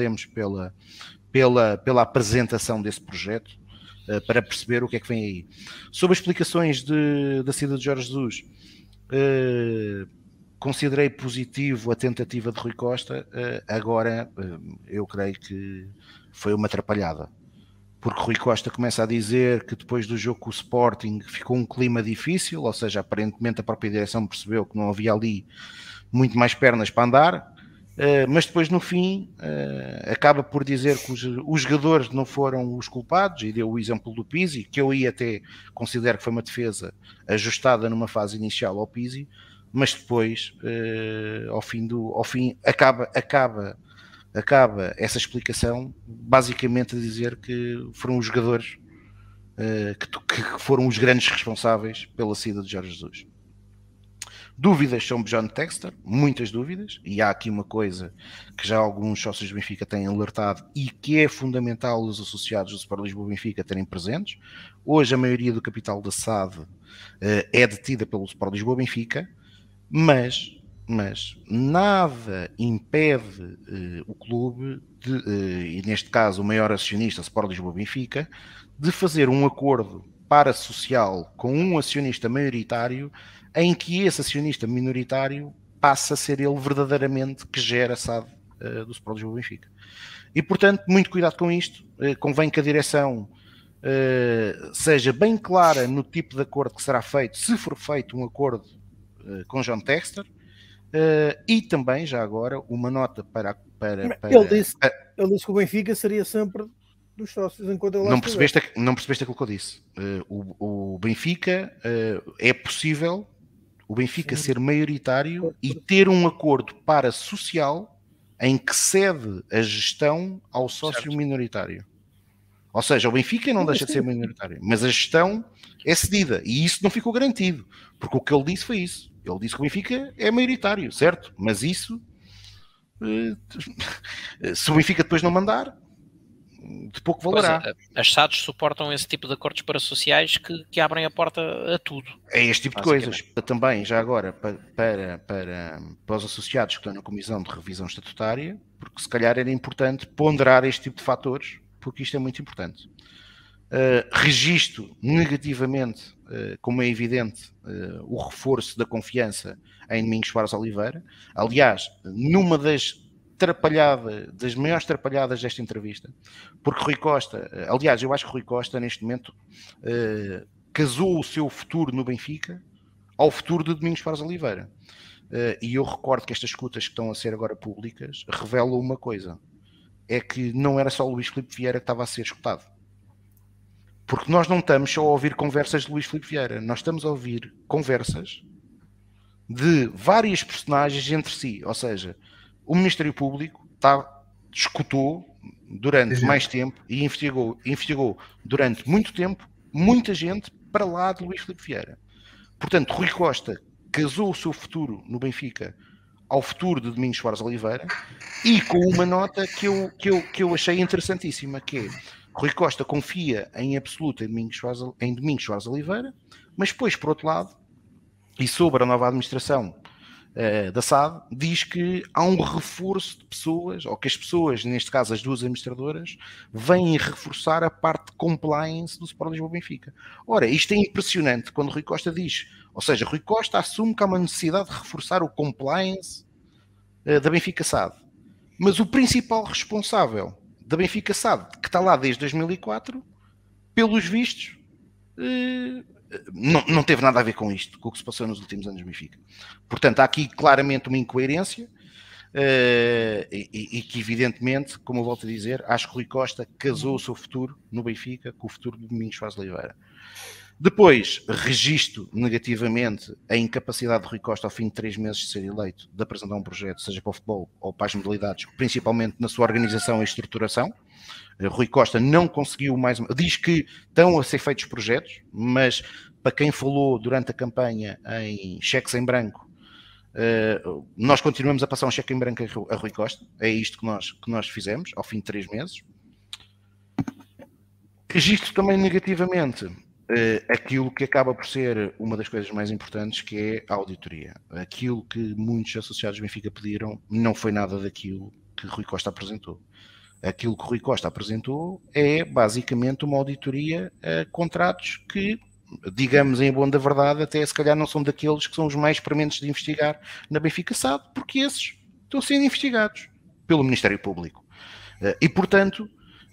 pela apresentação desse projeto, para perceber o que é que vem aí. Sobre as explicações da saída de Jorge Jesus, considerei positivo a tentativa de Rui Costa, agora eu creio que foi uma atrapalhada, porque Rui Costa começa a dizer que depois do jogo com o Sporting ficou um clima difícil, ou seja, aparentemente a própria direção percebeu que não havia ali muito mais pernas para andar, mas depois no fim acaba por dizer que os jogadores não foram os culpados, e deu o exemplo do Pizzi, que eu até considero que foi uma defesa ajustada numa fase inicial ao Pizzi, mas depois ao fim acaba essa explicação basicamente a dizer que foram os jogadores que foram os grandes responsáveis pela saída de Jorge Jesus. Dúvidas sobre John Textor, muitas dúvidas, e há aqui uma coisa que já alguns sócios do Benfica têm alertado e que é fundamental os associados do Sport Lisboa Benfica terem presentes. Hoje a maioria do capital da SAD é detida pelo Sport Lisboa Benfica, mas nada impede o clube, e neste caso o maior acionista, Sport Lisboa Benfica, de fazer um acordo parasocial com um acionista maioritário, em que esse acionista minoritário passa a ser ele verdadeiramente que gera a SAD do Sport Lisboa Benfica. E portanto, muito cuidado com isto, convém que a direção seja bem clara no tipo de acordo que será feito, se for feito um acordo com John Textor, e também, já agora, uma nota para ele disse que o Benfica seria sempre dos sócios enquanto ele não percebeste aquilo que eu disse. O Benfica, é possível o Benfica ser maioritário e ter um acordo parasocial em que cede a gestão ao sócio minoritário. Ou seja, o Benfica não deixa de ser minoritário, mas a gestão é cedida, e isso não ficou garantido, porque o que ele disse foi isso. Ele disse que o Benfica é maioritário, certo? Mas isso, se o Benfica depois não mandar, de pouco valerá. As SADs suportam esse tipo de acordos parasociais que abrem a porta a tudo. É este tipo de coisas. Também, já agora, para os associados que estão na Comissão de Revisão Estatutária, porque se calhar era importante ponderar este tipo de fatores, porque isto é muito importante. Registro negativamente, como é evidente, o reforço da confiança em Domingos Soares Oliveira. Aliás, numa das maiores trapalhadas desta entrevista, porque Rui Costa, aliás, eu acho que Rui Costa neste momento casou o seu futuro no Benfica ao futuro de Domingos Soares Oliveira, e eu recordo que estas escutas que estão a ser agora públicas revelam uma coisa, é que não era só o Luís Filipe Vieira que estava a ser escutado, porque nós não estamos só a ouvir conversas de Luís Filipe Vieira, nós estamos a ouvir conversas de várias personagens entre si, ou seja, o Ministério Público escutou durante mais tempo e investigou durante muito tempo muita gente para lá de Luís Filipe Vieira. Portanto, Rui Costa casou o seu futuro no Benfica ao futuro de Domingos Soares Oliveira, e com uma nota que eu achei interessantíssima, que é: Rui Costa confia em absoluto em Domingos Soares Oliveira, mas depois, por outro lado, e sobre a nova administração da SAD, diz que há um reforço de pessoas, ou que as pessoas, neste caso as duas administradoras, vêm reforçar a parte de compliance do Sport Lisboa Benfica. Ora, isto é impressionante quando Rui Costa diz, ou seja, Rui Costa assume que há uma necessidade de reforçar o compliance da Benfica SAD. Mas o principal responsável da Benfica SAD, que está lá desde 2004, pelos vistos, não teve nada a ver com isto, com o que se passou nos últimos anos no Benfica. Portanto, há aqui claramente uma incoerência e que, evidentemente, como eu volto a dizer, acho que Rui Costa casou o seu futuro no Benfica com o futuro de Domingos Soares Oliveira. Depois, registro negativamente a incapacidade de Rui Costa, ao fim de 3 meses de ser eleito, de apresentar um projeto, seja para o futebol ou para as modalidades, principalmente na sua organização e estruturação. Rui Costa não conseguiu mais... Diz que estão a ser feitos projetos, mas para quem falou durante a campanha em cheques em branco, nós continuamos a passar um cheque em branco a Rui Costa. É isto que nós fizemos ao fim de 3 meses. Registro também negativamente aquilo que acaba por ser uma das coisas mais importantes, que é a auditoria. Aquilo que muitos associados do Benfica pediram não foi nada daquilo que Rui Costa apresentou. Aquilo que Rui Costa apresentou é basicamente uma auditoria a contratos que, digamos em bom da verdade, até se calhar não são daqueles que são os mais prementes de investigar na Benfica SAD, porque esses estão sendo investigados pelo Ministério Público. E, portanto,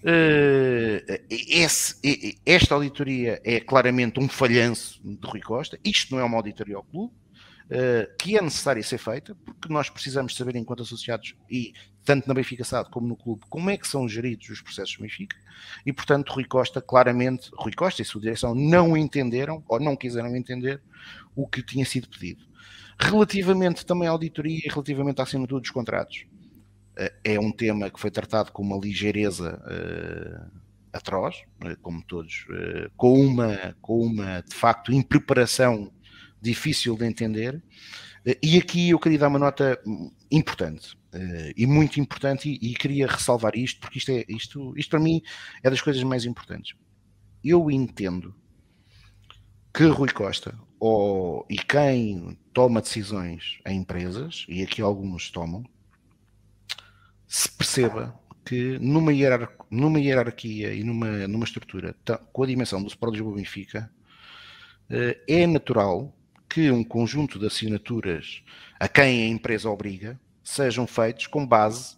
esta auditoria é claramente um falhanço de Rui Costa. Isto não é uma auditoria ao clube, que é necessária ser feita, porque nós precisamos saber, enquanto associados, e tanto na Benfica SAD como no clube, como é que são geridos os processos do Benfica. E, portanto, Rui Costa e a sua direção não entenderam, ou não quiseram entender, o que tinha sido pedido. Relativamente também à auditoria e relativamente à assinatura dos contratos, é um tema que foi tratado com uma ligeireza atroz, como todos, com uma de facto impreparação difícil de entender, e aqui eu queria dar uma nota importante, e muito importante, e queria ressalvar isto, porque isto para mim é das coisas mais importantes. Eu entendo que Rui Costa, e quem toma decisões em empresas, e aqui alguns tomam, se perceba que numa hierarquia e numa estrutura com a dimensão do Sport Lisboa Benfica, é natural que um conjunto de assinaturas a quem a empresa obriga sejam feitos com base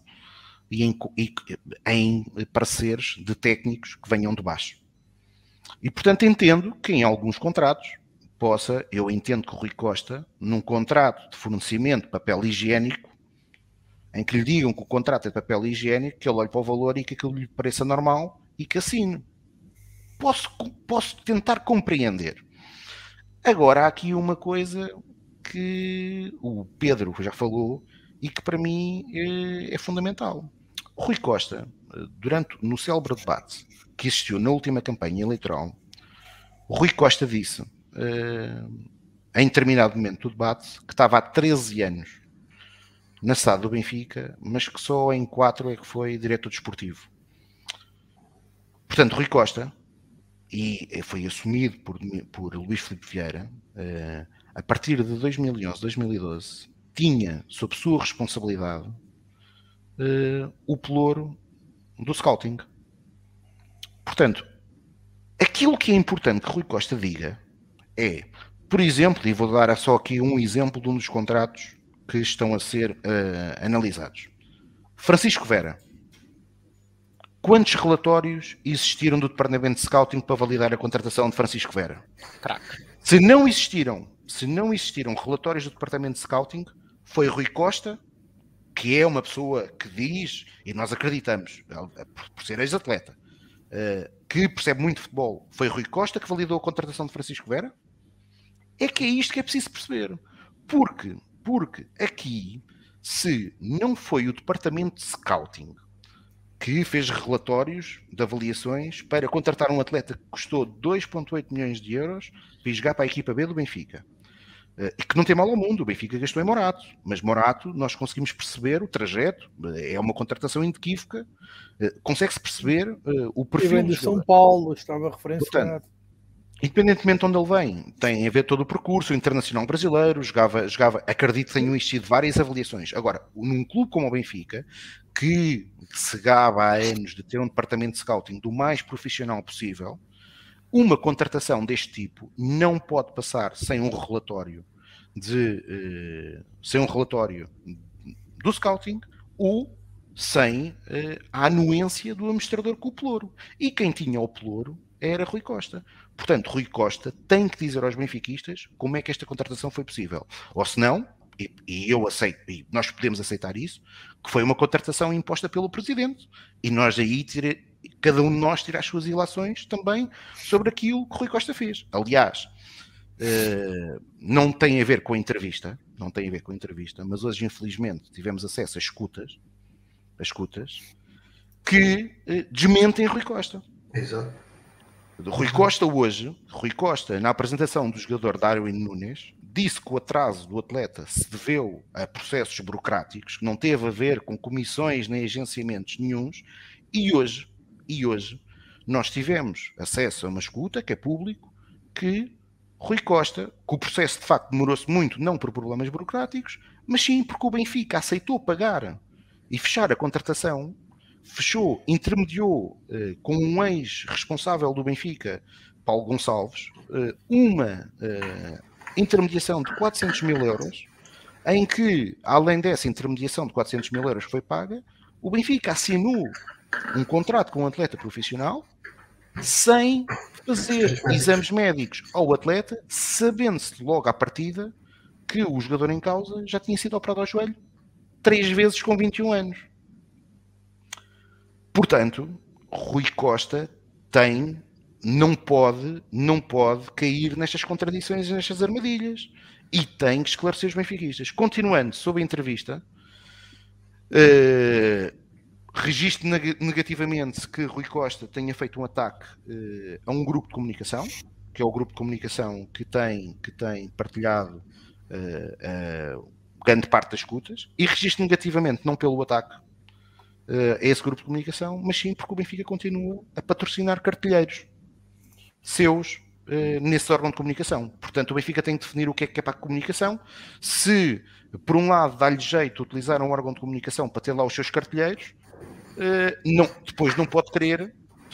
em pareceres de técnicos que venham de baixo. E, portanto, entendo que em alguns contratos eu entendo que o Rui Costa, num contrato de fornecimento de papel higiênico, em que lhe digam que o contrato é de papel higiênico, que ele olhe para o valor e que aquilo lhe pareça normal e que assine. Posso tentar compreender. Agora, há aqui uma coisa que o Pedro já falou e que para mim é fundamental. O Rui Costa, no célebre debate que existiu na última campanha eleitoral, o Rui Costa disse, em determinado momento do debate, que estava há 13 anos na SAD do Benfica, mas que só em 4 é que foi diretor desportivo. Portanto, Rui Costa, e foi assumido por Luís Filipe Vieira, a partir de 2011, 2012, tinha sob sua responsabilidade o pelouro do scouting. Portanto, aquilo que é importante que Rui Costa diga é, por exemplo, e vou dar só aqui um exemplo de um dos contratos que estão a ser analisados. Francisco Vera. Quantos relatórios existiram do Departamento de Scouting para validar a contratação de Francisco Vera? Crack. Se não existiram relatórios do Departamento de Scouting, foi Rui Costa, que é uma pessoa que diz, e nós acreditamos, por ser ex-atleta, que percebe muito de futebol, foi Rui Costa que validou a contratação de Francisco Vera? É que é isto que é preciso perceber. Porque aqui, se não foi o Departamento de Scouting que fez relatórios de avaliações para contratar um atleta que custou 2,8 milhões de euros para ir jogar para a equipa B do Benfica. E que não tem mal ao mundo, o Benfica gastou em Morato, mas Morato nós conseguimos perceber o trajeto, é uma contratação inequívoca, consegue-se perceber o perfil do São Paulo, estava referenciado. Independentemente de onde ele vem, tem a ver todo o percurso, o internacional brasileiro, jogava, acredito que tenham existido várias avaliações. Agora, num clube como o Benfica, que se gaba há anos de ter um departamento de scouting do mais profissional possível, uma contratação deste tipo não pode passar sem um relatório do scouting ou sem a anuência do administrador com o pelouro. E quem tinha o pelouro era Rui Costa. Portanto, Rui Costa tem que dizer aos benfiquistas como é que esta contratação foi possível. Ou se não, e eu aceito, e nós podemos aceitar isso, que foi uma contratação imposta pelo Presidente. E nós aí, cada um de nós tira as suas ilações também sobre aquilo que Rui Costa fez. Aliás, não tem a ver com a entrevista, mas hoje, infelizmente, tivemos acesso a escutas que desmentem Rui Costa. Exato. Rui Costa, na apresentação do jogador Darwin Núñez, disse que o atraso do atleta se deveu a processos burocráticos, que não teve a ver com comissões nem agenciamentos nenhuns, e hoje nós tivemos acesso a uma escuta, que é público, que Rui Costa, que o processo de facto demorou-se muito, não por problemas burocráticos, mas sim porque o Benfica aceitou pagar e fechar a contratação, intermediou com um ex-responsável do Benfica, Paulo Gonçalves, uma intermediação de 400 mil euros, em que, além dessa intermediação de 400 mil euros que foi paga, o Benfica assinou um contrato com um atleta profissional sem fazer exames médicos ao atleta, sabendo-se logo à partida que o jogador em causa já tinha sido operado ao joelho 3 vezes com 21 anos. Portanto, Rui Costa não pode cair nestas contradições e nestas armadilhas, e tem que esclarecer os benfiquistas. Continuando sobre a entrevista, registro negativamente que Rui Costa tenha feito um ataque a um grupo de comunicação, que é o grupo de comunicação que tem partilhado grande parte das escutas, e registro negativamente não pelo ataque a esse grupo de comunicação, mas sim porque o Benfica continua a patrocinar cartilheiros seus nesse órgão de comunicação. Portanto, o Benfica tem que definir o que é para a comunicação. Se, por um lado, dá-lhe jeito utilizar um órgão de comunicação para ter lá os seus cartilheiros, depois não pode querer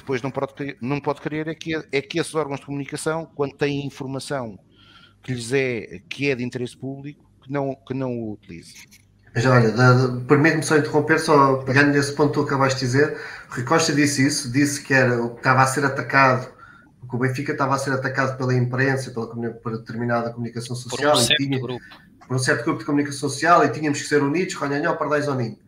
é que esses órgãos de comunicação, quando têm informação que é de interesse público, que não o utilize. Mas olha, permite-me só interromper, só pegando nesse ponto que tu acabaste de dizer. O Rui Costa disse isso, disse que estava a ser atacado, que o Benfica estava a ser atacado pela imprensa, por determinada comunicação social, por um certo grupo de comunicação social, e tínhamos que ser unidos, Ronhanhó, Pardais ao Ninho.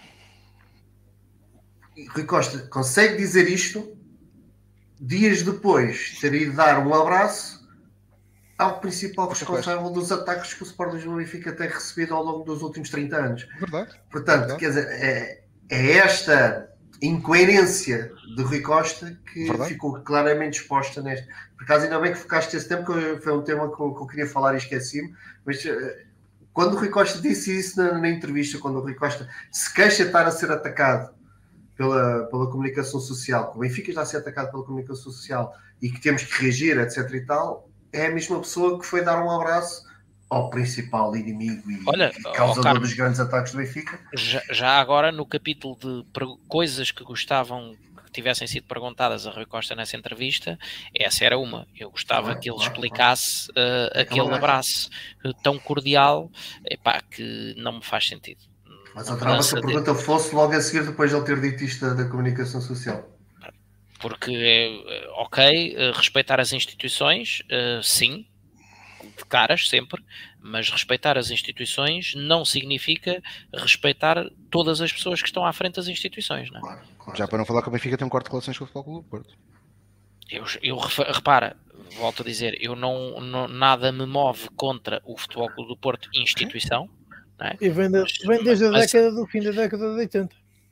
Rui Costa consegue dizer isto dias depois de ter ido dar um abraço ao principal responsável dos ataques que o Sport Lisboa e Benfica tem recebido ao longo dos últimos 30 anos. Verdade. Portanto, quer dizer, é esta incoerência de Rui Costa que ficou claramente exposta neste. Por acaso, ainda bem que focaste esse tempo, que foi um tema que eu queria falar e esqueci-me, mas quando o Rui Costa disse isso na entrevista, quando o Rui Costa se queixa de estar a ser atacado pela comunicação social, que o Benfica está a ser atacado pela comunicação social e que temos que reagir, etc e tal, é a mesma pessoa que foi dar um abraço ao principal inimigo e causador dos grandes ataques do Benfica. Já agora, no capítulo de coisas que gostavam que tivessem sido perguntadas a Rui Costa nessa entrevista, essa era uma. Eu gostava que ele explicasse aquele abraço tão cordial, que não me faz sentido. Mas adorava que a pergunta fosse logo a seguir, depois de ele ter dito isto da comunicação social. Porque respeitar as instituições, sim, de caras sempre, mas respeitar as instituições não significa respeitar todas as pessoas que estão à frente das instituições, não é? Claro. Já para não falar que o Benfica tem um corte de relações com o Futebol Clube do Porto. Repara, volto a dizer, nada me move contra o Futebol Clube do Porto instituição, não é? E vem desde a década do fim da década de 80.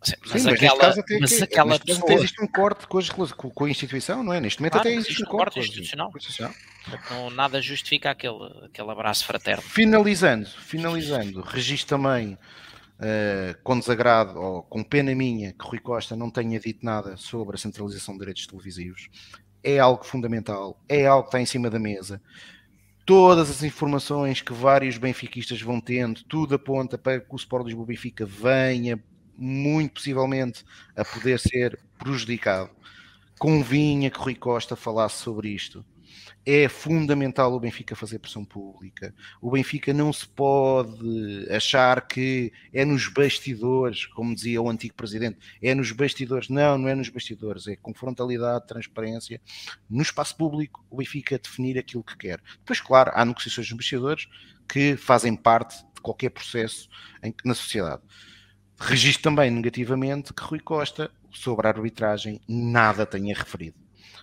Sim, mas neste caso até existe um corte com a instituição, não é? Neste momento até existe um corte institucional. Nada justifica aquele abraço fraterno. Finalizando, registro também com desagrado ou com pena minha que Rui Costa não tenha dito nada sobre a centralização de direitos televisivos. É algo fundamental, é algo que está em cima da mesa. Todas as informações que vários benfiquistas vão tendo, tudo aponta para que o Sport Lisboa Benfica venha, muito possivelmente, a poder ser prejudicado. Convinha que Rui Costa falasse sobre isto. É fundamental o Benfica fazer pressão pública. O Benfica não se pode achar que é nos bastidores, como dizia o antigo presidente, é nos bastidores. Não é nos bastidores, é com frontalidade, transparência. No espaço público, o Benfica definir aquilo que quer. Depois, claro, há negociações nos bastidores que fazem parte de qualquer processo na sociedade. Registro também negativamente que Rui Costa, sobre a arbitragem, nada tenha referido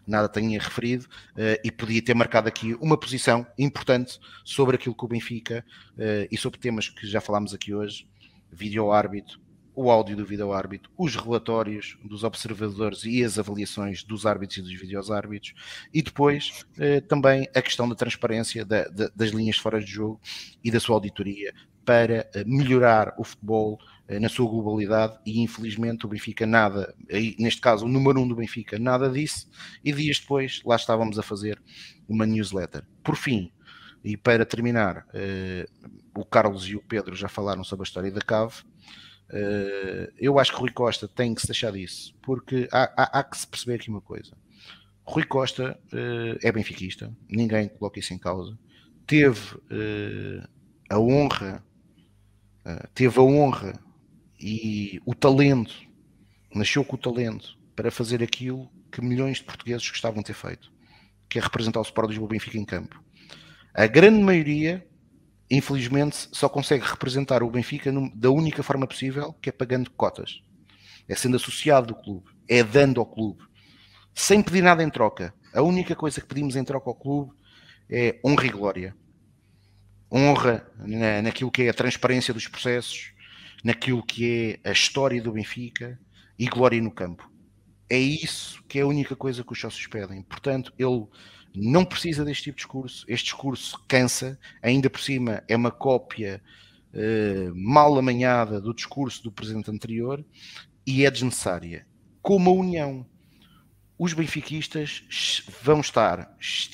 e podia ter marcado aqui uma posição importante sobre aquilo que o Benfica e sobre temas que já falámos aqui hoje, vídeo-árbitro, o áudio do vídeo-árbitro, os relatórios dos observadores e as avaliações dos árbitros e dos vídeos-árbitros, e depois também a questão da transparência das linhas de fora de jogo e da sua auditoria para melhorar o futebol na sua globalidade, e infelizmente o Benfica nada, neste caso o número 1 do Benfica nada disse, e dias depois lá estávamos a fazer uma newsletter. Por fim, e para terminar, o Carlos e o Pedro já falaram sobre a história da CAV. Eu acho que Rui Costa tem que se deixar disso, porque há que se perceber aqui uma coisa. Rui Costa é benfiquista, ninguém coloca isso em causa, teve a honra e o talento, nasceu com o talento para fazer aquilo que milhões de portugueses gostavam de ter feito, que é representar o Sport Lisboa Benfica em campo. A grande maioria, infelizmente, só consegue representar o Benfica da única forma possível, que é pagando cotas. É sendo associado do clube, é dando ao clube, sem pedir nada em troca. A única coisa que pedimos em troca ao clube é honra e glória. Honra naquilo que é a transparência dos processos, naquilo que é a história do Benfica, e glória no campo. É isso que é a única coisa que os sócios pedem. Portanto, ele não precisa deste tipo de discurso. Este discurso cansa, ainda por cima é uma cópia mal amanhada do discurso do presidente anterior, e é desnecessária. Como a união, os benfiquistas vão estar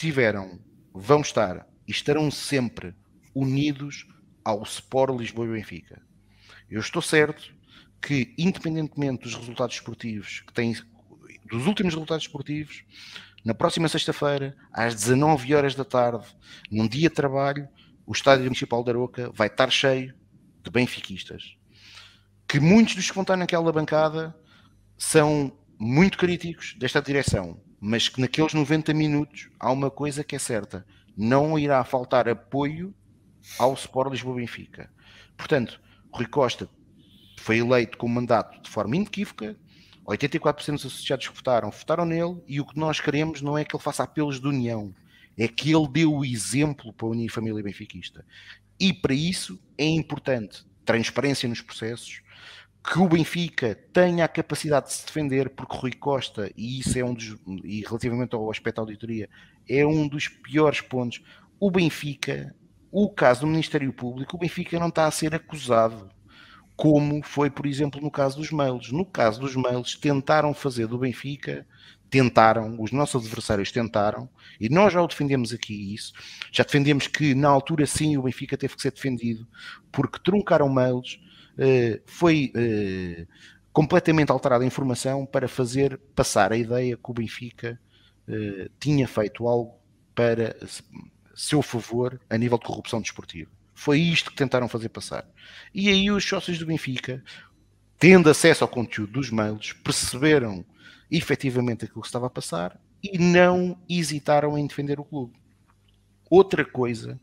e estarão sempre unidos ao Sport Lisboa e Benfica. Eu estou certo que, independentemente dos resultados esportivos dos últimos resultados esportivos, na próxima sexta-feira, às 19 horas da tarde, num dia de trabalho, o Estádio Municipal de Aroca vai estar cheio de benfiquistas. Que muitos dos que vão estar naquela bancada são muito críticos desta direção, mas que naqueles 90 minutos há uma coisa que é certa: não irá faltar apoio ao Sport Lisboa Benfica. Portanto, Rui Costa foi eleito com mandato de forma inequívoca, 84% dos associados que votaram nele, e o que nós queremos não é que ele faça apelos de união, é que ele dê o exemplo para unir a família benfiquista. E para isso é importante transparência nos processos, que o Benfica tenha a capacidade de se defender, porque Rui Costa, e isso é e relativamente ao aspecto da auditoria, é um dos piores pontos. O Benfica, o caso do Ministério Público, o Benfica não está a ser acusado, como foi, por exemplo, no caso dos mails. No caso dos mails, tentaram fazer do Benfica, os nossos adversários tentaram, e nós já o defendemos aqui isso, já defendemos que na altura sim o Benfica teve que ser defendido, porque truncaram mails, foi completamente alterada a informação para fazer passar a ideia que o Benfica tinha feito algo para seu favor a nível de corrupção desportiva. Foi isto que tentaram fazer passar. E aí os sócios do Benfica, tendo acesso ao conteúdo dos mails, perceberam efetivamente aquilo que estava a passar e não hesitaram em defender o clube. Outra coisa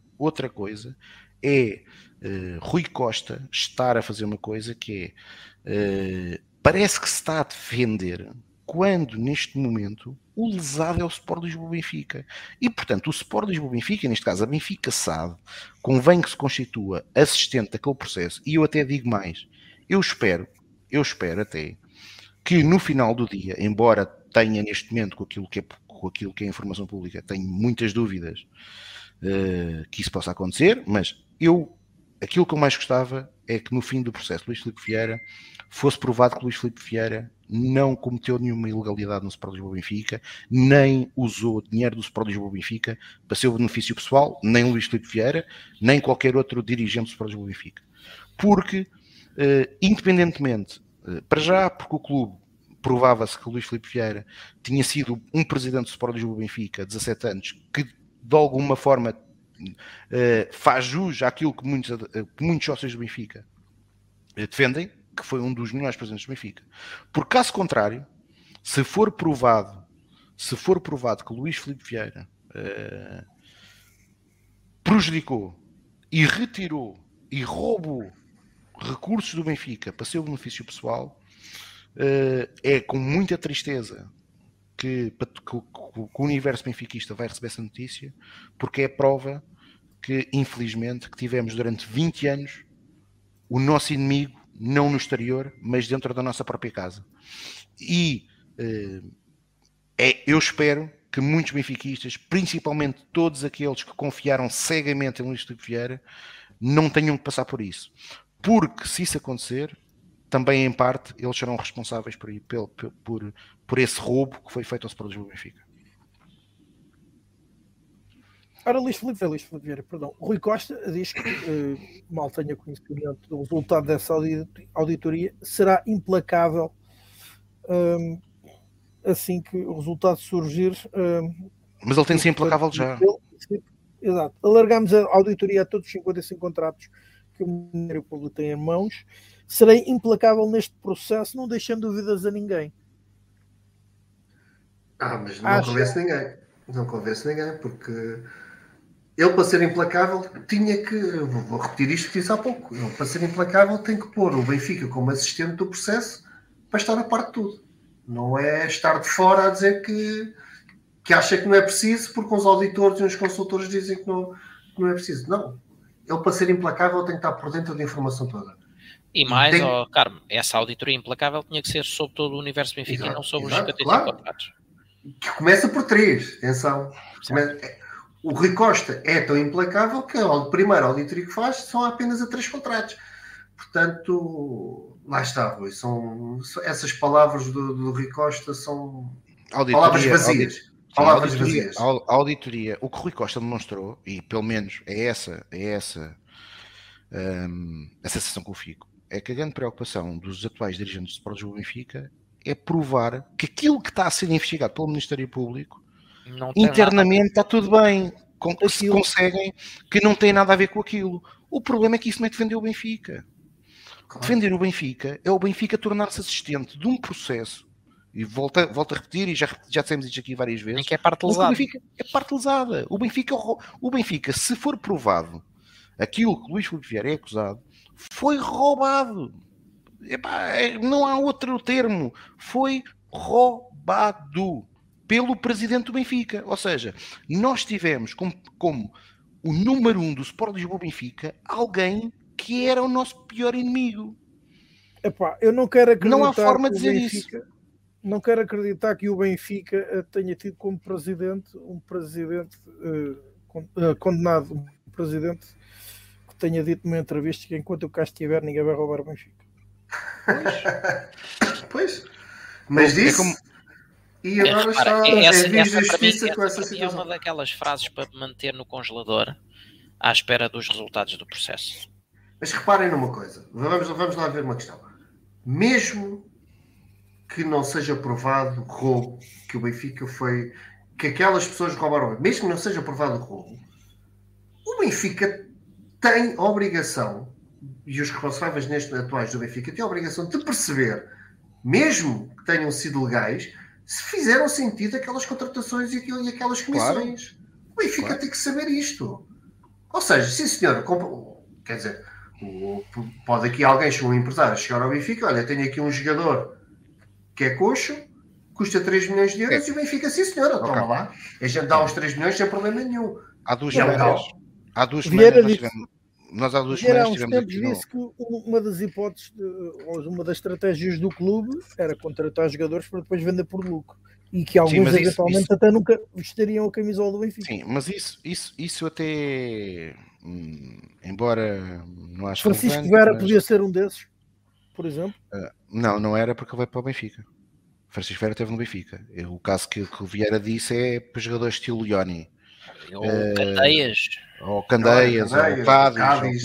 é Rui Costa estar a fazer uma coisa que é parece que se está a defender, quando neste momento o lesado é o Sport Lisboa Benfica. E portanto o Sport Lisboa Benfica, neste caso a Benfica SAD, convém que se constitua assistente daquele processo. E eu até digo mais, eu espero eu espero até que no final do dia, embora tenha neste momento com aquilo que é informação pública, tenho muitas dúvidas que isso possa acontecer, mas aquilo que eu mais gostava é que no fim do processo Luís Filipe Vieira fosse provado que Luís Filipe Vieira não cometeu nenhuma ilegalidade no Sport Lisboa Benfica, nem usou dinheiro do Sport Lisboa Benfica para seu benefício pessoal, nem Luís Filipe Vieira, nem qualquer outro dirigente do Sport Lisboa Benfica. Porque, independentemente, para já, porque o clube provava-se que o Luís Filipe Vieira tinha sido um presidente do Sport Lisboa Benfica há 17 anos, que de alguma forma faz jus àquilo que muitos sócios do Benfica defendem, que foi um dos melhores presidentes do Benfica. Por caso contrário, se for provado que Luís Filipe Vieira prejudicou e retirou e roubou recursos do Benfica para seu benefício pessoal, é com muita tristeza que o universo benfiquista vai receber essa notícia, porque é prova que, infelizmente, que tivemos durante 20 anos o nosso inimigo, não no exterior, mas dentro da nossa própria casa. E eu espero que muitos benfiquistas, principalmente todos aqueles que confiaram cegamente em Luís Filipe Vieira, não tenham que passar por isso. Porque, se isso acontecer, também, em parte, eles serão responsáveis por esse roubo que foi feito ao Sport Lisboa Benfica. Ora, Luís Filipe Vieira, perdão. Rui Costa diz que, mal tenha conhecimento do resultado dessa auditoria, será implacável assim que o resultado surgir. Mas ele tem de ser implacável já. Exato. Alargamos a auditoria a todos os 55 contratos que o Ministério Público tem em mãos. Serei implacável neste processo, não deixando dúvidas a ninguém. Mas não convence ninguém. Não convence ninguém, porque ele, para ser implacável, tinha que... Vou repetir isto que disse há pouco. Ele, para ser implacável, tem que pôr o Benfica como assistente do processo para estar a par de tudo. Não é estar de fora a dizer que acha que não é preciso, porque uns auditores e uns consultores dizem que não é preciso. Não. Ele, para ser implacável, tem que estar por dentro da informação toda. E mais, Carmo, essa auditoria implacável tinha que ser sobre todo o universo Benfica, e não sobre os 55 contratos. Que começa por 3, atenção. O Rui Costa é tão implacável que a primeira auditoria que faz são apenas a 3 contratos. Portanto, lá está, Rui. Essas palavras do Rui Costa são palavras vazias. Palavras vazias. A auditoria, o que o Rui Costa demonstrou, e pelo menos é essa a sensação que eu fico, é que a grande preocupação dos atuais dirigentes do Sport Lisboa Benfica é provar que aquilo que está a ser investigado pelo Ministério Público internamente está tudo bem, se conseguem, que não tem nada a ver com aquilo. O problema é que isso não é defender o Benfica. Claro. Defender o Benfica é o Benfica tornar-se assistente de um processo, e volto a repetir, e já dissemos isto aqui várias vezes, que é parte lesada. O Benfica é parte lesada. O Benfica, se for provado aquilo que Luís Filipe Vieira é acusado, foi roubado. Não há outro termo. Foi roubado pelo presidente do Benfica. Ou seja, nós tivemos como o número 1 do Sport Lisboa Benfica alguém que era o nosso pior inimigo. Eu não quero acreditar. Não há forma de dizer isso. Não quero acreditar que o Benfica tenha tido como presidente um presidente condenado, um presidente que tenha dito numa entrevista que enquanto eu cá estiver ninguém vai roubar o Benfica. Pois. Mas disse... E agora está essa justiça com essa situação. É uma daquelas frases para manter no congelador à espera dos resultados do processo. Mas reparem numa coisa. Vamos lá ver uma questão. Mesmo que não seja provado roubo, que o Benfica foi... que aquelas pessoas roubaram, mesmo que não seja provado roubo, o Benfica tem a obrigação, e os responsáveis atuais do Benfica têm a obrigação de perceber, mesmo que tenham sido legais, se fizeram sentido aquelas contratações e aquelas comissões. Claro. O Benfica tem que saber isto. Ou seja, sim senhor, quer dizer, pode aqui alguém, um empresário, chegar ao Benfica, olha, tenho aqui um jogador que é coxo, custa 3 milhões de euros, e o Benfica, sim senhora, toma lá. A gente dá os 3 milhões sem problema nenhum. Há duas maneiras. nós há 2 Há semanas uns tivemos tempos aqui disse que uma das hipóteses, ou uma das estratégias do clube era contratar jogadores para depois vender por lucro. E que alguns mas eventualmente até nunca vestiriam a camisola do Benfica. Sim, mas isso até, embora não acho Francisco relevante, Vera mas, podia ser um desses, por exemplo. não era porque ele veio para o Benfica. Francisco Vera esteve no Benfica. O caso que o Vieira disse é para jogadores estilo Ioni. Ou Candeias. Ou Candeias, ou Cádiz.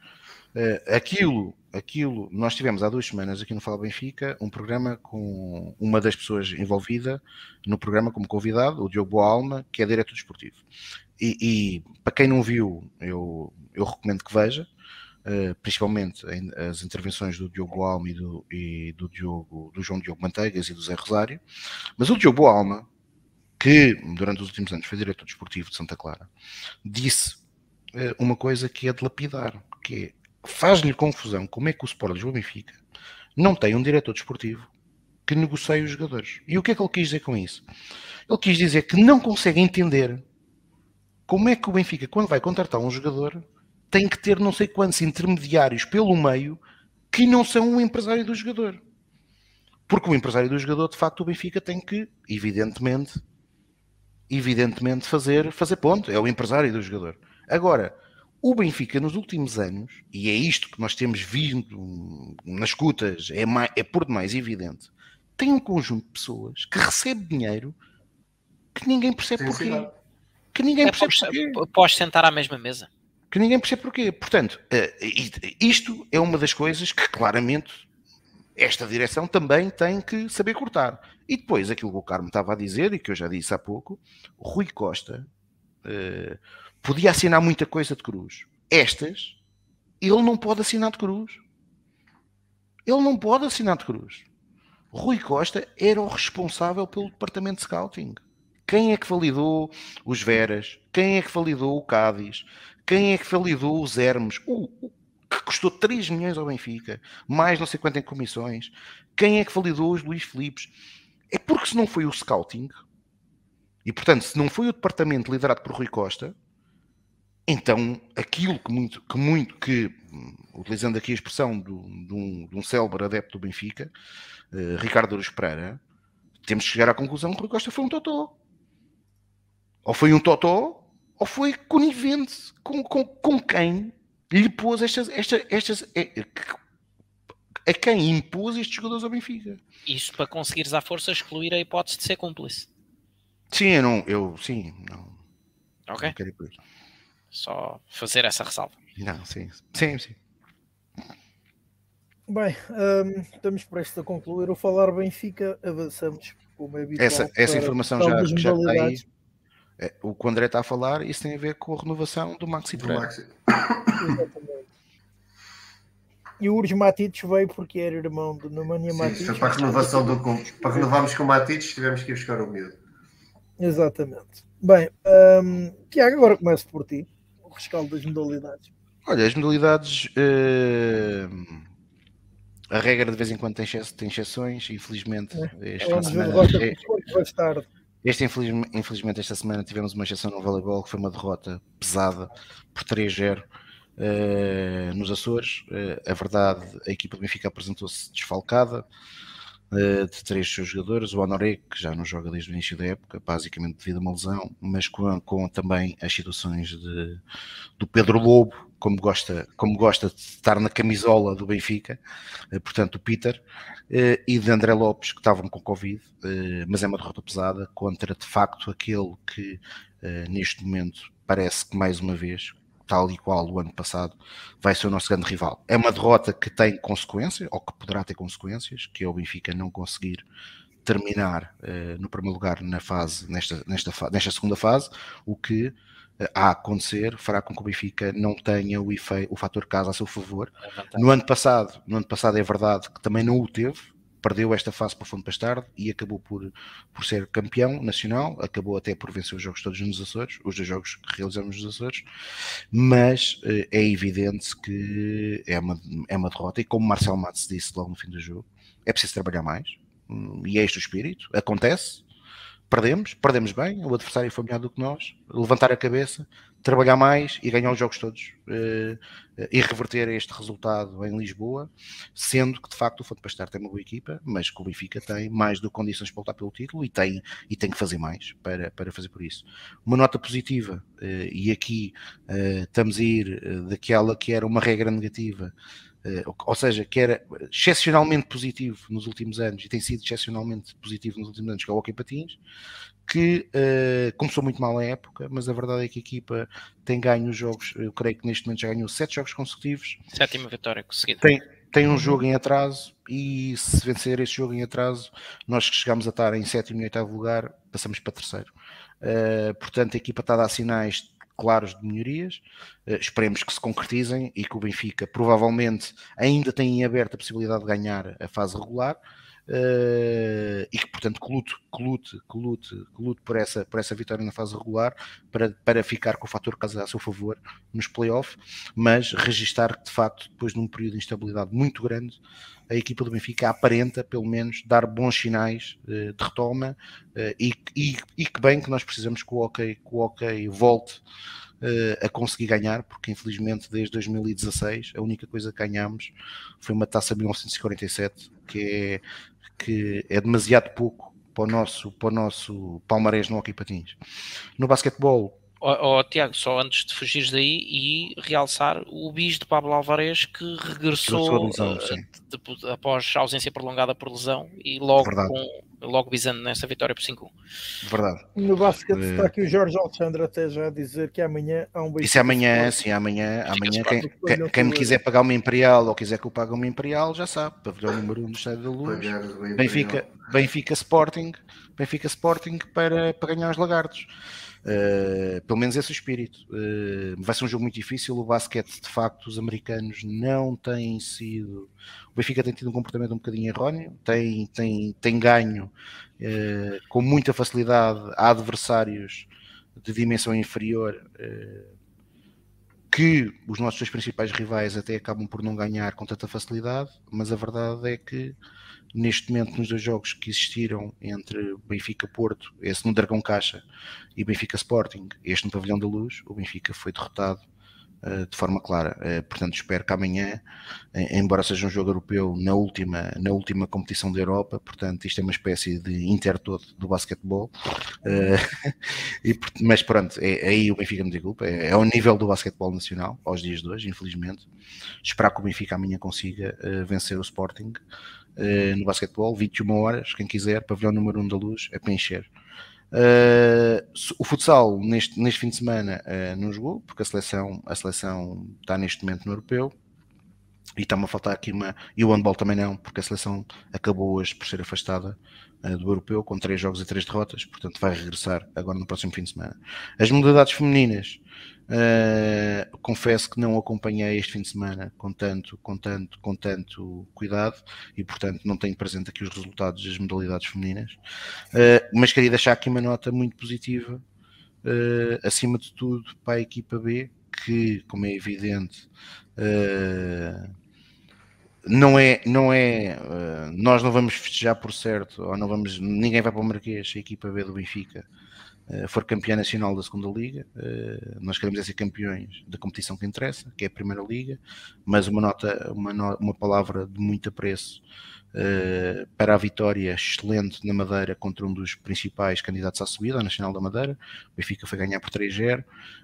Aquilo, nós tivemos há 2 semanas aqui no Fala Benfica um programa com uma das pessoas envolvida no programa como convidado, o Diogo Boalma, que é diretor desportivo. E para quem não viu, eu recomendo que veja, principalmente as intervenções do Diogo Boalma e do João Diogo Manteigas e do Zé Rosário. Mas o Diogo Boalma, que durante os últimos anos foi diretor desportivo de Santa Clara, disse uma coisa que é de lapidar, que é: faz-lhe confusão como é que o Sport Lisboa Benfica não tem um diretor desportivo que negocie os jogadores. E o que é que ele quis dizer com isso? Ele quis dizer que não consegue entender como é que o Benfica, quando vai contratar um jogador, tem que ter não sei quantos intermediários pelo meio que não são o empresário do jogador. Porque o empresário do jogador, de facto, o Benfica tem que, evidentemente fazer ponto. É o empresário do jogador. Agora, o Benfica nos últimos anos, e é isto que nós temos vindo nas escutas, é por demais evidente, tem um conjunto de pessoas que recebe dinheiro que ninguém percebe porquê. Que ninguém percebe porquê. Podes sentar à mesma mesa. Que ninguém percebe porquê. Portanto, isto é uma das coisas que claramente esta direção também tem que saber cortar. E depois, aquilo que o Carmo estava a dizer, e que eu já disse há pouco, o Rui Costa podia assinar muita coisa de cruz. Estas, ele não pode assinar de cruz. Ele não pode assinar de cruz. Rui Costa era o responsável pelo departamento de scouting. Quem é que validou os Veras? Quem é que validou o Cádiz? Quem é que validou os Hermes? Que custou 3 milhões ao Benfica, mais não sei quanto em comissões. Quem é que validou os Luís Filipes? É porque se não foi o scouting, e portanto se não foi o departamento liderado por Rui Costa, então aquilo que utilizando aqui a expressão de um célebre adepto do Benfica, Ricardo Aruz Pereira, temos que chegar à conclusão que Rui Costa foi um totó. Ou foi um totó, ou foi conivente com quem lhe pôs a quem impôs estes jogadores ao Benfica. Isso para conseguires à força excluir a hipótese de ser cúmplice. Sim, não. Ok. Não quero ir por isso. Só fazer essa ressalva. Não, sim. Bem, estamos prestes a concluir o Falar Benfica. Avançamos, como é habitual. Essa informação já está aí. O que o André está a falar, isso tem a ver com a renovação do Maxi Pereira. Exatamente. E o Urs Matites veio porque era irmão de Nemanja Matites. Foi para a renovação para renovarmos com o Matites, tivemos que ir buscar o miúdo. Exatamente. Bem, Tiago, agora começo por ti. O rescaldo das modalidades. Olha, as modalidades, a regra de vez em quando tem exceções, infelizmente. Infelizmente esta semana tivemos uma exceção no voleibol, que foi uma derrota pesada por 3-0 nos Açores. A verdade, a equipa do Benfica apresentou-se desfalcada de 3 dos seus jogadores. O Honoré, que já não joga desde o início da época, basicamente devido a uma lesão, mas com também as situações do Pedro Lobo, como gosta de estar na camisola do Benfica, portanto o Peter, e de André Lopes, que estavam com Covid, mas é uma derrota pesada contra de facto aquele que neste momento parece que mais uma vez, tal e qual o ano passado, vai ser o nosso grande rival. É uma derrota que tem consequências, ou que poderá ter consequências, que é o Benfica não conseguir terminar no primeiro lugar nesta segunda fase, o que a acontecer fará com que o Benfica não tenha o fator casa a seu favor. No ano passado é verdade que também não o teve, perdeu esta fase para o fundo bastardo e acabou por ser campeão nacional, acabou até por vencer os jogos todos nos Açores, os 2 jogos que realizamos nos Açores, mas é evidente que é uma derrota, e como Marcel Matos disse logo no fim do jogo, é preciso trabalhar mais, e é este o espírito, acontece, perdemos bem, o adversário foi melhor do que nós, levantar a cabeça, trabalhar mais e ganhar os jogos todos e reverter este resultado em Lisboa, sendo que de facto o Fonte Pastor tem uma boa equipa, mas que o Benfica tem mais do que condições para lutar pelo título e tem que fazer mais para fazer por isso. Uma nota positiva, e aqui estamos a ir daquela que era uma regra negativa, ou seja, que era excepcionalmente positivo nos últimos anos e tem sido excepcionalmente positivo nos últimos anos, que é o Hockey Patins, que começou muito mal a época, mas a verdade é que a equipa tem ganho os jogos, eu creio que neste momento já ganhou 7 jogos consecutivos. 7ª vitória conseguida. Tem um jogo em atraso e se vencer esse jogo em atraso, nós que chegamos a estar em 7º e 8º lugar, passamos para 3º. Portanto, a equipa está a dar sinais claros de melhorias, esperemos que se concretizem e que o Benfica provavelmente ainda tem em aberto a possibilidade de ganhar a fase regular, e que portanto que lute por essa vitória na fase regular para ficar com o fator casa a seu favor nos playoffs, mas registar que de facto depois de um período de instabilidade muito grande a equipa do Benfica aparenta pelo menos dar bons sinais de retoma, e que bem que nós precisamos que o hockey volte a conseguir ganhar, porque infelizmente desde 2016 a única coisa que ganhámos foi uma taça 1947, que é demasiado pouco para o nosso palmarés no hockey patins. No basquetebol, Tiago, só antes de fugires daí e realçar o bis de Pablo Alvarez, que regressou lesão, após ausência prolongada por lesão e logo visando nessa vitória por 5-1. Verdade. No basquete está aqui o Jorge Alexandre até já a dizer que amanhã há um Benfica. Isso é amanhã, sim, amanhã quem me quiser pagar uma Imperial ou quiser que eu pague uma Imperial, já sabe, pavilhão número 1 do Estádio da Luz, Benfica Sporting para ganhar os lagartos. Pelo menos esse é o espírito. Vai ser um jogo muito difícil. O basquete, de facto, os americanos não têm sido. O Benfica tem tido um comportamento um bocadinho erróneo, tem ganho com muita facilidade a adversários de dimensão inferior, que os nossos dois principais rivais até acabam por não ganhar com tanta facilidade, mas a verdade é que neste momento, nos 2 jogos que existiram entre Benfica-Porto, esse no Dragão Caixa, e Benfica-Sporting, este no Pavilhão da Luz, o Benfica foi derrotado de forma clara. Portanto, espero que amanhã, embora seja um jogo europeu na última competição da Europa, portanto, isto é uma espécie de Intertoto do basquetebol, mas pronto, aí o Benfica não tem culpa, é ao nível do basquetebol nacional, aos dias de hoje, infelizmente. Esperar que o Benfica amanhã consiga vencer o Sporting. No basquetebol, 21 horas, quem quiser, pavilhão número 1 da Luz, é para encher. O futsal neste fim de semana não jogou, porque a seleção está neste momento no europeu, e está-me a faltar aqui e o handball também não, porque a seleção acabou hoje por ser afastada do europeu, com 3 jogos e 3 derrotas, portanto vai regressar agora no próximo fim de semana. As modalidades femininas, confesso que não acompanhei este fim de semana com tanto cuidado e portanto não tenho presente aqui os resultados das modalidades femininas, mas queria deixar aqui uma nota muito positiva, acima de tudo para a equipa B, que, como é evidente, nós não vamos festejar por certo, ou ninguém vai para o Marquês se a equipa B do Benfica for campeã nacional da segunda liga. Nós queremos ser campeões da competição que interessa, que é a primeira liga, mas uma palavra de muito apreço para a vitória excelente na Madeira contra um dos principais candidatos à subida, a Nacional da Madeira. O Benfica foi ganhar por 3-0.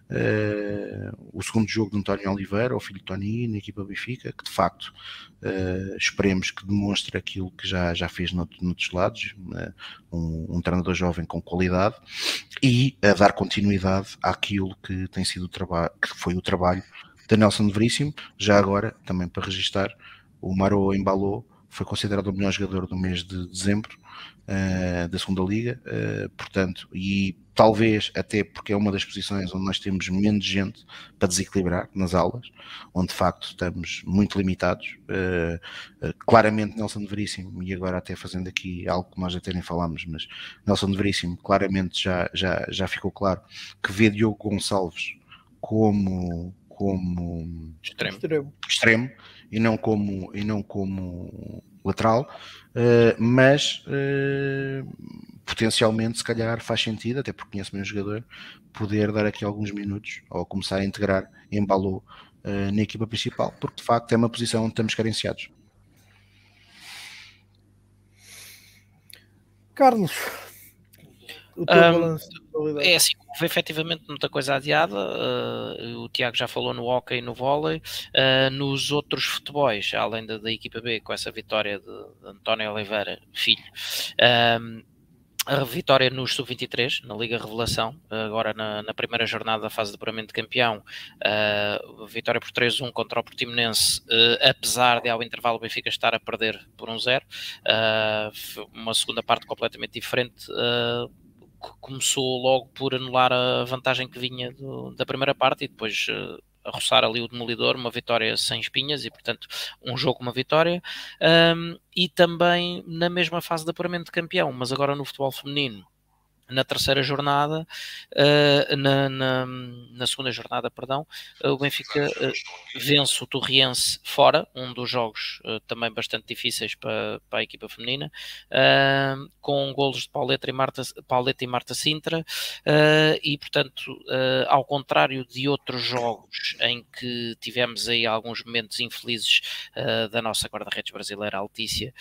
O segundo jogo de António Oliveira, o filho de Tony, na equipa Benfica, que de facto esperemos que demonstre aquilo que já fez noutros lados, um treinador jovem com qualidade, e a dar continuidade àquilo que tem sido que foi o trabalho da Nelson Veríssimo. Já agora, também para registar, o Maro Embalou foi considerado o melhor jogador do mês de dezembro da segunda liga, portanto, e talvez até porque é uma das posições onde nós temos menos gente para desequilibrar nas aulas, onde de facto estamos muito limitados. Claramente Nelson Veríssimo, e agora até fazendo aqui algo que nós até nem falámos, mas Nelson Veríssimo claramente já ficou claro que vê Diogo Gonçalves como extremo e não como lateral, mas potencialmente se calhar faz sentido, até porque conheço bem o jogador, poder dar aqui alguns minutos ou começar a integrar Embalo na equipa principal, porque de facto é uma posição onde estamos carenciados. Carlos, o teu balanço de qualidade. É assim, houve efetivamente muita coisa adiada. O Tiago já falou no hóquei e no vôlei. Nos outros futebols, além da equipa B, com essa vitória de António Oliveira, filho, a vitória nos Sub-23, na Liga Revelação, agora na primeira jornada da fase de apuramento de campeão, vitória por 3-1 contra o Portimonense, apesar de ao intervalo o Benfica estar a perder por 1-0, uma segunda parte completamente diferente. Começou logo por anular a vantagem que vinha da primeira parte e depois a roçar ali o demolidor, uma vitória sem espinhas e portanto um jogo, uma vitória, e também na mesma fase de apuramento de campeão, mas agora no futebol feminino, na terceira jornada, na segunda jornada, perdão, o Benfica vence o Torriense fora, um dos jogos também bastante difíceis para a equipa feminina, com golos de Pauleta e Marta Sintra, e portanto, ao contrário de outros jogos em que tivemos aí alguns momentos infelizes da nossa guarda-redes brasileira, a Letícia,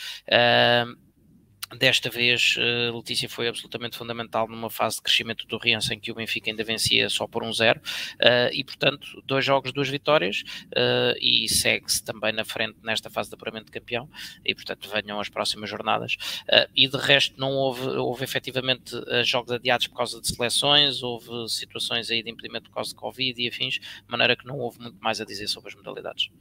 desta vez, Letícia foi absolutamente fundamental numa fase de crescimento do Riense em que o Benfica ainda vencia só por 1-0, e portanto 2 jogos, 2 vitórias, e segue-se também na frente nesta fase de apuramento de campeão, e portanto venham as próximas jornadas, e de resto não houve efetivamente jogos adiados por causa de seleções, houve situações aí de impedimento por causa de Covid e afins, de maneira que não houve muito mais a dizer sobre as modalidades.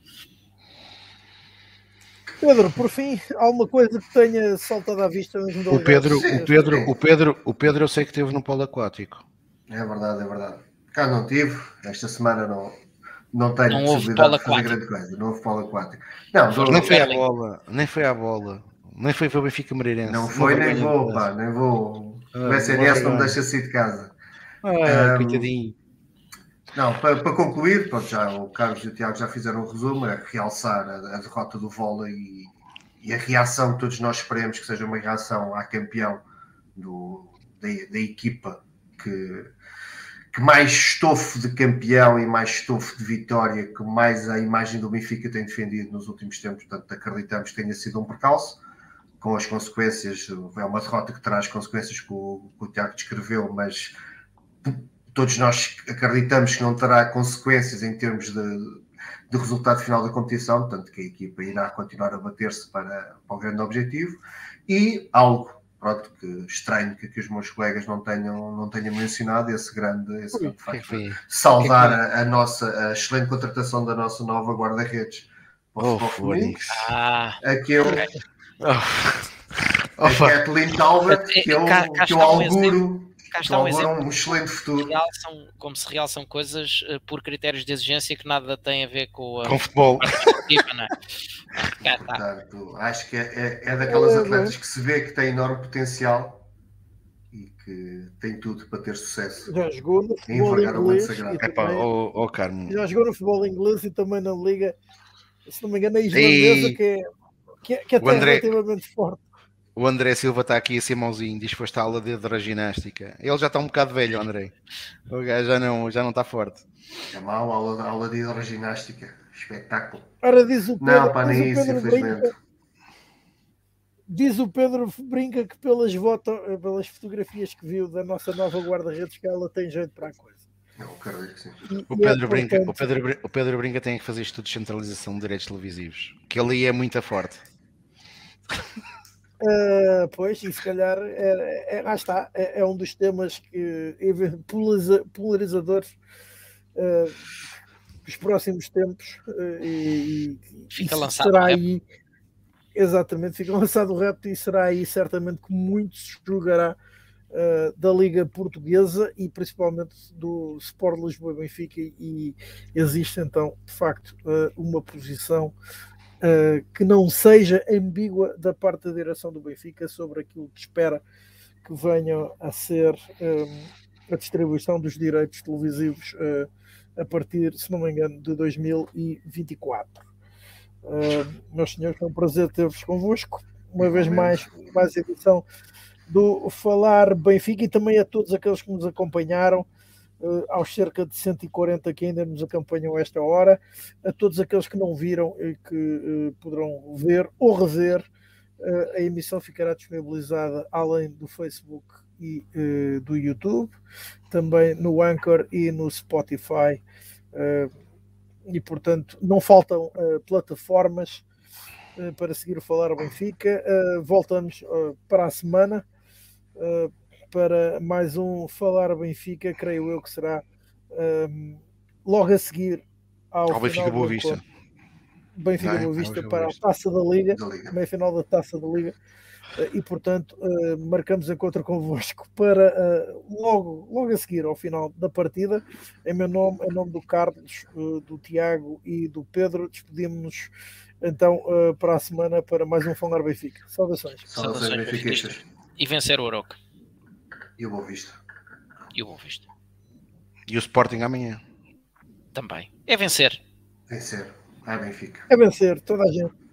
Pedro, por fim, alguma coisa que tenha saltado à vista nas modalidades? O Pedro eu sei que esteve no polo aquático. É verdade, é verdade. Cá não tive, esta semana não tenho Não possibilidade de fazer grande coisa. Não houve polo aquático. Nem foi à bola. Nem foi o Benfica Moreirense. Não foi, nem vou, pá, nem vou. O SNS não me deixa sair de casa. Coitadinho. Não, para concluir, pronto, já o Carlos e o Tiago já fizeram um resumo, é realçar a derrota do vôlei e a reação que todos nós esperemos que seja uma reação à campeão da equipa que mais estofo de campeão e mais estofo de vitória, que mais a imagem do Benfica tem defendido nos últimos tempos. Portanto, acreditamos que tenha sido um percalço, com as consequências. É uma derrota que traz consequências que o Tiago descreveu, mas todos nós acreditamos que não terá consequências em termos de resultado final da competição, portanto que a equipa irá continuar a bater-se para o grande objetivo. E algo, pronto, que estranho que os meus colegas não tenham mencionado, esse grande facto, saudar a excelente contratação da nossa nova guarda-redes para o futebol feminino. A Kathleen Talbot, que eu auguro um excelente futuro. Como se realçam coisas por critérios de exigência que nada tem a ver com futebol. Não é? Portanto, acho que é daquelas atletas que se vê que tem enorme potencial e que tem tudo para ter sucesso. Já jogou no futebol inglês. Já jogou no futebol inglês e também na Liga, se não me engano, a islandesa, que é até relativamente forte. O André Silva está aqui a ser mãozinho, diz que foste à aula de ginástica. Ele já está um bocado velho, André. O gajo já não está forte. É mau, aula de hidroginástica. Espetáculo. Ora, diz o Pedro, não, para nem isso, infelizmente. Diz o Pedro Brinca que pelas fotografias que viu da nossa nova guarda-redes que ela tem jeito para a coisa. Não, acredito que sim. O Pedro Brinca tem que fazer estudo de centralização de direitos televisivos, que ele é muito forte. Pois, e se calhar lá está, é um dos temas polarizadores dos próximos tempos, e fica lançado será aí, exatamente, fica lançado o repto e será aí certamente que muito se julgará da Liga Portuguesa e principalmente do Sport Lisboa e Benfica, e existe então de facto uma posição que não seja ambígua da parte da direção do Benfica sobre aquilo que espera que venha a ser a distribuição dos direitos televisivos a partir, se não me engano, de 2024. Meus senhores, foi um prazer ter-vos convosco. Uma vez mais edição do Falar Benfica, e também a todos aqueles que nos acompanharam, aos cerca de 140 que ainda nos acompanham a esta hora, a todos aqueles que não viram e que poderão ver ou rever. A emissão ficará disponibilizada além do Facebook e do YouTube, também no Anchor e no Spotify, e portanto não faltam plataformas para seguir o Falar Benfica. Voltamos para a semana para mais um Falar Benfica, creio eu que será logo a seguir ao Benfica Boa Vista. Benfica Boa Vista para a Taça da Liga, meia final da Taça da Liga, e portanto marcamos encontro convosco para logo a seguir ao final da partida. Em meu nome, em nome do Carlos, do Tiago e do Pedro, despedimos-nos então para a semana para mais um Falar Benfica. Saudações benfiquistas. E vencer o Oroca. E o Boa Vista. E o Boa Vista. E o Sporting amanhã. Também. É vencer. Vencer. Benfica. É vencer, toda a gente.